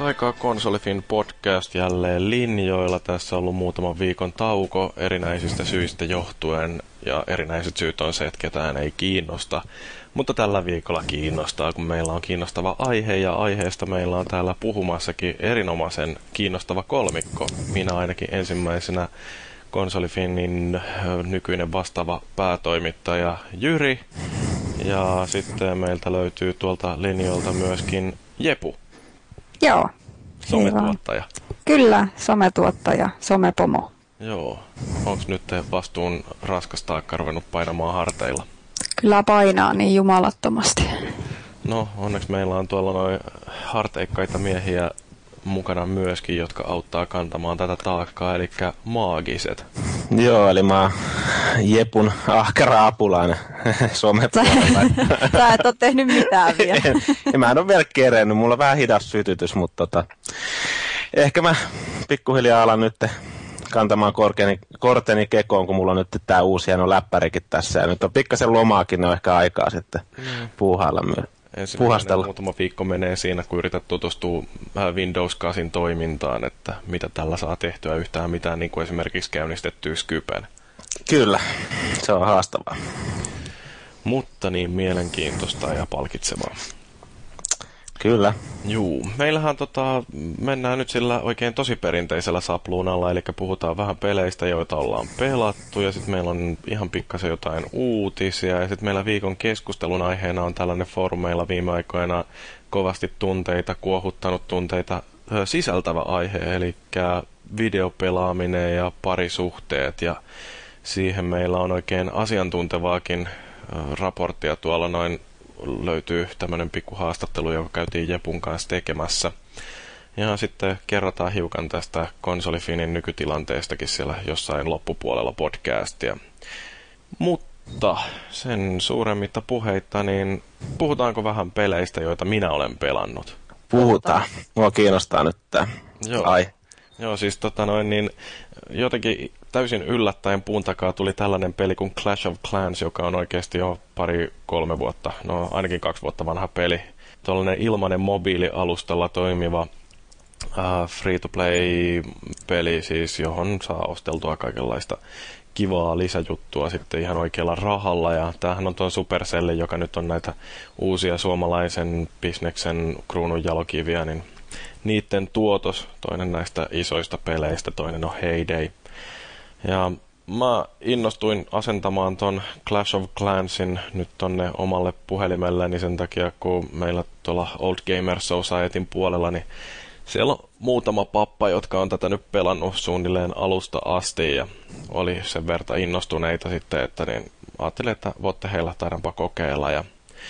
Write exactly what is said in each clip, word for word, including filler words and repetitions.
Pitkästä aikaa Konsolifin podcast jälleen linjoilla. Tässä on ollut muutaman viikon tauko erinäisistä syistä johtuen. Ja erinäiset syyt on se, että ketään ei kiinnosta. Mutta tällä viikolla kiinnostaa, kun meillä on kiinnostava aihe. Ja aiheesta meillä on täällä puhumassakin erinomaisen kiinnostava kolmikko. Minä ainakin ensimmäisenä Konsolifinin nykyinen vastaava päätoimittaja Jyri. Ja sitten meiltä löytyy tuolta linjoilta myöskin Jepu. Joo. Sometuottaja. Kyllä, sometuottaja, somepomo. Joo. Onko nyt vastuun raskas taakka ruvennut painamaan harteilla? Kyllä painaa niin jumalattomasti. No, onneksi meillä on tuolla noin harteikkaita miehiä mukana myöskin, jotka auttaa kantamaan tätä taakkaa, eli maagiset. Joo, eli mä oon Jepun ahkera apulainen somepuolella. Sä et ole tehnyt mitään vielä. en, mä en ole vielä kerennyt, mulla on vähän hidas sytytys, mutta tota, ehkä mä pikkuhiljaa alan nyt kantamaan korkeani, korteni kekoon, kun mulla on nyt tää uusi hieno läppärikin tässä. Ja nyt on pikkasen lomaakin, ne on ehkä aikaa sitten mm. puuhailla myös. Ensimmäinen muutama viikko menee siinä, kun yrität tutustua Windows kahdeksan toimintaan, että mitä tällä saa tehtyä yhtään mitään, niin kuin esimerkiksi käynnistettyä Skypen. Kyllä, se on haastavaa. Mutta niin mielenkiintoista ja palkitsevaa. Kyllä. Juu, meillähän tota, mennään nyt sillä oikein tosi perinteisellä sapluunalla, eli puhutaan vähän peleistä, joita ollaan pelattu, ja sitten meillä on ihan pikkasen jotain uutisia, ja sitten meillä viikon keskustelun aiheena on tällainen foorumeilla viime aikoina kovasti tunteita, kuohuttanut tunteita sisältävä aihe, eli videopelaaminen ja parisuhteet, ja siihen meillä on oikein asiantuntevaakin raporttia tuolla noin. Löytyy tämmöinen pikku haastattelu, joka käytiin Jepun kanssa tekemässä. Ja sitten kerrotaan hiukan tästä Konsolifinin nykytilanteestakin siellä jossain loppupuolella podcastia. Mutta sen suuremmitta puheitta, niin puhutaanko vähän peleistä, joita minä olen pelannut? Puhutaan. Mua kiinnostaa nyt tää. Joo. Ai. Joo, siis tota noin, niin jotenkin täysin yllättäen puun takaa tuli tällainen peli kuin Clash of Clans, joka on oikeasti jo pari, kolme vuotta, no ainakin kaksi vuotta vanha peli. Tuollainen ilmainen mobiilialustalla toimiva uh, free-to-play-peli, siis johon saa osteltua kaikenlaista kivaa lisäjuttua sitten ihan oikealla rahalla. Ja tämähän on tuon Supercell, joka nyt on näitä uusia suomalaisen bisneksen kruununjalokiviä, niin niiden tuotos, toinen näistä isoista peleistä, toinen on Heyday. Ja mä innostuin asentamaan ton Clash of Clansin nyt tonne omalle puhelimelleni sen takia, kun meillä tuolla Old Gamer Societyn puolella, niin siellä on muutama pappa, jotka on tätä nyt pelannut suunnilleen alusta asti ja oli sen verta innostuneita sitten, että niin ajattelin, että voitte heillä taidanpa kokeilla ja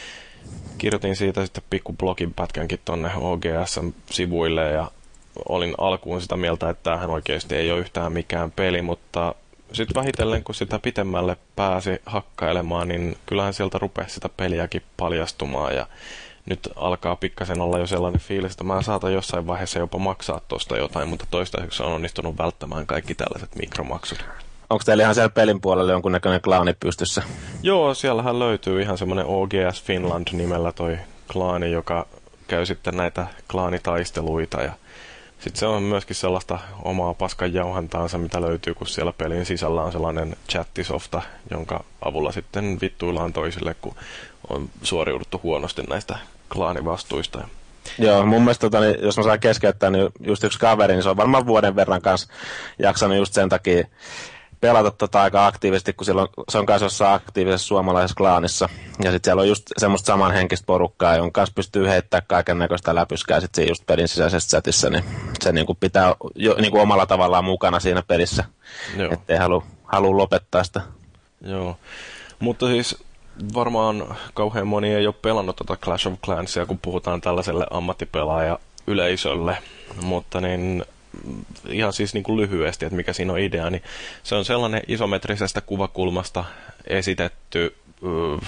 kirjoitin siitä sitten pikku blogin pätkänkin tonne O G S-sivuille ja olin alkuun sitä mieltä, että tämähän oikeasti ei ole yhtään mikään peli, mutta sitten vähitellen kun sitä pitemmälle pääsi hakkailemaan, niin kyllähän sieltä rupesi sitä peliäkin paljastumaan ja nyt alkaa pikkasen olla jo sellainen fiilis, että mä saatan jossain vaiheessa jopa maksaa tosta jotain, mutta toistaiseksi on onnistunut välttämään kaikki tällaiset mikromaksut. Onko teillä ihan siellä pelin puolella jonkunnäköinen klaani pystyssä? Joo, siellähän löytyy ihan semmoinen O G S Finland nimellä toi klaani, joka käy sitten näitä klaanitaisteluita ja sitten se on myöskin sellaista omaa paskan jauhantaansa, mitä löytyy, kun siellä pelin sisällä on sellainen chattisofta, jonka avulla sitten vittuillaan toisille, kun on suoriuduttu huonosti näistä klaanivastuista. Joo, mun mielestä tota, niin, jos mä saan keskeyttää, niin just yksi kaveri, niin se on varmaan vuoden verran kanssa jaksanut just sen takia pelata tota aika aktiivisesti, kun silloin, se on kanssa jossain aktiivisessa suomalaisessa klaanissa. Ja sitten siellä on just semmoista samanhenkistä porukkaa, jonka kanssa pystyy heittämään kaiken näköistä läpyskää sit siinä just pelin sisäisessä chatissa, niin se niinku pitää jo, niinku omalla tavallaan mukana siinä pelissä, ettei halua halu lopettaa sitä. Joo, mutta siis varmaan kauhean moni ei ole pelannut tota Clash of Clansia, kun puhutaan tällaiselle ammattipelaaja yleisölle, mutta niin ihan siis niin kuin lyhyesti, että mikä siinä on idea, niin se on sellainen isometrisestä kuvakulmasta esitetty äh,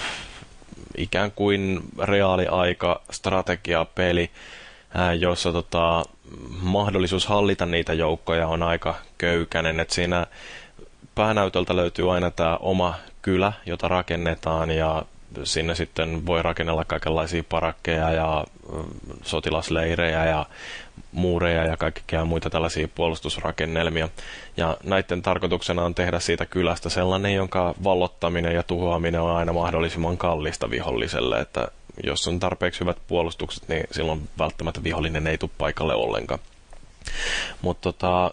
ikään kuin reaaliaika strategiapeli, äh, jossa tota, mahdollisuus hallita niitä joukkoja on aika köykäinen, että siinä päänäytöltä löytyy aina tämä oma kylä, jota rakennetaan ja sinne sitten voi rakennella kaikenlaisia parakkeja ja sotilasleirejä ja muureja ja kaikkea muita tällaisia puolustusrakennelmia. Ja näiden tarkoituksena on tehdä siitä kylästä sellainen, jonka vallottaminen ja tuhoaminen on aina mahdollisimman kallista viholliselle, että jos on tarpeeksi hyvät puolustukset, niin silloin välttämättä vihollinen ei tule paikalle ollenkaan. Mutta tota,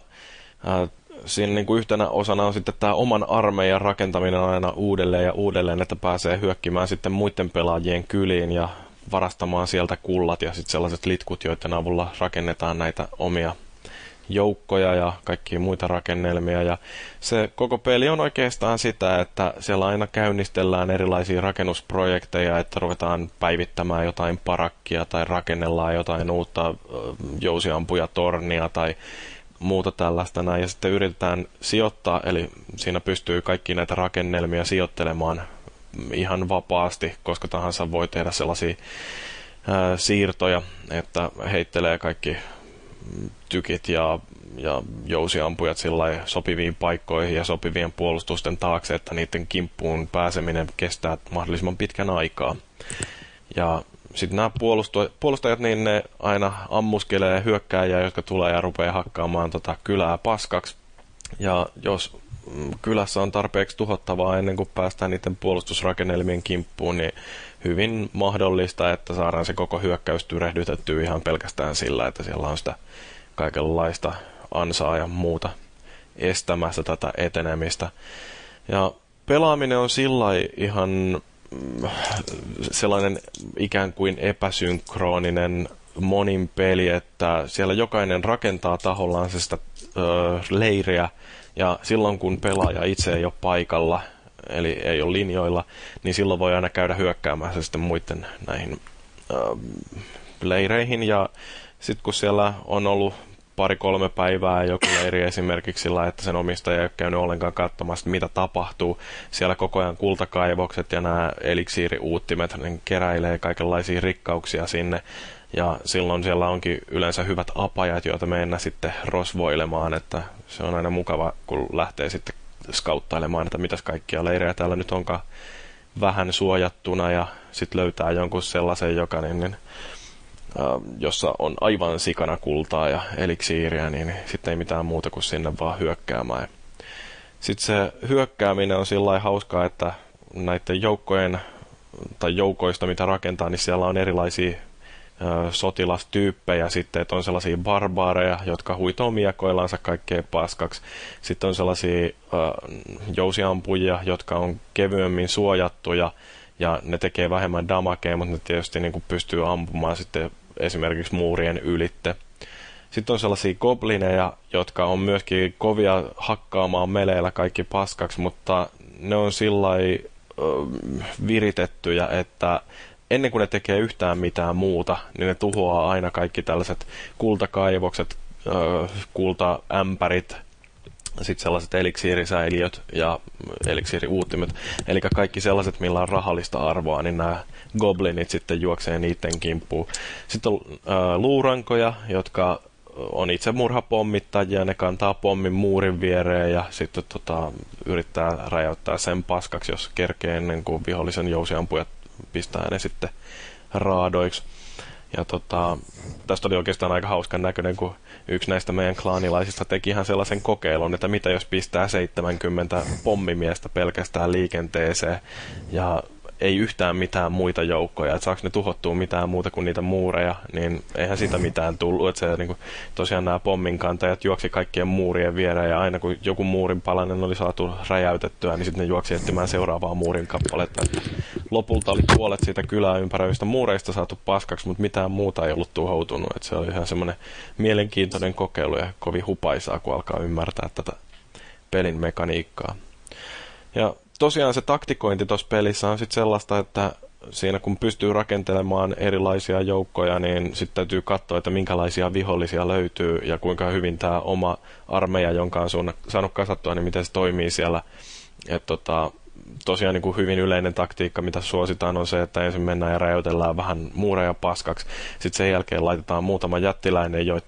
siinä niin kuin yhtenä osana on sitten tämä oman armeijan rakentaminen aina uudelleen ja uudelleen, että pääsee hyökkimään sitten muiden pelaajien kyliin ja varastamaan sieltä kullat ja sitten sellaiset litkut, joiden avulla rakennetaan näitä omia joukkoja ja kaikkia muita rakennelmia. Ja se koko peli on oikeastaan sitä, että siellä aina käynnistellään erilaisia rakennusprojekteja, että ruvetaan päivittämään jotain parakkia tai rakennellaan jotain uutta jousiampujatornia tai muuta tällaista näin. Ja sitten yritetään sijoittaa, eli siinä pystyy kaikki näitä rakennelmia sijoittelemaan ihan vapaasti, koska tahansa voi tehdä sellaisia ää, siirtoja, että heittelee kaikki tykit ja, ja jousiampujat sillai sopiviin paikkoihin ja sopivien puolustusten taakse, että niiden kimppuun pääseminen kestää mahdollisimman pitkän aikaa. Ja sitten nämä puolustajat, niin ne aina ammuskelee hyökkääjiä, jotka tulee ja rupeaa hakkaamaan tota kylää paskaksi. Ja jos kylässä on tarpeeksi tuhottavaa ennen kuin päästään niiden puolustusrakennelmien kimppuun, niin hyvin mahdollista, että saadaan se koko hyökkäys tyrehdytettyä ihan pelkästään sillä, että siellä on sitä kaikenlaista ansaa ja muuta estämässä tätä etenemistä. Ja pelaaminen on sillai ihan sellainen ikään kuin epäsynkroninen monin peli, että siellä jokainen rakentaa tahollaan sitä ö, leiriä, ja silloin kun pelaaja itse ei ole paikalla, eli ei ole linjoilla, niin silloin voi aina käydä hyökkäämässä sitten muiden näihin ö, leireihin, ja sitten kun siellä on ollut pari-kolme päivää joku leiri esimerkiksi sillä, että sen omistaja ei ole käynyt ollenkaan katsomassa, mitä tapahtuu. Siellä koko ajan kultakaivokset ja nämä eliksiiriuuttimet niin keräilee kaikenlaisia rikkauksia sinne. Ja silloin siellä onkin yleensä hyvät apajat, joita mennään sitten rosvoilemaan. Että se on aina mukava, kun lähtee sitten skauttailemaan, että mitäs kaikkia leirejä täällä nyt onkaan vähän suojattuna. Ja sitten löytää jonkun sellaisen, joka niin, niin jossa on aivan sikana kultaa ja eliksiiriä, niin sitten ei mitään muuta kuin sinne vaan hyökkäämään. Sitten se hyökkääminen on sillä lailla hauskaa, että näiden joukkojen tai joukoista, mitä rakentaa, niin siellä on erilaisia ö, sotilastyyppejä sitten, että on sellaisia barbaareja, jotka huitoo miekoillansa kaikkea paskaksi. Sitten on sellaisia ö, jousiampujia, jotka on kevyemmin suojattuja, ja ne tekee vähemmän damakea, mutta ne tietysti niin kuin pystyy ampumaan sitten esimerkiksi muurien ylitte. Sitten on sellaisia goblineja, jotka on myöskin kovia hakkaamaan meleillä kaikki paskaksi, mutta ne on sillai viritettyjä, että ennen kuin ne tekee yhtään mitään muuta, niin ne tuhoaa aina kaikki tällaiset kultakaivokset, kultaämpärit, sitten sellaiset eliksiirisäiliöt ja eliksiiriuuttimet, eli kaikki sellaiset, millä on rahallista arvoa, niin nämä goblinit sitten juoksee niiden kimppuun. Sitten on ää, luurankoja, jotka on itse murhapommittajia, ne kantaa pommin muurin viereen ja sitten tota, yrittää räjäyttää sen paskaksi, jos kerkee ennen kuin vihollisen jousiampujat pistää ne sitten raadoiksi. Ja tota, tästä oli oikeastaan aika hauskan näköinen, kun yksi näistä meidän klaanilaisista teki ihan sellaisen kokeilun, että mitä jos pistää seitsemänkymmentä pommimiestä pelkästään liikenteeseen ja ei yhtään mitään muita joukkoja, että saako ne tuhottua mitään muuta kuin niitä muureja, niin eihän sitä mitään tullut. Että se, niin kuin, tosiaan nämä pomminkantajat juoksi kaikkien muurien viereen ja aina kun joku muurin palanen oli saatu räjäytettyä, niin sitten ne juoksi etsimään seuraavaa muurin kappaletta. Lopulta oli puolet siitä kylää ympäröivistä muureista saatu paskaksi, mutta mitään muuta ei ollut tuhoutunut. Että se oli ihan semmoinen mielenkiintoinen kokeilu ja kovin hupaisaa, kun alkaa ymmärtää tätä pelin mekaniikkaa. Ja tosiaan se taktikointi tuossa pelissä on sitten sellaista, että siinä kun pystyy rakentelemaan erilaisia joukkoja, niin sitten täytyy katsoa, että minkälaisia vihollisia löytyy ja kuinka hyvin tämä oma armeija, jonka on saanut kasattua, niin miten se toimii siellä. Et tota, tosiaan niin kuin hyvin yleinen taktiikka, mitä suositaan, on se, että ensin mennään ja räjäytellään vähän muureja paskaksi. Sitten sen jälkeen laitetaan muutama jättiläinen, joiden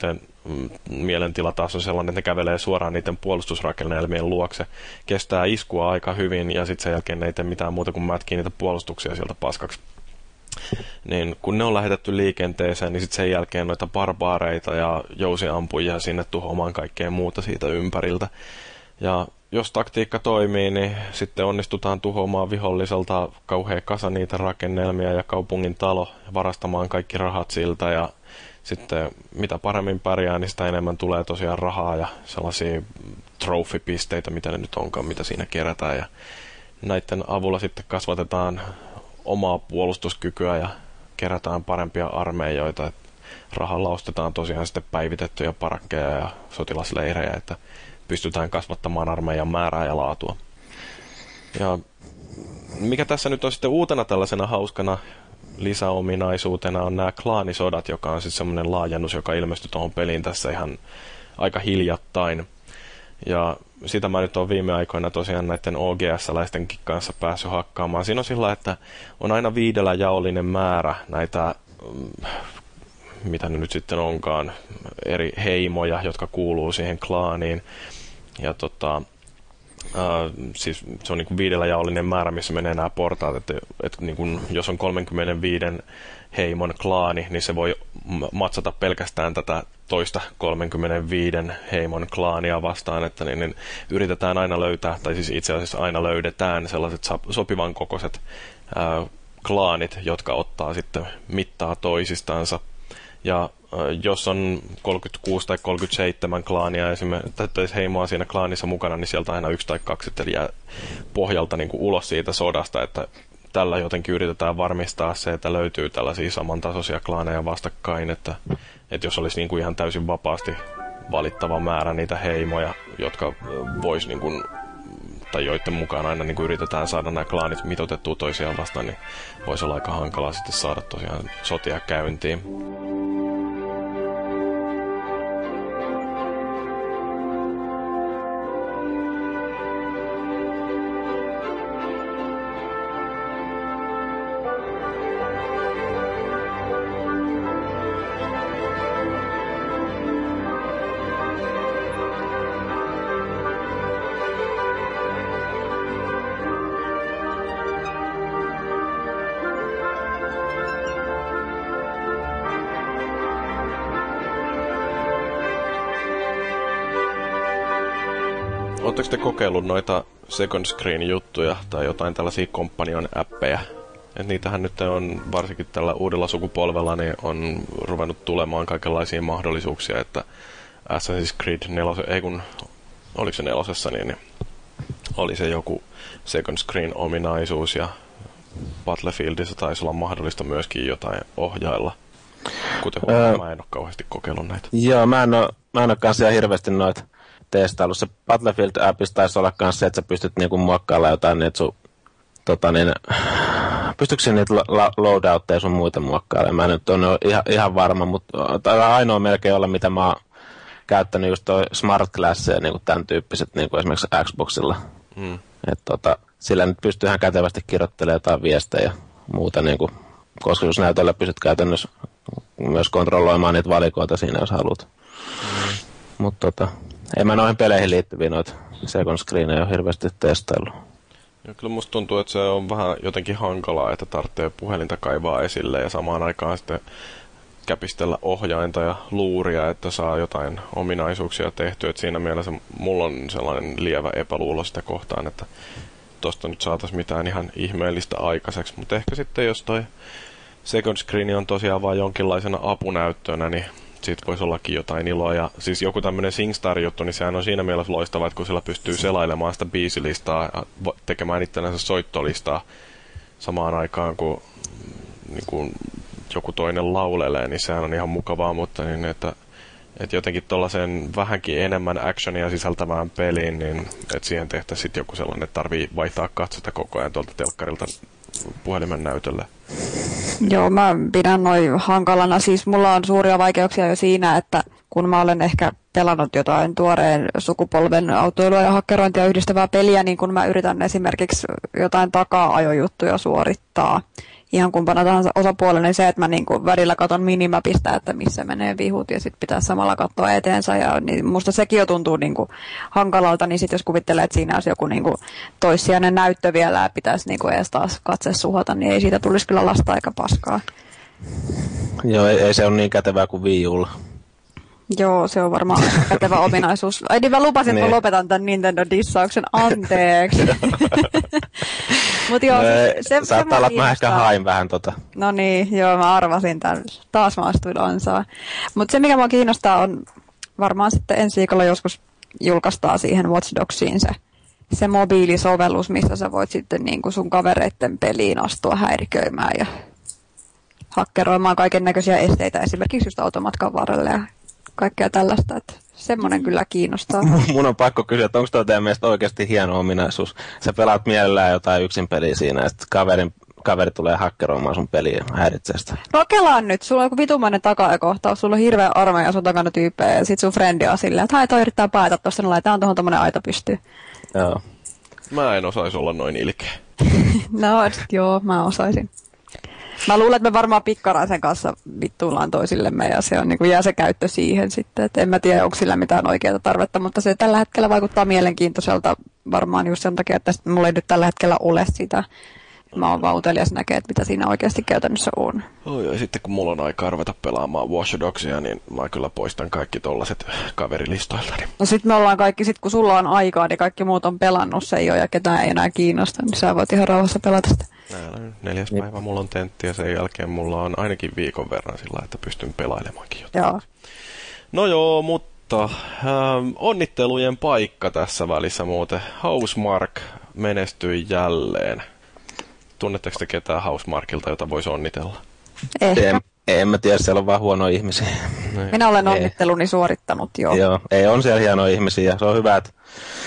mielentila taas on sellainen, että ne kävelee suoraan niiden puolustusrakennelmien luokse. Kestää iskua aika hyvin ja sitten sen jälkeen ne ei tee mitään muuta kuin mätkii niitä puolustuksia sieltä paskaksi. Niin kun ne on lähetetty liikenteeseen, niin sitten sen jälkeen noita barbaareita ja jousiampujia sinne tuhoamaan kaikkea muuta siitä ympäriltä. Ja jos taktiikka toimii, niin sitten onnistutaan tuhoamaan viholliselta kauhea kasa niitä rakennelmia ja kaupungin talo ja varastamaan kaikki rahat siltä. Ja sitten mitä paremmin pärjää, niin sitä enemmän tulee tosiaan rahaa ja sellaisia trophy-pisteitä, mitä ne nyt onkaan, mitä siinä kerätään. Ja näiden avulla sitten kasvatetaan omaa puolustuskykyä ja kerätään parempia armeijoita. Rahalla ostetaan tosiaan sitten päivitettyjä parakkeja ja sotilasleirejä, että pystytään kasvattamaan armeijan määrää ja laatua. Ja mikä tässä nyt on sitten uutena tällaisena hauskana lisäominaisuutena on nämä klaanisodat, joka on sitten semmoinen laajennus, joka ilmestyi tuohon peliin tässä ihan aika hiljattain. Ja sitä mä nyt olen viime aikoina tosiaan näiden O G S-läistenkin kanssa päässyt hakkaamaan. Siinä on sillä, että on aina viidellä jaollinen määrä näitä, mitä ne nyt sitten onkaan, eri heimoja, jotka kuuluu siihen klaaniin. Ja tota, äh, siis se on niin kuin viidellä jaollinen määrä, missä menee nämä portaat, että, että niin kuin, jos on kolmekymmentäviisi heimon klaani, niin se voi matsata pelkästään tätä toista kolmekymmentäviisi heimon klaania vastaan, että niin, niin yritetään aina löytää, tai siis itse asiassa aina löydetään sellaiset sopivan kokoiset ää, klaanit, jotka ottaa sitten mittaa toisistansa. Ja jos on kolmekymmentäkuusi tai kolmekymmentäseitsemän klaania esimerkiksi heimoa siinä klaanissa mukana, niin sieltä aina yksi tai kaksi jää pohjalta niin kuin ulos siitä sodasta, että tällä jotenkin yritetään varmistaa se, että löytyy tällaisia samantasoisia klaaneja vastakkain, että, että jos olisi niin kuin ihan täysin vapaasti valittava määrä niitä heimoja, jotka vois niin kuin, tai joiden mukaan aina niin kuin yritetään saada nämä klaanit mitoitettua toisiaan vastaan, niin voisi olla aika hankalaa sitten saada tosiaan sotia käyntiin. Oletteko te kokeillut noita second screen-juttuja tai jotain tällaisia companion-appeja? Et niitähän nyt on, varsinkin tällä uudella sukupolvella, niin on ruvennut tulemaan kaikenlaisia mahdollisuuksia, että Assassin's Creed neljä, ei kun, oliko se nelosessa, niin, niin oli se joku second screen-ominaisuus ja Battlefieldissa taisi olla mahdollista myöskin jotain ohjailla. Kuten öö, mä en ole kauheasti kokeillut näitä. Joo, mä en ole, mä en ole kanssa hirveästi noita testaillut. Se Battlefield-appissa taisi olla myös se, että sä pystyt niinku muokkailla jotain niitä sun, tota niin, pystytkö sä niitä la- loadoutteja sun muita muokkailla? Mä en nyt ole ihan, ihan varma, mutta tämä ainoa melkein olla, mitä mä oon käyttänyt just toi Smart Glass ja niinku tämän tyyppiset niinku esimerkiksi Xboxilla. Mm. Et tota, sillä nyt pystyy ihan kätevästi kirjoittelemaan jotain viestejä ja muuta niinku kosketusnäytöllä pystyt käytännössä myös kontrolloimaan niitä valikoita siinä, jos haluat. Mm. Mutta tota, en mä noihin peleihin liittyviä noita second screenejä ole hirveästi testaillut. Ja kyllä musta tuntuu, että se on vähän jotenkin hankalaa, että tarvitsee puhelinta kaivaa esille ja samaan aikaan sitten käpistellä ohjainta ja luuria, että saa jotain ominaisuuksia tehtyä. Et siinä mielessä mulla on sellainen lievä epäluulo sitä kohtaan, että tosta nyt saataisiin mitään ihan ihmeellistä aikaiseksi. Mutta ehkä sitten jos toi second screen on tosiaan vain jonkinlaisena apunäyttönä, niin siitä voisi ollakin jotain iloa. Ja siis joku tämmöinen SingStar-juttu, niin sehän on siinä mielessä loistava, että kun sillä pystyy selailemaan sitä biisilistaa ja tekemään itsellänsä soittolistaa samaan aikaan, kun, niin kun joku toinen laulelee, niin sehän on ihan mukavaa, mutta niin, että, että jotenkin tuollaisen vähänkin enemmän actionia sisältävään peliin, niin että siihen tehtäisiin sitten joku sellainen, että tarvii vaihtaa katsota koko ajan tuolta telkkarilta puhelimen näytölle. Joo, mä pidän noin hankalana. Siis mulla on suuria vaikeuksia jo siinä, että kun mä olen ehkä pelannut jotain tuoreen sukupolven autoilua ja hakkerointia yhdistävää peliä, niin kun mä yritän esimerkiksi jotain taka-ajojuttuja suorittaa ihan kumpana tahansa osapuolella, niin se, että mä niinku välillä katon minimapista, että missä menee vihut ja sitten pitää samalla katsoa eteensä. Ja niin musta sekin jo tuntuu niinku hankalalta, niin sitten jos kuvittelee, että siinä olisi joku niinku toissijainen näyttö vielä ja pitäisi niinku edes taas katse suhata, niin ei siitä tulisi kyllä lasta eikä paskaa. Joo, ei, ei se ole niin kätevää kuin Wii Ulla. Joo, se on varmaan kätevä ominaisuus. Ai niin mä lupasin, että mä lopetan tämän Nintendo-dissauksen. Anteeksi. Mut joo, no, se, se, saattaa olla, että mä ehkä hain vähän tota. No niin, joo, mä arvasin tämän. Taas mä astuin ansaan. Mutta se, mikä mua kiinnostaa, on varmaan sitten ensi viikolla joskus julkaistaan siihen Watch Dogsiin se, se mobiilisovellus, missä sä voit sitten niin kuin sun kavereitten peliin astua häiriköimään ja hakkeroimaan kaiken näköisiä esteitä, esimerkiksi just automatkan varrelle ja kaikkea tällaista, että semmoinen kyllä kiinnostaa. Mun on pakko kysyä, että onko tuo teidän mielestä oikeasti hieno ominaisuus? Sä pelaat mielellään jotain yksin peliä siinä, ja sitten kaverin, kaveri tulee hakkeroimaan sun peliä ja häiritsee sitä. No kelaan nyt, sulla on joku vitumainen taka-kohtaus, sulla on hirveä armeija sun takana tyyppejä, ja sit sun frendi on silleen, että hai toi yrittää paeta tosta, no laitetaan tuohon tommonen aita pystyyn. Joo. Mä en osaisi olla noin ilkeä. No, joo, mä osaisin. Mä luulen, että me varmaan Pikkaraisen kanssa vittuillaan toisillemme ja se on, niin kuin jää se käyttö siihen sitten. Et en mä tiedä, onko sillä mitään oikeaa tarvetta, mutta se tällä hetkellä vaikuttaa mielenkiintoiselta varmaan just sen takia, että mulla ei nyt tällä hetkellä ole sitä. Mä oon vaan utelias näkee, että mitä siinä oikeasti käytännössä on. Oh, ja sitten kun mulla on aikaa ruveta pelaamaan Watch Dogsia, niin mä kyllä poistan kaikki tollaset kaverilistoiltani. No sit me ollaan kaikki, sit kun sulla on aikaa, niin kaikki muut on pelannut se jo ja ketään ei enää kiinnosta, niin sä voit ihan rauhassa pelata sitä. Näin, neljäs niin. päivä mulla on tentti ja sen jälkeen mulla on ainakin viikon verran sillä, että pystyn pelailemaankin jotain. Joo. No joo, mutta ähm, onnittelujen paikka tässä välissä muuten. Housemarque menestyi jälleen. Tunnetteko te ketään Housemarquelta, jota voisi onnitella? Ehkä. En, en mä tiedä, siellä on vaan huonoja ihmisiä. Niin. Minä olen onnitteluni suorittanut jo. Joo, ei on siellä hienoja ihmisiä. Se on hyvä, että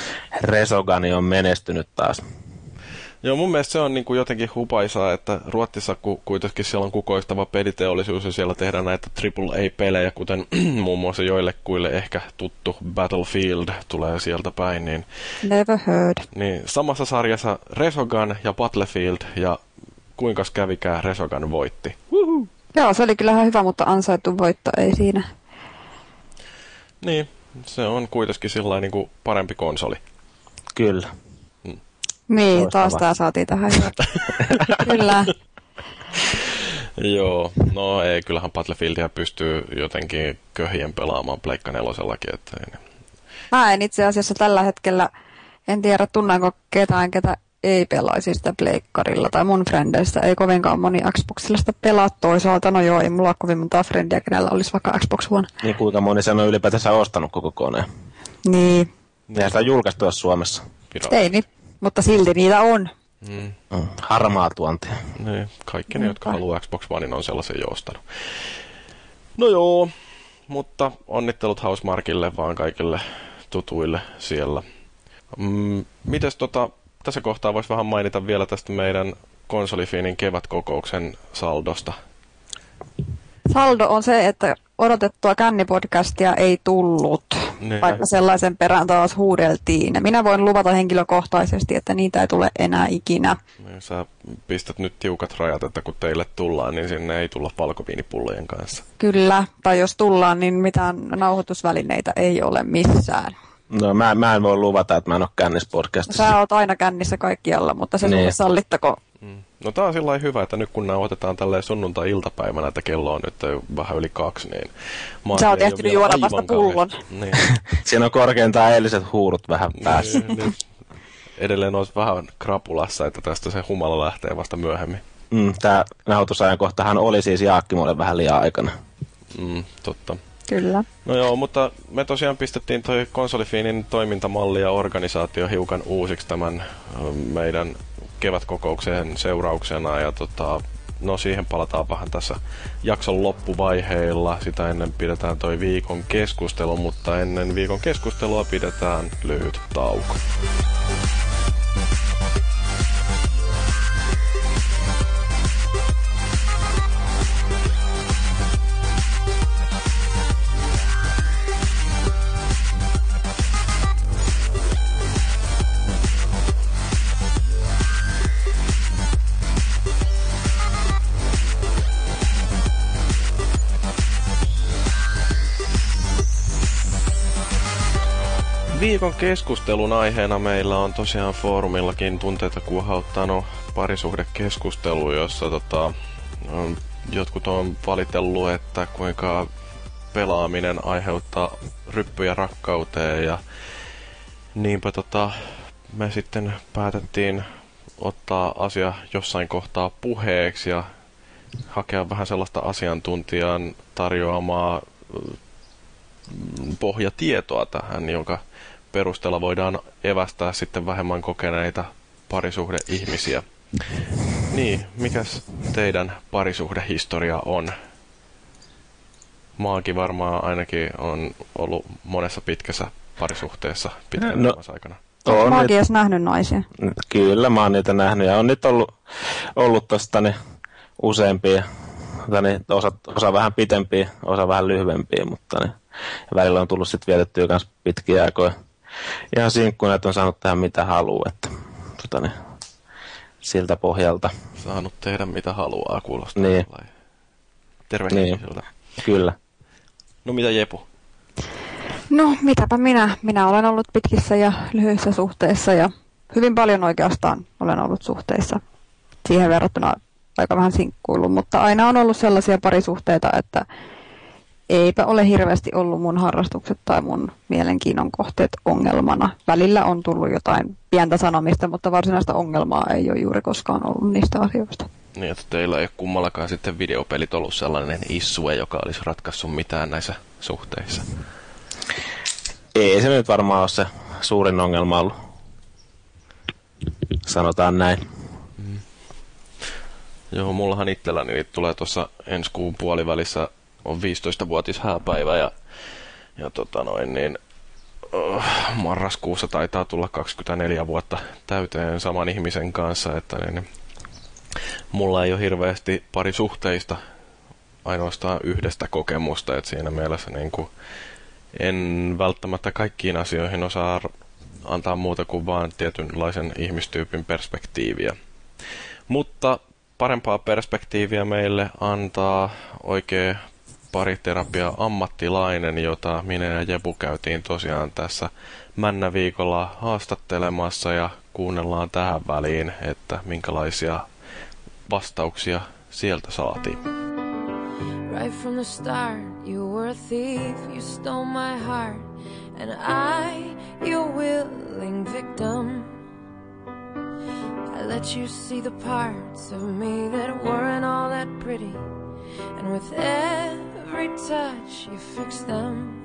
Resogani on menestynyt taas. Joo, mun mielestä se on niin kuin jotenkin hupaisaa, että Ruotsissa ku, kuitenkin siellä on kukoistava peliteollisuus ja siellä tehdään näitä triple A-pelejä, kuten muun muassa joillekuille ehkä tuttu Battlefield tulee sieltä päin. Niin, Never heard. niin samassa sarjassa Resogun ja Battlefield ja kuinka kävikään Resogun voitti. Woohoo! Joo, se oli kyllähän hyvä, mutta ansaittu voitto ei siinä. Niin, se on kuitenkin sillain niin kuin parempi konsoli. Kyllä. Niin, Loistava. taas tää saatiin tähän. Kyllä. Joo, no ei, kyllähän Battlefieldia pystyy jotenkin köhien pelaamaan Pleikka nelosellakin. Että ei. Mä en itse asiassa tällä hetkellä, en tiedä tunnanko ketään, ketä ei pelaisi sitä pleikkarilla, tai mun frendeistä ei kovinkaan moni Xboxilla sitä pelaa toisaalta. No joo, ei mulla ole kovin monta frendiä, kenellä olisi vaikka Xbox One. Niin kuinka moni sen on ylipäätänsä ostanut koko koneen? Niin. Eihän sitä julkaistu Suomessa. Ei niin, mutta silti niitä on. Mm. Mm, harmaa tuontia. Niin, kaikki ne, jotka haluaa Xbox Onein, on sellaisen jo ostanut. No joo, mutta onnittelut Housemarquelle vaan kaikille tutuille siellä. Mm, mites tota, tässä kohtaa voisi vähän mainita vielä tästä meidän konsolifiinin kevätkokouksen saldosta. Saldo on se, että odotettua kännipodcastia ei tullut, Ne. vaikka sellaisen perään taas huudeltiin. Ja minä voin luvata henkilökohtaisesti, että niitä ei tule enää ikinä. Niin, sä pistät nyt tiukat rajat, että kun teille tullaan, niin sinne ei tulla valkoviinipullojen kanssa. Kyllä, tai jos tullaan, niin mitään nauhoitusvälineitä ei ole missään. No mä, mä en voi luvata, että mä en ole kännissä podcastissa. Sä oot aina kännissä kaikkialla, mutta se Niin. sulle sallittako. Mm. No tää on sillä lailla hyvä, että nyt kun nauhoitetaan tälleen sunnuntai-iltapäivänä, että kello on nyt vähän yli kaksi, niin... Sä oot ehtinyt juoda vasta pullon. Niin. Siinä on korkeintaan eiliset huurut vähän päässä. niin, niin. Edelleen olisi vähän krapulassa, että tästä se humala lähtee vasta myöhemmin. Mm, tää nauhoitusajankohtahan oli siis Jaakkimolle vähän liian aikana. Mm, totta. Kyllä. No joo, mutta me tosiaan pistettiin toi konsolifiinin toimintamalli ja organisaatio hiukan uusiksi tämän meidän kevätkokouksen seurauksena ja tota, no siihen palataan vähän tässä jakson loppuvaiheilla. Sitä ennen pidetään toi viikon keskustelu, mutta ennen viikon keskustelua pidetään lyhyt tauko. Viikon keskustelun aiheena meillä on tosiaan foorumillakin tunteita kuohauttanut parisuhdekeskustelu, jossa tota, jotkut on valitellut, että kuinka pelaaminen aiheuttaa ryppyjä rakkauteen, ja niinpä tota, me sitten päätettiin ottaa asia jossain kohtaa puheeksi ja hakea vähän sellaista asiantuntijan tarjoamaa pohjatietoa tähän, jonka perusteella voidaan evästää sitten vähemmän kokeneita parisuhdeihmisiä. Niin, mikäs teidän parisuhdehistoria on? Maankin varmaan ainakin on ollut monessa pitkässä parisuhteessa pitkän no, aikana. Oletko Maakin edes nähnyt naisia? Kyllä, mä oon niitä nähnyt ja on nyt ollut, ollut tosta niin useampia. Niin, osa, osa vähän pitempiä, osa vähän lyhyempiä, mutta niin, välillä on tullut sitten vietettyä myös pitkiä aikoja. Ihan sinkkuina, että on saanut tehdä mitä haluaa, että tota, niin, siltä pohjalta. Saanut tehdä mitä haluaa, kuulostaa. Niin. Tervehtisiltä. Niin, kyllä. No mitä Jepu? No mitäpä minä. Minä olen ollut pitkissä ja lyhyissä suhteissa ja hyvin paljon oikeastaan olen ollut suhteissa. Siihen verrattuna aika vähän sinkkuillut, mutta aina on ollut sellaisia parisuhteita, että eipä ole hirveästi ollut mun harrastukset tai mun mielenkiinnon kohteet ongelmana. Välillä on tullut jotain pientä sanomista, mutta varsinaista ongelmaa ei ole juuri koskaan ollut niistä asioista. Niin, että teillä ei ole kummallakaan sitten videopelit ollut sellainen issue, joka olisi ratkaissut mitään näissä suhteissa. Ei se nyt varmaan ole se suurin ongelma ollut. Sanotaan näin. Mm. Joo, mullahan itselläni tulee tuossa ensi kuun puolivälissä on viisitoistavuotis hääpäivä ja, ja tota noin niin oh, marraskuussa taitaa tulla kaksikymmentäneljä vuotta täyteen saman ihmisen kanssa, että niin, mulla ei ole hirveästi parisuhteista, ainoastaan yhdestä kokemusta, että siinä mielessä niin kuin en välttämättä kaikkiin asioihin osaa antaa muuta kuin vaan tietynlaisen ihmistyypin perspektiiviä. Mutta parempaa perspektiiviä meille antaa oikein pariterapia-ammattilainen, jota minä ja Jepu käytiin tosiaan tässä Männäviikolla haastattelemassa ja kuunnellaan tähän väliin, että minkälaisia vastauksia sieltä saatiin. Right from the start, you were a thief, you stole my heart, and I, your willing victim. I let you see the parts of me that weren't all that pretty, and with every touch you fixed them.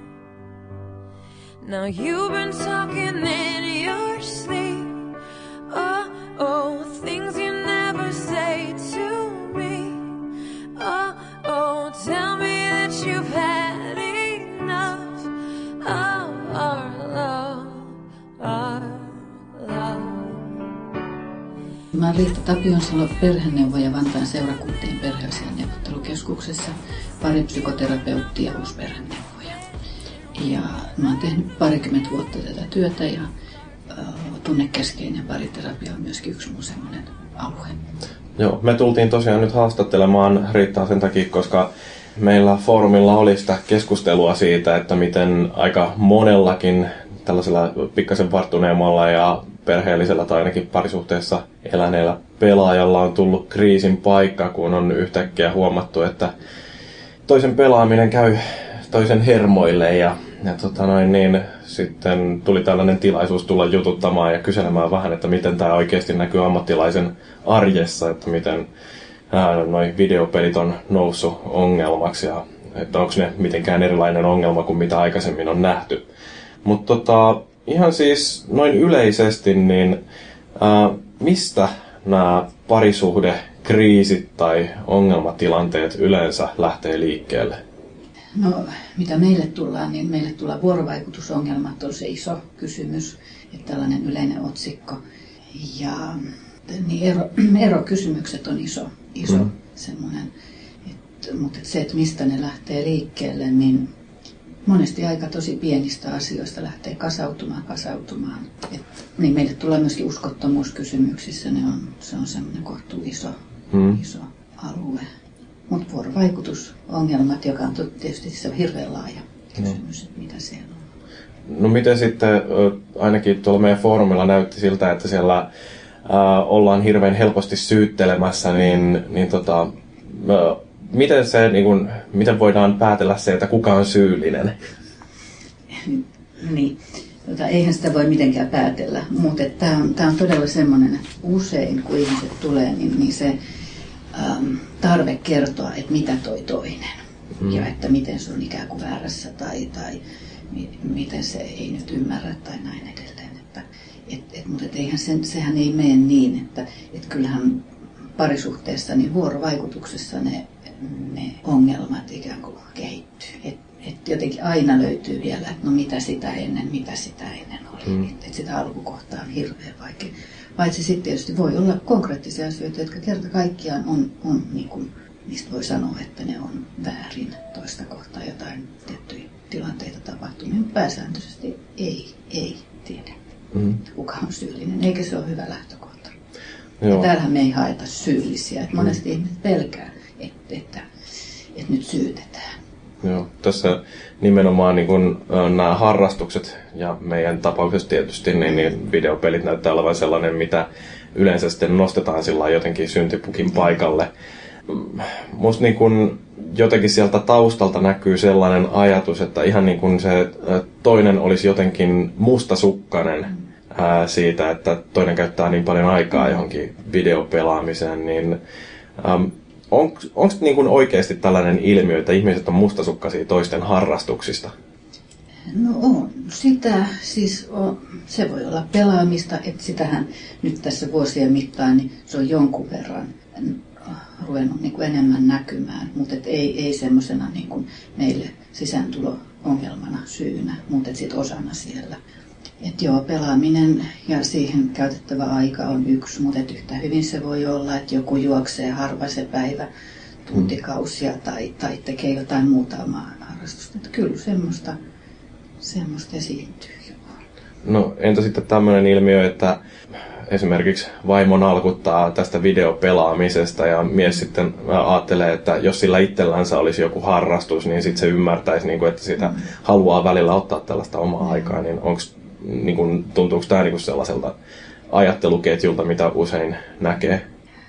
Now you've been talking in your sleep, oh, oh, things you never say to me, oh, oh, tell me that you've had enough of our love, our love. Mä oon Riitta Tapionsalo, perheneuvoja Vantaan seurakuntien perheasian neuvottelukeskuksessa, paripsykoterapeutti ja uusperheneuvoja. Ja mä oon tehnyt parikymmentä vuotta tätä työtä ja äh, tunnekeskeinen pariterapia on myöskin yksi mun semmoinen alue. Joo, me tultiin tosiaan nyt haastattelemaan Riittaa sen takia, koska meillä foorumilla oli sitä keskustelua siitä, että miten aika monellakin tällaisella pikkasen varttuneemmalla ja perheellisellä tai ainakin parisuhteessa eläneellä pelaajalla on tullut kriisin paikka, kun on yhtäkkiä huomattu, että toisen pelaaminen käy toisen hermoille ja, ja tota noin, niin sitten tuli tällainen tilaisuus tulla jututtamaan ja kyselemään vähän, että miten tämä oikeasti näkyy ammattilaisen arjessa, että miten noin videopelit on noussut ongelmaksi ja että onko ne mitenkään erilainen ongelma kuin mitä aikaisemmin on nähty. Mutta tota, ihan siis noin yleisesti, niin ää, mistä nämä parisuhdekriisit tai ongelmatilanteet yleensä lähtee liikkeelle? No, mitä meille tullaan, niin meille tullaan vuorovaikutusongelmat on se iso kysymys, että tällainen yleinen otsikko. Ja niin ero, erokysymykset on iso, iso mm. semmoinen, että, mutta se, että mistä ne lähtee liikkeelle, niin monesti aika tosi pienistä asioista lähtee kasautumaan, kasautumaan. Et, niin meille tulee myöskin uskottomuuskysymyksissä, ne on, se on semmoinen kohtuu iso, mm. iso alue. Mutta vuorovaikutusongelmat, joka on tietysti se on hirveän laaja kysymys, että mitä siellä on. No miten sitten, ainakin tuolla meidän foorumilla näytti siltä, että siellä ää, ollaan hirveän helposti syyttelemässä, niin, niin tota, ää, miten, se, niin kun, miten voidaan päätellä se, että kuka on syyllinen? Niin, tota, eihän sitä voi mitenkään päätellä, mutta tämä on, on todella semmoinen, että usein kun ihmiset tulee, niin, niin se äm, tarve kertoa, että mitä toi toinen mm. ja että miten se on ikään kuin väärässä tai, tai mi, miten se ei nyt ymmärrä tai näin edelleen. Että, et, et, mutta et eihän sen, sehän ei mene niin, että et kyllähän parisuhteessa niin vuorovaikutuksessa ne, ne ongelmat ikään kuin kehittyy. Et, et jotenkin aina löytyy vielä, että no mitä sitä ennen, mitä sitä ennen oli. Mm. Että et sitä alkukohtaa on hirveän vaikea. Paitsi sitten tietysti voi olla konkreettisia asioita, jotka kerta kaikkiaan on, on niin kuin, niistä voi sanoa, että ne on väärin toista kohtaa jotain tiettyjä tilanteita tapahtunut. Mutta pääsääntöisesti ei, ei tiedä, mm. kuka on syyllinen, eikä se ole hyvä lähtökohta. Ja täällähän me ei haeta syyllisiä. Että monesti mm. ihmiset pelkää, että, että, että nyt syytetään. Joo, tässä nimenomaan niin kun, ä, nämä harrastukset ja meidän tapauksessa tietysti niin, niin videopelit näyttää olevan sellainen, mitä yleensä sitten nostetaan sillä jotenkin syntipukin paikalle. Musta niin kun, jotenkin sieltä taustalta näkyy sellainen ajatus, että ihan niin kuin se ä, toinen olisi jotenkin mustasukkainen ää, siitä, että toinen käyttää niin paljon aikaa johonkin videopelaamiseen, niin äm, onko niin oikeasti tällainen ilmiö, että ihmiset on mustasukkaisia toisten harrastuksista? No on. Sitä siis on, se voi olla pelaamista, että sitähän nyt tässä vuosien mittaan niin se on jonkun verran ruvennut niin kuin enemmän näkymään, mutta et ei, ei semmoisena niin kuin meille sisääntulo-ongelmana syynä, mutta sitten osana siellä. Että joo, pelaaminen ja siihen käytettävä aika on yksi, mutta et yhtä hyvin se voi olla, että joku juoksee harva se päivä tuntikausia tai, tai tekee jotain muuta omaa harrastusta. Että kyllä semmoista, semmoista esiintyy jo. No entä sitten tämmöinen ilmiö, että esimerkiksi vaimo nalkuttaa tästä videopelaamisesta ja mies sitten ajattelee, että jos sillä itsellänsä olisi joku harrastus, niin sitten se ymmärtäisi, että sitä haluaa välillä ottaa tällaista omaa aikaa, niin onks, niin kun, tuntuuko tämä niin sellaiselta ajatteluketjulta, mitä usein näkee?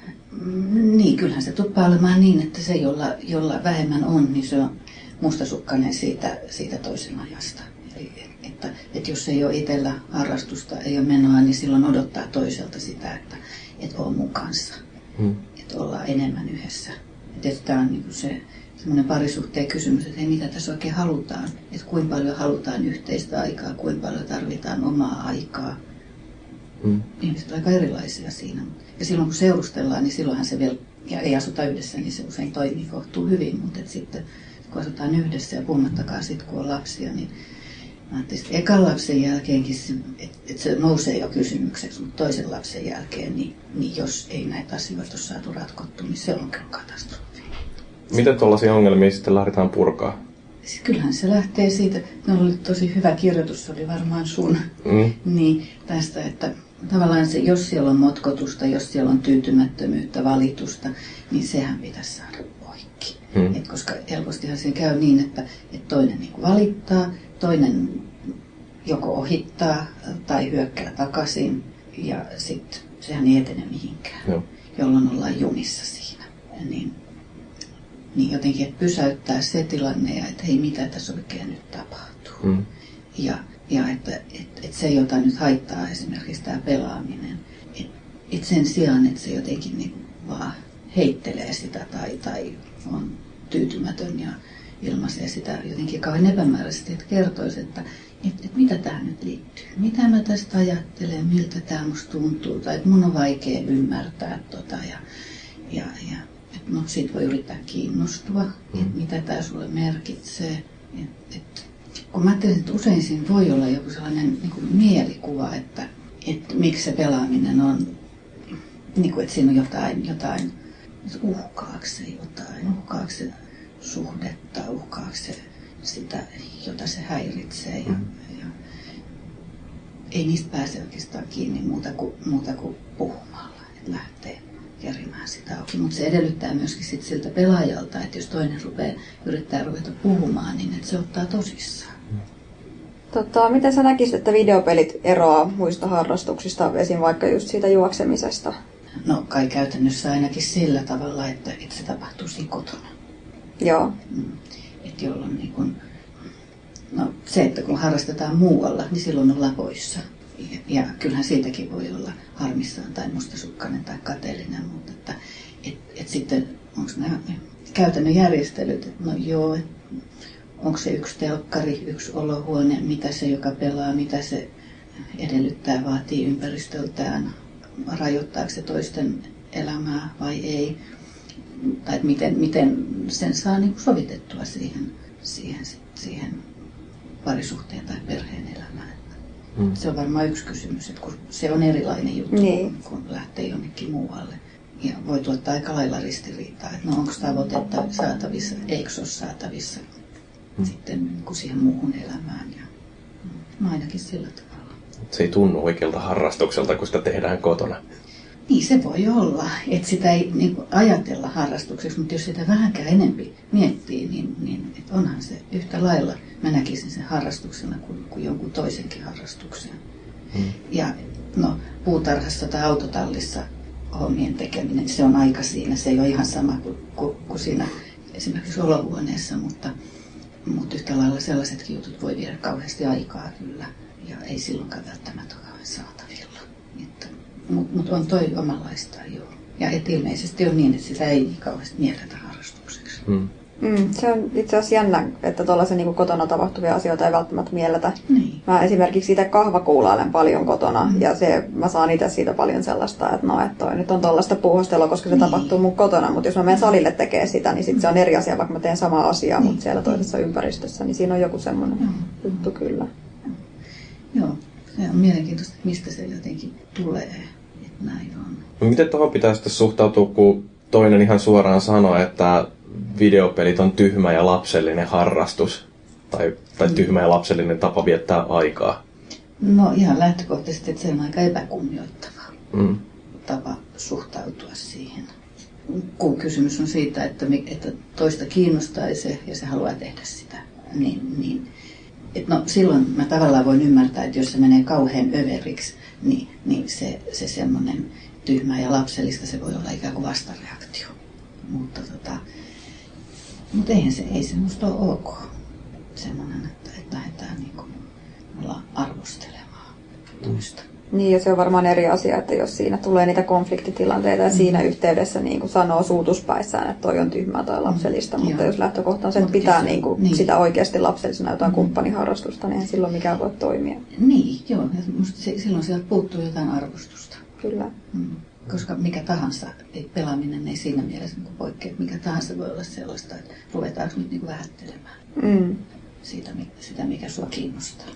Niin, kyllähän se tuppaa olemaan niin, että se, jolla, jolla vähemmän on, niin se on mustasukkainen siitä, siitä toisen ajasta. Eli, että, että jos ei ole itsellä harrastusta, ei ole menoa, niin silloin odottaa toiselta sitä, että et ole mun kanssa. Hmm. Että ollaan enemmän yhdessä. Että tämä on niin se semmoinen parisuhteen kysymys, että hei, mitä tässä oikein halutaan. Että kuinka paljon halutaan yhteistä aikaa, kuinka paljon tarvitaan omaa aikaa. Hmm. Ihmiset ovat aika erilaisia siinä. Ja silloin kun seurustellaan, niin silloinhan se vielä, ja ei asuta yhdessä, niin se usein toimii kohtuu hyvin. Mutta sitten kun asutaan yhdessä ja puhumattakaan sitten kun on lapsia, niin mä ajattelin, että ekan lapsen jälkeenkin, että et se nousee jo kysymykseksi, mutta toisen lapsen jälkeen, niin, niin jos ei näitä asioita ole saatu ratkottua, niin se on kyllä katastrofi. Miten tuollaisia ongelmia sitten lähdetään purkaa? Siis kyllähän se lähtee siitä, että oli tosi hyvä kirjoitus, se oli varmaan sun, mm. niin tästä, että tavallaan se, jos siellä on motkotusta, jos siellä on tyytymättömyyttä, valitusta, niin sehän pitäisi saada poikki. Mm. Et koska helpostihan se käy niin, että, että toinen niin kuin valittaa, toinen joko ohittaa tai hyökkää takaisin ja sitten sehän ei etene mihinkään, no. jolloin ollaan jumissa siinä. Niin, niin jotenkin, että pysäyttää se tilanne ja että hei, mitä tässä oikein nyt tapahtuu. Mm. Ja, ja että et, et se, jota nyt haittaa esimerkiksi tämä pelaaminen, että et sen sijaan, että se jotenkin niin vaan heittelee sitä tai, tai on tyytymätön ja ilmaisee sitä jotenkin kauhean epämääräisesti, että kertoisi, että et, et mitä tähän nyt liittyy. Mitä mä tästä ajattelen, miltä tämä musta tuntuu, tai että mun on vaikea ymmärtää tota. Ja, ja, ja et no siitä voi yrittää kiinnostua, mm. että mitä tämä sulle merkitsee. Et, et, kun mä ajattelin, että usein siinä voi olla joku sellainen niin kuin mielikuva, että et miksi se pelaaminen on, niin kuin, että siinä on jotain, jotain uhkaako se jotain, uhkaako se suhdetta, uhkaako se sitä, jota se häiritsee. Ja, mm. ja ei niistä pääse oikeastaan kiinni muuta kuin, muuta kuin puhumalla, että lähtee kerimään sitä auki. Mutta se edellyttää myöskin sit siltä pelaajalta, että jos toinen rupeaa, yrittää ruveta puhumaan, niin että se ottaa tosissaan. Mm. Tota, miten sä näkisit, että videopelit eroaa muista harrastuksista, esim. Vaikka just siitä juoksemisesta? No kai käytännössä ainakin sillä tavalla, että, että se tapahtuu siinä kotona. Joo. Mm. Että jolloin niin kun, no, se, että kun harrastetaan muualla, niin silloin ollaan poissa. Ja, ja kyllähän siitäkin voi olla harmissaan tai mustasukkainen tai kateellinen, mutta että et, et sitten onko nämä käytännön järjestelyt, että no joo, onko se yksi telkkari, yksi olohuone, mitä se joka pelaa, mitä se edellyttää, vaatii ympäristöltään, rajoittaako se toisten elämää vai ei, tai miten, miten sen saa niin kuin sovitettua siihen, siihen, siihen parisuhteen tai perheen elämään. Hmm. Se on varmaan yksi kysymys, että kun se on erilainen juttu, niin. kun lähtee jonnekin muualle. Ja voi tuottaa aika lailla ristiriitaa, että no onko tavoitetta saatavissa, eikö se ole saatavissa hmm. sitten niin kuin siihen muuhun elämään. Ja, no ainakin sillä tavalla. Se ei tunnu oikealta harrastukselta, kun sitä tehdään kotona. Niin se voi olla, että sitä ei niin kuin ajatella harrastukseksi, mutta jos sitä vähänkään enempi miettii, niin, niin että onhan se yhtä lailla, mä näkisin sen harrastuksena kuin, kuin jonkun toisenkin harrastuksen. Hmm. Ja no, puutarhassa tai autotallissa hommien tekeminen, se on aika siinä, se ei ole ihan sama kuin, kuin, kuin siinä esimerkiksi olohuoneessa, mutta, mutta yhtä lailla sellaisetkin jutut voi viedä kauheasti aikaa kyllä, ja ei silloinkaan välttämättä ole saatavilla. Mutta mut on toi omanlaista, joo. Ja et ilmeisesti on niin, että sitä ei niin kauheasti mielletä harrastukseksi. Mm. Mm, se on itse asiassa jännä, että tuollaisen niin kotona tapahtuvia asioita ei välttämättä mielletä. Niin. Mä esimerkiksi itse kahvakuulailen paljon kotona mm. ja se, mä saan itse siitä paljon sellaista, että no, että toi nyt on tuollaista puuhastelua, koska se niin. tapahtuu mun kotona. Mutta jos mä menen salille tekemään sitä, niin sit se on eri asia, vaikka mä teen samaa asiaa, niin. mutta siellä toisessa ympäristössä, niin siinä on joku semmoinen mm. juttu kyllä. Joo, se on mielenkiintoista, että mistä se jotenkin tulee. Näin on. No, miten tuohon pitää sitten suhtautua, kun toinen ihan suoraan sanoo, että videopelit on tyhmä ja lapsellinen harrastus tai, tai tyhmä ja lapsellinen tapa viettää aikaa? No ihan lähtökohtaisesti, että se on aika epäkunnioittava mm. tapa suhtautua siihen. Kun kysymys on siitä, että, että toista kiinnostaa se ja se haluaa tehdä sitä, niin, niin et no, silloin mä tavallaan voin ymmärtää, että jos se menee kauhean överiksi, niin, niin se, se semmoinen tyhmä ja lapsellista, se voi olla ikään kuin vastareaktio. Mutta tota, mut eihän se, ei se musta ole ok. Semmoinen, että, että lähdetään niin kuin olla arvostelemaan toista. Niin, ja se on varmaan eri asia, että jos siinä tulee niitä konfliktitilanteita ja mm. siinä yhteydessä niin kuin sanoo suutuspäissään, että toi on tyhmää tai lapsellista, mm. mutta Joo. jos lähtökohta on se, että pitää niin kuin niin. sitä oikeasti lapsellisena jotain mm. kumppaniharrastusta, niin eihän silloin mikään voi toimia. Niin, joo. Ja musta se, silloin sieltä puuttuu jotain arvostusta. Kyllä. Mm. Koska mikä tahansa, ei, pelaaminen ei siinä mielessä niin poikkea, että mikä tahansa voi olla sellaista, että ruvetaanko nyt niin kuin vähättelemään mm. siitä, sitä, mikä sua kiinnostaa.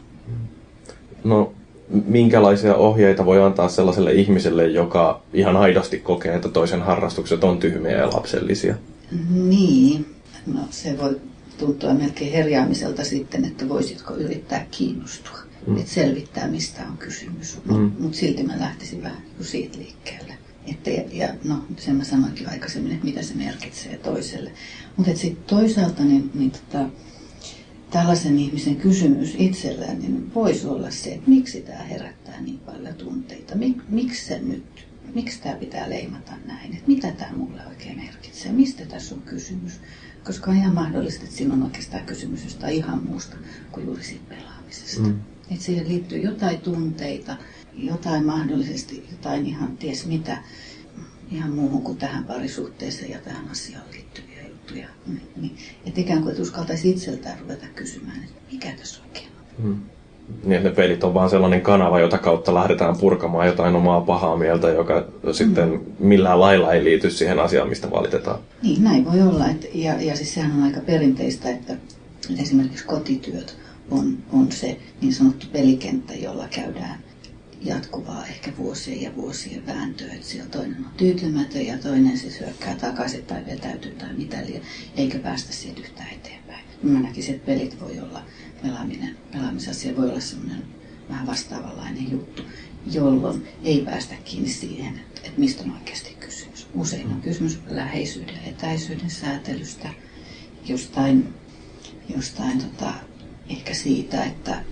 No, minkälaisia ohjeita voi antaa sellaiselle ihmiselle, joka ihan aidosti kokee, että toisen harrastukset on tyhmiä ja lapsellisia? Niin, no se voi tuntua melkein herjaamiselta sitten, että voisitko yrittää kiinnostua, mm. että selvittää mistä on kysymys. Mm. Mutta mut silti mä lähtisin vähän siitä liikkeelle. Että, ja, ja no, sen mä sanoinkin aikaisemmin, että mitä se merkitsee toiselle. Mutta sitten toisaalta niin, niin tota, tällaisen ihmisen kysymys itsellään niin voisi olla se, että miksi tämä herättää niin paljon tunteita. Mik, miksi se nyt, miksi tämä pitää leimata näin, että mitä tämä mulle oikein merkitsee, mistä tässä on kysymys. Koska on ihan mahdollista, että siinä on oikeastaan kysymys jostain ihan muusta kuin juuri siitä pelaamisesta. Mm. Että siihen liittyy jotain tunteita, jotain mahdollisesti, jotain ihan ties mitä, ihan muuhun kuin tähän parisuhteeseen ja tähän asiaan liittyviä juttuja. Niin, että ikään kuin et uskaltaisi itseltään ruveta kysymään, että mikä tässä oikein on. Mm. Niin, että ne pelit on vaan sellainen kanava, jota kautta lähdetään purkamaan jotain omaa pahaa mieltä, joka mm. sitten millään lailla ei liity siihen asiaan, mistä valitetaan. Niin, näin voi olla. Että, ja, ja siis sehän on aika perinteistä, että esimerkiksi kotityöt on, on se niin sanottu pelikenttä, jolla käydään jatkuvaa ehkä vuosien ja vuosien vääntöä, että siellä toinen on tyytymätön ja toinen siis hyökkää takaisin tai vetäytyy tai mitä liian, eikä päästä siitä yhtään eteenpäin. Mä näkisin, että pelit voi olla, pelaaminen, pelaamisasia voi olla semmoinen vähän vastaavanlainen juttu, jolloin ei päästä kiinni siihen, että, että mistä on oikeasti kysymys. Usein on kysymys läheisyyden ja etäisyyden säätelystä, jostain, jostain tota, ehkä siitä, että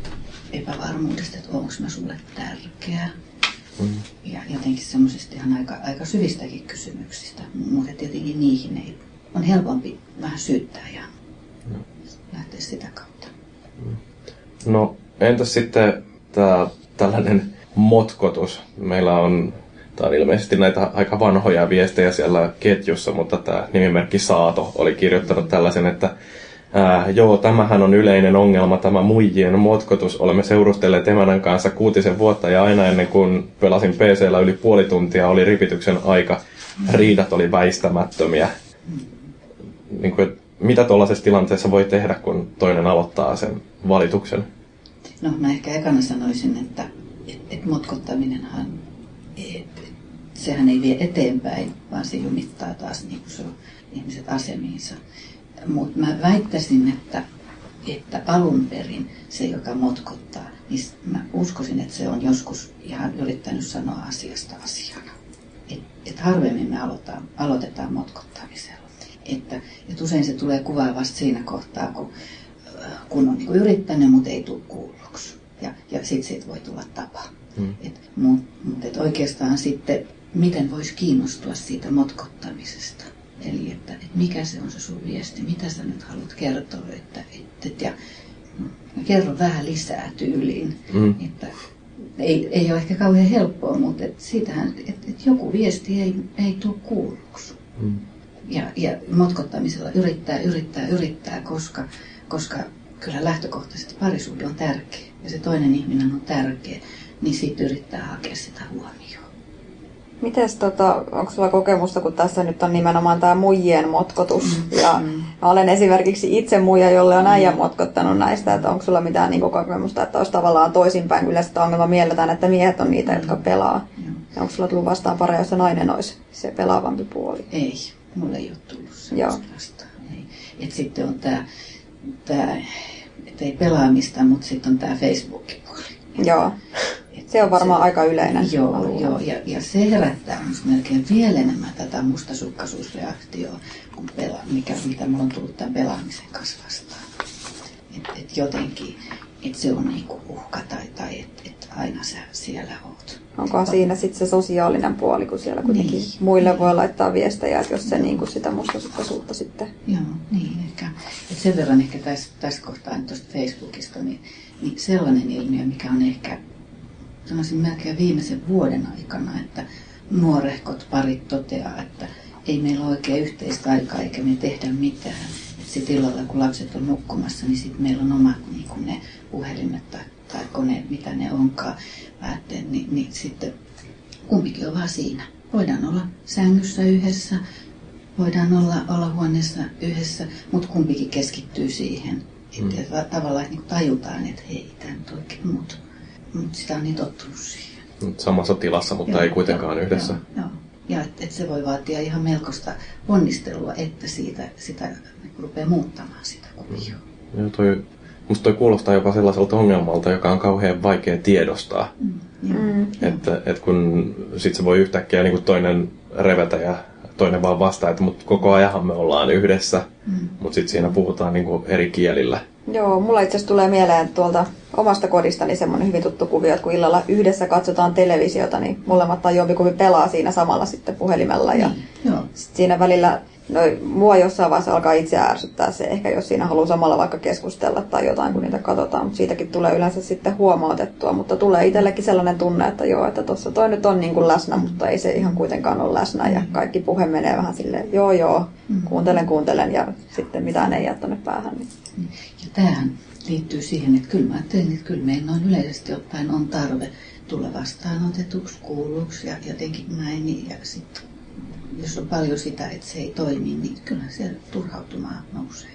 epävarmuudesta, että onko mä sulle tärkeä. Mm. Ja jotenkin semmoisista ihan aika, aika syvistäkin kysymyksistä, mutta tietenkin niihin ei, on helpompi vähän syyttää ja mm. lähteä sitä kautta. Mm. No entäs sitten tää tällainen motkotus? Meillä on, tää on ilmeisesti näitä aika vanhoja viestejä siellä ketjussa, mutta tämä nimimerkki Saato oli kirjoittanut tällaisen, että Ää, joo, tämähän on yleinen ongelma, tämä muijien motkotus. Olemme seurustelleet emänän kanssa kuutisen vuotta ja aina ennen kuin pelasin P C:llä yli puoli tuntia oli ripityksen aika. Riidat oli väistämättömiä. Niin kuin, mitä tuollaisessa tilanteessa voi tehdä, kun toinen aloittaa sen valituksen? No mä ehkä ekana sanoisin, että et, et motkottaminenhan, et, sehän ei vie eteenpäin, vaan se jumittaa taas niin kuin se on ihmiset asemiinsa. Mutta mä väittäisin, että, että alun perin se, joka motkottaa, niin mä uskoisin, että se on joskus ihan yrittänyt sanoa asiasta asiana. Että et harvemmin me aloitetaan, aloitetaan motkottamisella. Että, et usein se tulee kuvaa vasta siinä kohtaa, kun, kun on niinku yrittänyt, mutta ei tule kuulluksi. Ja, ja sitten siitä voi tulla tapa. Hmm. Mutta mut, et oikeastaan sitten, miten voisi kiinnostua siitä motkottamisesta? Eli että, että mikä se on se sun viesti, mitä sä nyt haluat kertoa, että, että ja kerro vähän lisää tyyliin. Mm. Että ei, ei ole ehkä kauhean helppoa, mutta että siitähän, että, että joku viesti ei, ei tule kuulluksi. Mm. Ja, ja motkottamisella yrittää, yrittää, yrittää, koska, koska kyllä lähtökohtaisesti parisuhde on tärkeä ja se toinen ihminen on tärkeä, niin siitä yrittää hakea sitä huomioon. Mites tota, onko sulla kokemusta, kun tässä nyt on nimenomaan tämä muijien motkotus? Mm. Ja mm. mä olen esimerkiksi itse muija, jolle on äijä motkottanut näistä, että onko sulla mitään niin kokemusta, että olisi tavallaan toisinpäin. Kyllä sitä ongelma mielletään, että miehet on niitä, jotka pelaa. Mm. Ja onko sulla tullut vastaan pareja, jossa nainen olisi se pelaavampi puoli? Ei, mulle ei ole tullut sellaista vastaan. Et sitten on tämä, tää, että ei pelaamista, mutta sitten on tämä Facebook-puoli. Joo. Se on varmaan se, aika yleinen. Joo, joo ja, ja se herättää minusta melkein vielä enemmän tätä mustasukkaisuusreaktioa, kuin pela, mikä, mitä minulla on tullut tämän pelaamisen kanssa vastaan. Että et jotenkin, että se on niinku uhka tai, tai että et aina sä siellä oot. Onkohan siinä sitten se sosiaalinen puoli, kun siellä kuitenkin niin, muille niin. voi laittaa viestejä, että jos se niinku sitä mustasukkaisuutta sitten... Joo, niin ehkä. Et sen verran ehkä tässä, tässä kohtaa tuosta Facebookista, niin, niin sellainen ilmiö, mikä on ehkä... Sanoisin melkein viimeisen vuoden aikana, että nuorehkot parit toteaa, että ei meillä ole oikein yhteistä aikaa eikä me tehdä mitään. Sitten illalla, kun lapset on nukkumassa, niin sitten meillä on omat niin kuin ne puhelimet tai, tai koneet, mitä ne onkaan päätteen, niin, niin sitten kumpikin on vaan siinä. Voidaan olla sängyssä yhdessä, voidaan olla, olla huoneessa yhdessä, mutta kumpikin keskittyy siihen. Mm. Että tavallaan niin kuin tajutaan, että hei, tämä nyt oikein muuta. Mutta sitä on niin tottunut siihen. Samassa tilassa, mutta joo, ei kuitenkaan joo, yhdessä. Joo, joo. Ja että et se voi vaatia ihan melkoista ponnistelua, että siitä, sitä rupeaa muuttamaan sitä kuvioa. Mm. Toi, musta toi kuulostaa jopa sellaiselta ongelmalta, joka on kauhean vaikea tiedostaa. Mm, mm, että et kun sit se voi yhtäkkiä niin kuin toinen revetä ja toinen vaan vastaa, että mut koko ajan me ollaan yhdessä, mm. mutta sitten siinä puhutaan niin kuin eri kielillä. Joo, mulla itse asiassa tulee mieleen tuolta omasta kodistani semmoinen hyvin tuttu kuvio, että kun illalla yhdessä katsotaan televisiota, niin molemmat tai jompikumpi pelaa siinä samalla sitten puhelimella. Ja niin, sit siinä välillä, no mua jossain vaiheessa alkaa itse ärsyttää se, ehkä jos siinä haluaa samalla vaikka keskustella tai jotain, kun niitä katsotaan, mutta siitäkin tulee yleensä sitten huomautettua, mutta tulee itsellekin sellainen tunne, että joo, että tuossa toi nyt on niin kuin läsnä, mutta ei se ihan kuitenkaan ole läsnä ja kaikki puhe menee vähän silleen, joo joo, kuuntelen kuuntelen ja sitten mitään ei jää tuonne päähän. Niin. Ja tämähän liittyy siihen, että kyllä mä ajattelin, että kyllä meillä on yleisesti ottaen on tarve tulla vastaanotetuksi, kuulluksi ja jotenkin näin. Ja sitten jos on paljon sitä, että se ei toimi, niin kyllähän siellä turhautumaan nousee.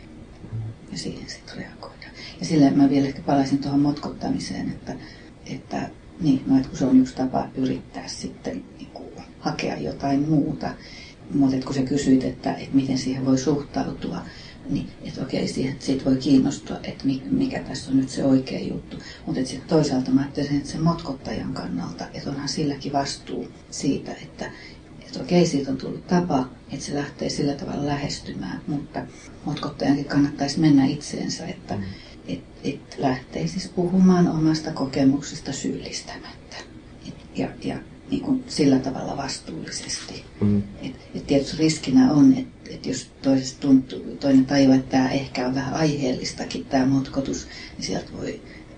Ja siihen sitten reagoidaan. Ja sillä mä vielä ehkä palaisin tuohon motkottamiseen, että, että, niin, no, että kun se on yksi tapa yrittää sitten niin kuin, hakea jotain muuta. Mutta kun sä kysyit, että, että miten siihen voi suhtautua, niin että okei, siitä voi kiinnostua, että mikä tässä on nyt se oikea juttu. Mutta sitten toisaalta mä ajattelisin, että sen motkottajan kannalta, että onhan silläkin vastuu siitä, että että okei, siitä on tullut tapa, että se lähtee sillä tavalla lähestymään, mutta motkottajankin kannattaisi mennä itseensä, että, et, et lähteisi puhumaan omasta kokemuksesta syyllistämättä. Et, ja ja niin kuin sillä tavalla vastuullisesti. Mm. Et, et tietysti riskinä on, että et jos toisesta tuntuu, toinen tajuaa, että tämä ehkä on vähän aiheellistakin tämä motkotus, niin sieltä voi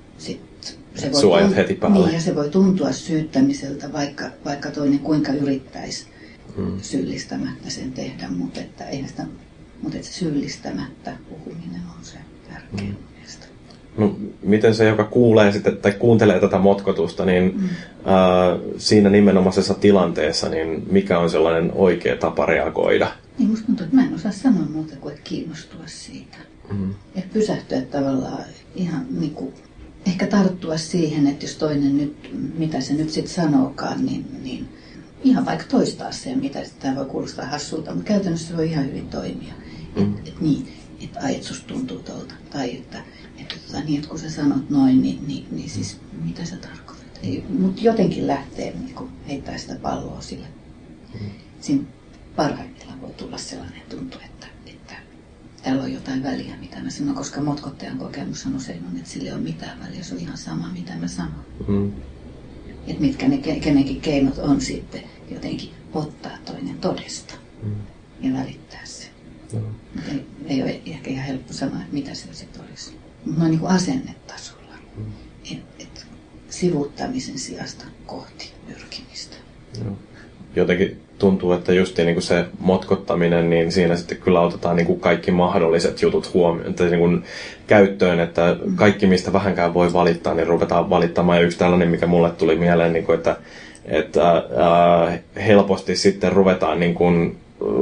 sit, se voi suojat tunt- heti päälle. Niin, ja se voi tuntua syyttämiseltä, vaikka, vaikka toinen kuinka yrittäisi mm. syyllistämättä sen tehdä, mutta että, eihän sitä, mutta että syyllistämättä puhuminen on se tärkein mm. mielestä. No, miten se, joka kuulee sitten, tai kuuntelee tätä motkotusta, niin mm. ää, siinä nimenomaisessa tilanteessa, niin mikä on sellainen oikea tapa reagoida? Niin musta tuntuu, että mä en osaa sanoa muuta kuin, että kiinnostua siitä. Mm. Että pysähtyä tavallaan ihan niin kuin, ehkä tarttua siihen, että jos toinen nyt, mitä se nyt sitten sanookaan, niin, niin ihan vaikka toistaa sen, mitä tämä voi kuulostaa hassulta, mutta käytännössä se voi ihan hyvin toimia. Mm. Että et niin, että ai, et susta tuntuu tuolta, tai että Että, tota, niin, että kun sä sanot noin, niin, niin, niin siis mitä sä tarkoitat? Mutta jotenkin lähtee niin kun heittää sitä palloa sille. Mm. Siinä parhaimmillaan voi tulla sellainen tuntu, että, että täällä on jotain väliä, mitä mä sanon, koska motkottajan kokemus on usein on, että sillä ei ole mitään väliä, se on ihan sama, mitä mä sanon. Mm. Että mitkä ne kenenkin keinot on sitten jotenkin ottaa toinen todesta mm. ja välittää se. Mm. Ei, ei ole ehkä ihan helppo sanoa, että mitä se sitten olisi. Mutta noin niin kuin asennetasolla, mm. et, et sivuuttamisen sijasta kohti pyrkimistä. Joo. Jotenkin tuntuu, että just niin kuin se motkottaminen, niin siinä sitten kyllä otetaan niin kuin kaikki mahdolliset jutut huomioon, että niin kuin käyttöön, että kaikki mistä vähänkään voi valittaa, niin ruvetaan valittamaan. Ja yksi tällainen, mikä mulle tuli mieleen, niin kuin, että, että ää, helposti sitten ruvetaan niin kuin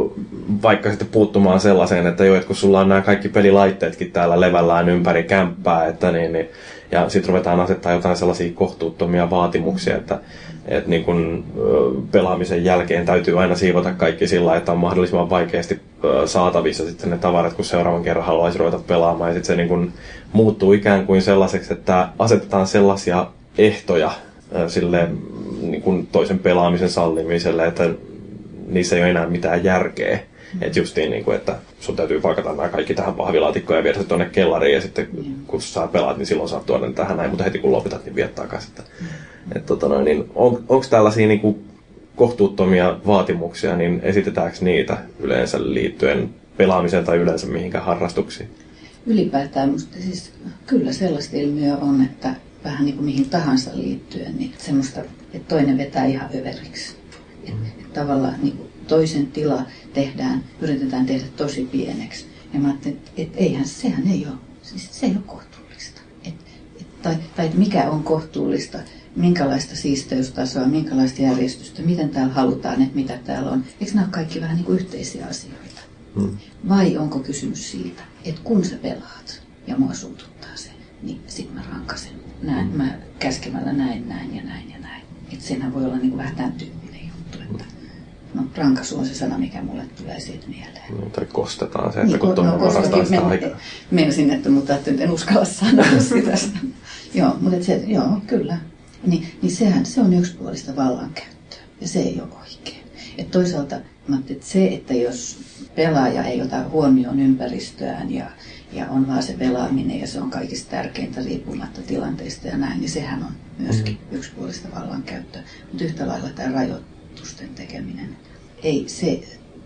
vaikka sitten puuttumaan sellaiseen, että jo, että kun sulla on nämä kaikki pelilaitteetkin täällä levällään ympäri kämppää, että niin, niin, ja sitten ruvetaan asettaa jotain sellaisia kohtuuttomia vaatimuksia, että, että niin kun, pelaamisen jälkeen täytyy aina siivota kaikki sillä, että on mahdollisimman vaikeasti saatavissa sitten ne tavarat, kun seuraavan kerran haluaisi ruveta pelaamaan, ja sitten se niin kun muuttuu ikään kuin sellaiseksi, että asetetaan sellaisia ehtoja sille niin kun toisen pelaamisen sallimiselle, että niissä ei ole enää mitään järkeä. Mm. Että justiin niin kuin, että sun täytyy paikata nämä kaikki tähän pahvilaatikkoon ja viedä se tuonne kellariin ja sitten mm. kun sä pelaat, niin silloin saat tuoda ne tähän näin, mutta heti kun lopetat, niin viet takaisin. Mm. Et, tota noin, niin on, onko tällaisia niin kuin kohtuuttomia vaatimuksia, niin esitetäänkö niitä yleensä liittyen pelaamiseen tai yleensä mihinkään harrastuksiin? Ylipäätään musta siis kyllä sellaista ilmiöä on, että vähän niin kuin mihin tahansa liittyen, niin semmoista, että toinen vetää ihan överiksi. Että et tavallaan niin toisen tila tehdään, yritetään tehdä tosi pieneksi. Ja mä ajattelin, että et eihän, sehän ei ole, siis se ei ole kohtuullista. Et, et, tai, tai mikä on kohtuullista, minkälaista siisteystasoa, minkälaista järjestystä, miten täällä halutaan, että mitä täällä on. Eikö nämä ole kaikki vähän niin kuin yhteisiä asioita? Hmm. Vai onko kysymys siitä, että kun sä pelaat ja mua suututtaa se, niin sit mä rankasen. Näin, hmm. mä käskemällä näin, näin ja näin ja näin. Että senhän voi olla niin kuin vähän tämän tyyppinen juttu. Että, no, rankaisu on se sana, mikä mulle tulee siitä mieleen. No, tai kostetaan se, että niin, kun tuonne no, varastaa sitä aikaa. Meinasin, että mutta en uskalla sanoa sitä. Joo, mutta se, joo, kyllä. Niin, niin sehän se on yksipuolista vallankäyttöä ja se ei ole oikein. Et toisaalta mä että se, että jos pelaaja ei ota huomioon ympäristöään ja, ja on vaan se pelaaminen ja se on kaikista tärkeintä riippumatta tilanteista ja näin, niin sehän on myöskin mm. yksipuolista vallankäyttöä. Mutta yhtä lailla tämä rajoitusten tekeminen, ei, se,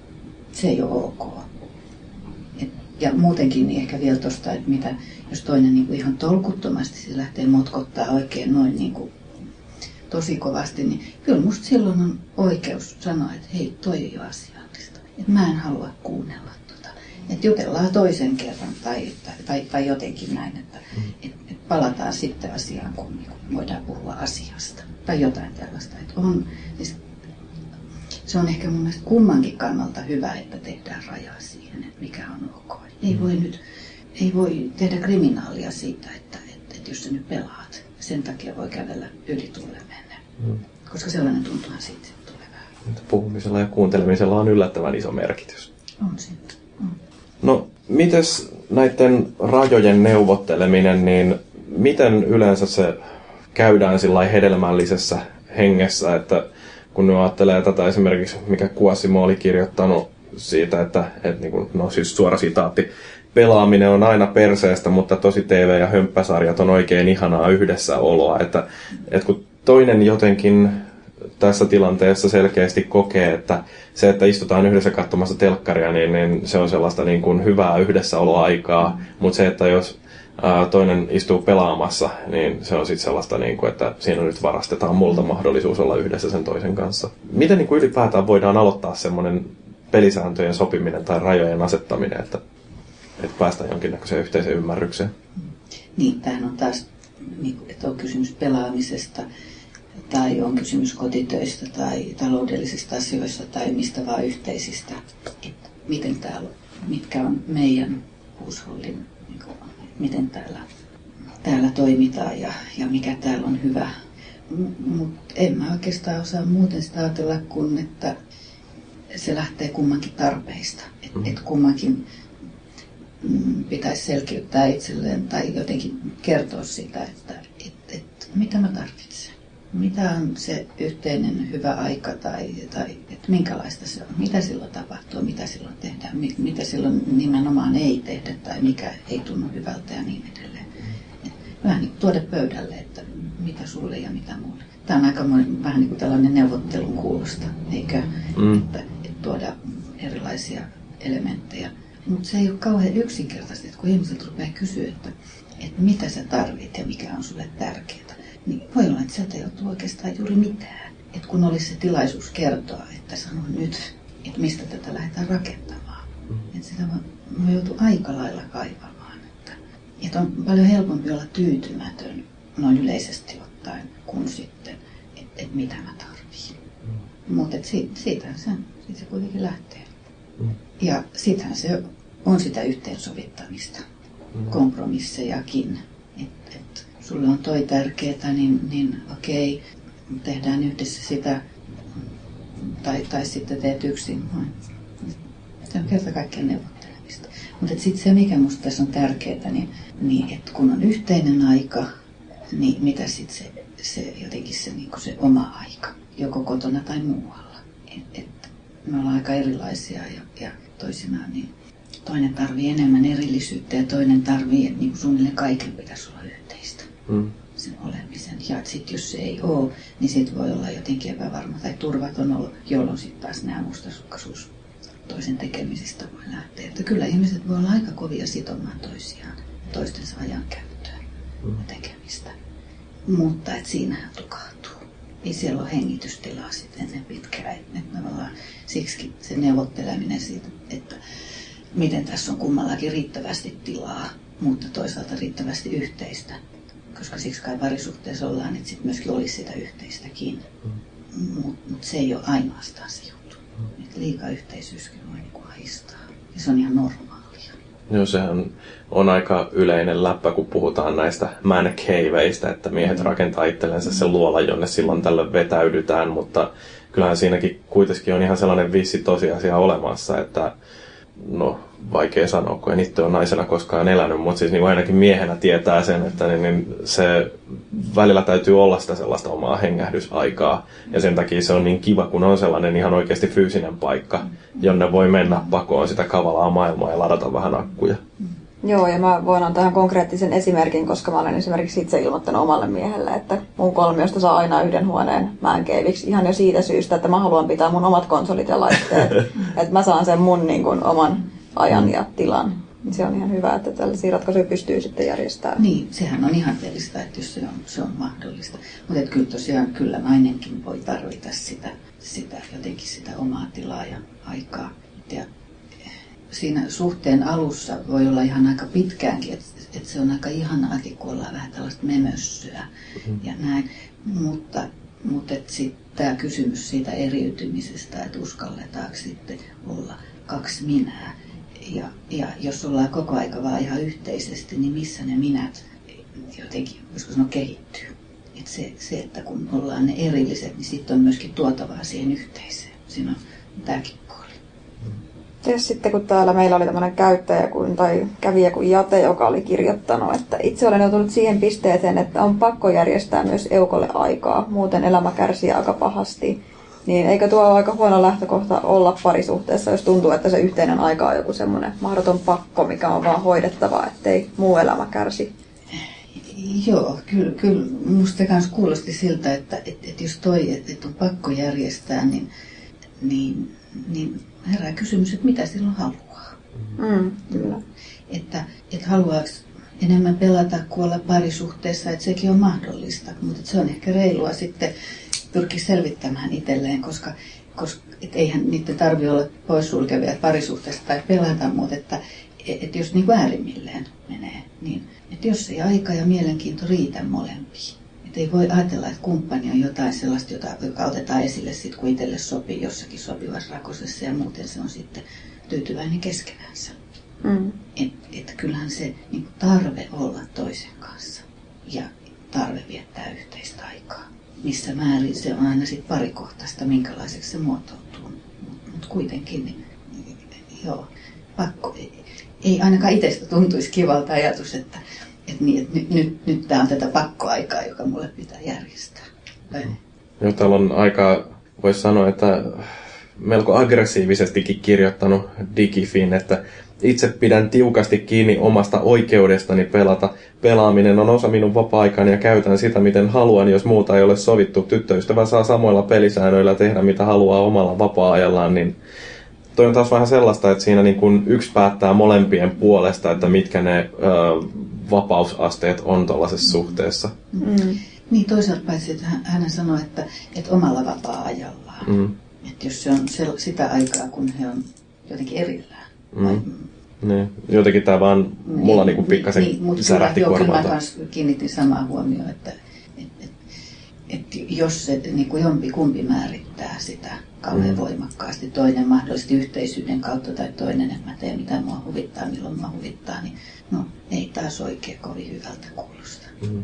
se ei ole ok. Et, ja muutenkin niin ehkä vielä tuosta, että mitä, jos toinen niin kuin ihan tolkuttomasti se lähtee motkottaa oikein noin niin kuin tosi kovasti, niin kyllä musta silloin on oikeus sanoa, että hei, toi ei ole asiallista. Että mä en halua kuunnella tota. Että jutellaan toisen kerran tai, tai, tai jotenkin näin, että mm. et, et palataan sitten asiaan, kun niin kun voidaan puhua asiasta. Tai jotain tällaista. Että on, siis, se on ehkä mun mielestä kummankin kannalta hyvä, että tehdään rajaa siihen, että mikä on ok. Ei voi nyt, ei voi tehdä kriminaalia siitä, että, että, että jos sä nyt pelaat, sen takia voi kävellä yli tullen mennä. Mm. Koska sellainen tuntuuhan siitä tulee vähän. Puhumisella ja kuuntelemisella on yllättävän iso merkitys. On siitä. On. No, mites näiden rajojen neuvotteleminen, niin miten yleensä se käydään sillai hedelmällisessä hengessä, että kun ne ajattelee tätä esimerkiksi, mikä Kuosimo oli kirjoittanut siitä, että, että niin kuin, no siis suora sitaatti, pelaaminen on aina perseestä, mutta tosi T V- ja hömppäsarjat on oikein ihanaa yhdessäoloa. Että, että kun toinen jotenkin tässä tilanteessa selkeästi kokee, että se, että istutaan yhdessä katsomassa telkkaria, niin, niin se on sellaista niin kuin hyvää yhdessäoloaikaa. Mutta se, että jos ää, toinen istuu pelaamassa, niin se on sitten sellaista, niin kuin, että siinä nyt varastetaan multa mahdollisuus olla yhdessä sen toisen kanssa. Miten niin kuin ylipäätään voidaan aloittaa semmoinen pelisääntöjen sopiminen tai rajojen asettaminen, että, että päästään jonkinnäköiseen yhteiseen ymmärrykseen? Niin, tämähän on taas, että on kysymys pelaamisesta, tai on kysymys kotitöistä tai taloudellisista asioista tai mistä vaan yhteisistä. Että miten täällä, mitkä on meidän huushollin, niin kuin, miten täällä, täällä toimitaan ja, ja mikä täällä on hyvä. Mutta en mä oikeastaan osaa muuten sitä ajatella kuin, että se lähtee kummankin tarpeista. Että et kummankin mm, pitäisi selkiyttää itselleen tai jotenkin kertoa sitä, että et, et, mitä mä tarvitsen. Mitä on se yhteinen hyvä aika tai, tai että minkälaista se on, mitä silloin tapahtuu, mitä silloin tehdään, mitä silloin nimenomaan ei tehdä tai mikä ei tunnu hyvältä ja niin edelleen. Et vähän niin kuin tuoda pöydälle, että mitä sulle ja mitä mulle. Tämä on aika vähän niin kuin tällainen neuvottelun kuulosta, eikö? Mm. Että, että tuoda erilaisia elementtejä. Mutta se ei ole kauhean yksinkertaisesti, että kun ihmiset rupeaa kysyä, että, että mitä sä tarvit ja mikä on sulle tärkeää. Niin voi olla, että sieltä ei ole oikeastaan juuri mitään. Että kun olisi se tilaisuus kertoa, että sano nyt, että mistä tätä lähdetään rakentamaan. Mm. Että sitä voi joutua aika lailla kaivamaan. Että, että on paljon helpompi olla tyytymätön noin yleisesti ottaen, kuin sitten, että, että mitä mä tarvitsen. Mm. Mutta siitä, siitähän se, siitä se kuitenkin lähtee. Mm. Ja siitähän se on sitä yhteensovittamista, mm. kompromissejakin. Että, että, sulle on toi tärkeetä, niin, niin okei, tehdään yhdessä sitä, tai, tai sitten teet yksin. Se on kerta kaikkiaan neuvottelemista. Mutta sitten se, mikä musta tässä on tärkeää, niin, niin että kun on yhteinen aika, niin mitä sitten se, se jotenkin se, niin se oma aika, joko kotona tai muualla. Et, et me ollaan aika erilaisia ja, ja toisinaan, niin toinen tarvii enemmän erillisyyttä ja toinen tarvii, niin kuin suunnilleen kaiken pitäisi olla yhteistä. Mm. Sen olemisen. Ja sitten jos se ei ole, niin sitten voi olla jotenkin epävarma tai turvaton olo, jolloin sitten taas nämä mustasukkaisuus toisen tekemisistä voi lähteä. Että kyllä ihmiset voi olla aika kovia sitomaan toisiaan, toistensa ajankäyttöön mm. ja tekemistä. Mutta et siinähän tukahtuu. Ei siellä ole hengitystilaa sitten ennen pitkään. Et, et siksi se neuvotteleminen siitä, että miten tässä on kummallakin riittävästi tilaa, mutta toisaalta riittävästi yhteistä. Koska siksi kai parisuhteessa ollaan, että sitten myöskin olisi sitä yhteistäkin. Mm. Mutta mut se ei ole ainoastaan se juttu. Mm. Että liika yhteisyyskin voi niinku ahistaa. Ja se on ihan normaalia. Joo, sehän on aika yleinen läppä, kun puhutaan näistä man caveista, että miehet mm. rakentaa itsellensä sen luolan, jonne silloin tällöin vetäydytään. Mutta kyllähän siinäkin kuitenkin on ihan sellainen vissi tosiasia olemassa, että no, vaikea sanoa, kun en itse ole naisena koskaan elänyt, mutta siis niin kuin ainakin miehenä tietää sen, että niin, niin se välillä täytyy olla sitä sellaista omaa hengähdysaikaa. Ja sen takia se on niin kiva, kun on sellainen ihan oikeasti fyysinen paikka, jonne voi mennä pakoon sitä kavalaa maailmaa ja ladata vähän akkuja. Joo, ja mä voin antaa ihan konkreettisen esimerkin, koska mä olen esimerkiksi itse ilmoittanut omalle miehelle, että mun kolmiosta saa aina yhden huoneen man caveiksi ihan jo siitä syystä, että mä haluan pitää mun omat konsolit ja laitteet. Että mä saan sen mun niin kuin, oman ajan ja tilan. Se on ihan hyvä, että tällaisia ratkaisuja pystyy sitten järjestämään. Niin, sehän on ihan pelistä, että jos se on, se on mahdollista. Mutta kyllä tosiaan kyllä nainenkin voi tarvita sitä, sitä, jotenkin sitä omaa tilaa ja aikaa. Ja siinä suhteen alussa voi olla ihan aika pitkäänkin, että et se on aika ihanaakin, kun ollaan vähän tällaista memössyä mm-hmm. ja näin. Mutta, mutta sitten tämä kysymys siitä eriytymisestä, että uskalletaanko sitten olla kaksi minää. Ja, ja jos ollaan koko aika vaan ihan yhteisesti, niin missä ne minät jotenkin, voisiko sanoa, kehittyy. Et se, se, että kun ollaan ne erilliset, niin sitten on myöskin tuotavaa siihen yhteiseen. Siinä on tämäkin puoli. Ja sitten kun täällä meillä oli tämmöinen käyttäjä kuin, tai kävijä kuin Jate, joka oli kirjoittanut, että itse olen joutunut siihen pisteeseen, että on pakko järjestää myös eukolle aikaa, muuten elämä kärsii aika pahasti. Niin eikö tuo ole aika huono lähtökohta olla parisuhteessa, jos tuntuu, että se yhteinen aika on joku semmoinen mahdoton pakko, mikä on vaan hoidettava, ettei muu elämä kärsi? Joo, kyllä, kyllä musta kanssa kuulosti siltä, että, että, että jos toi, että, että on pakko järjestää, niin, niin, niin herää kysymys, että mitä silloin haluaa. Mm, kyllä. Että, että haluaako enemmän pelata kuin olla parisuhteessa, että sekin on mahdollista, mutta se on ehkä reilua sitten pyrkiä selvittämään itselleen, koska, koska et eihän niiden tarvitse olla poissulkevia parisuhteesta tai pelata, mutta että et jos niin kuin äärimmilleen menee, niin että jos ei aika ja mielenkiinto riitä molempiin. Että ei voi ajatella, että kumppani on jotain sellaista, jota, joka otetaan esille sit, kun itselle sopii jossakin sopivassa rakosessa ja muuten se on sitten tyytyväinen keskenänsä. Mm. Että et kyllähän se niin tarve olla toisen kanssa ja tarve viettää yhteistä aikaa. Missä määrin se on aina sit parikohtaista, minkälaiseksi se muotoutuu. Mutta mut kuitenkin, niin, joo, pakko. Ei ainakaan itsestä tuntuisi kivalta ajatus, että, että, niin, että nyt, nyt, nyt tämä on tätä pakkoaikaa, joka mulle pitää järjestää. Mm. Joo, täällä on aika, voisi sanoa, että melko aggressiivisestikin kirjoittanut Digifin, että itse pidän tiukasti kiinni omasta oikeudestani pelata. Pelaaminen on osa minun vapaa-aikani ja käytän sitä miten haluan, jos muuta ei ole sovittu. Tyttöystävä saa samoilla pelisäännöillä tehdä mitä haluaa omalla vapaa-ajallaan, niin toi on taas vähän sellaista, että siinä niin kun yksi päättää molempien puolesta, että mitkä ne ö, vapausasteet on tuollaisessa suhteessa. Mm. Niin toisaalta paitsi, että hän sanoi, että, että omalla vapaa-ajallaan. Mm. Että jos se on se, sitä aikaa, kun he on jotenkin erillään. Mm. Niin. Jotenkin tämä vaan niin, mulla niinku pikkasen niin, särähti korvaan. Kyllä mä kanssa kiinnitin samaa huomioon, että et, et, et jos se niin jompi kumpi määrittää sitä kauhean mm. voimakkaasti, toinen mahdollisesti yhteisyyden kautta tai toinen, että mä teen mitä mua huvittaa, milloin mä huvittaa, niin no ei taas oikein kovin hyvältä kuulosta. Mm.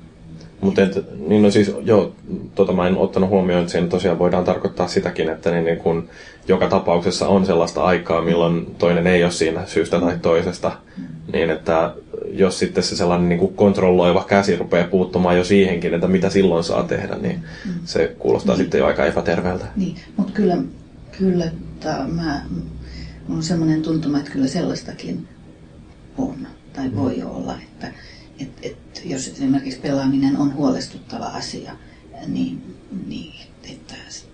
Mutta niin no siis, joo, tota mä en ottanut huomioon, että siinä tosiaan voidaan tarkoittaa sitäkin, että niin, niin kun joka tapauksessa on sellaista aikaa, milloin toinen ei ole siinä syystä tai toisesta, mm. niin että jos sitten se sellainen niin kuin kontrolloiva käsi rupeaa puuttumaan jo siihenkin, että mitä silloin saa tehdä, niin mm. se kuulostaa niin. sitten jo aika epäterveeltä. Niin, mutta kyllä, kyllä ta, mä, mulla on semmoinen tuntuma, että kyllä sellaistakin on tai mm. voi olla, että Et, et, jos esimerkiksi pelaaminen on huolestuttava asia, niin, niin että,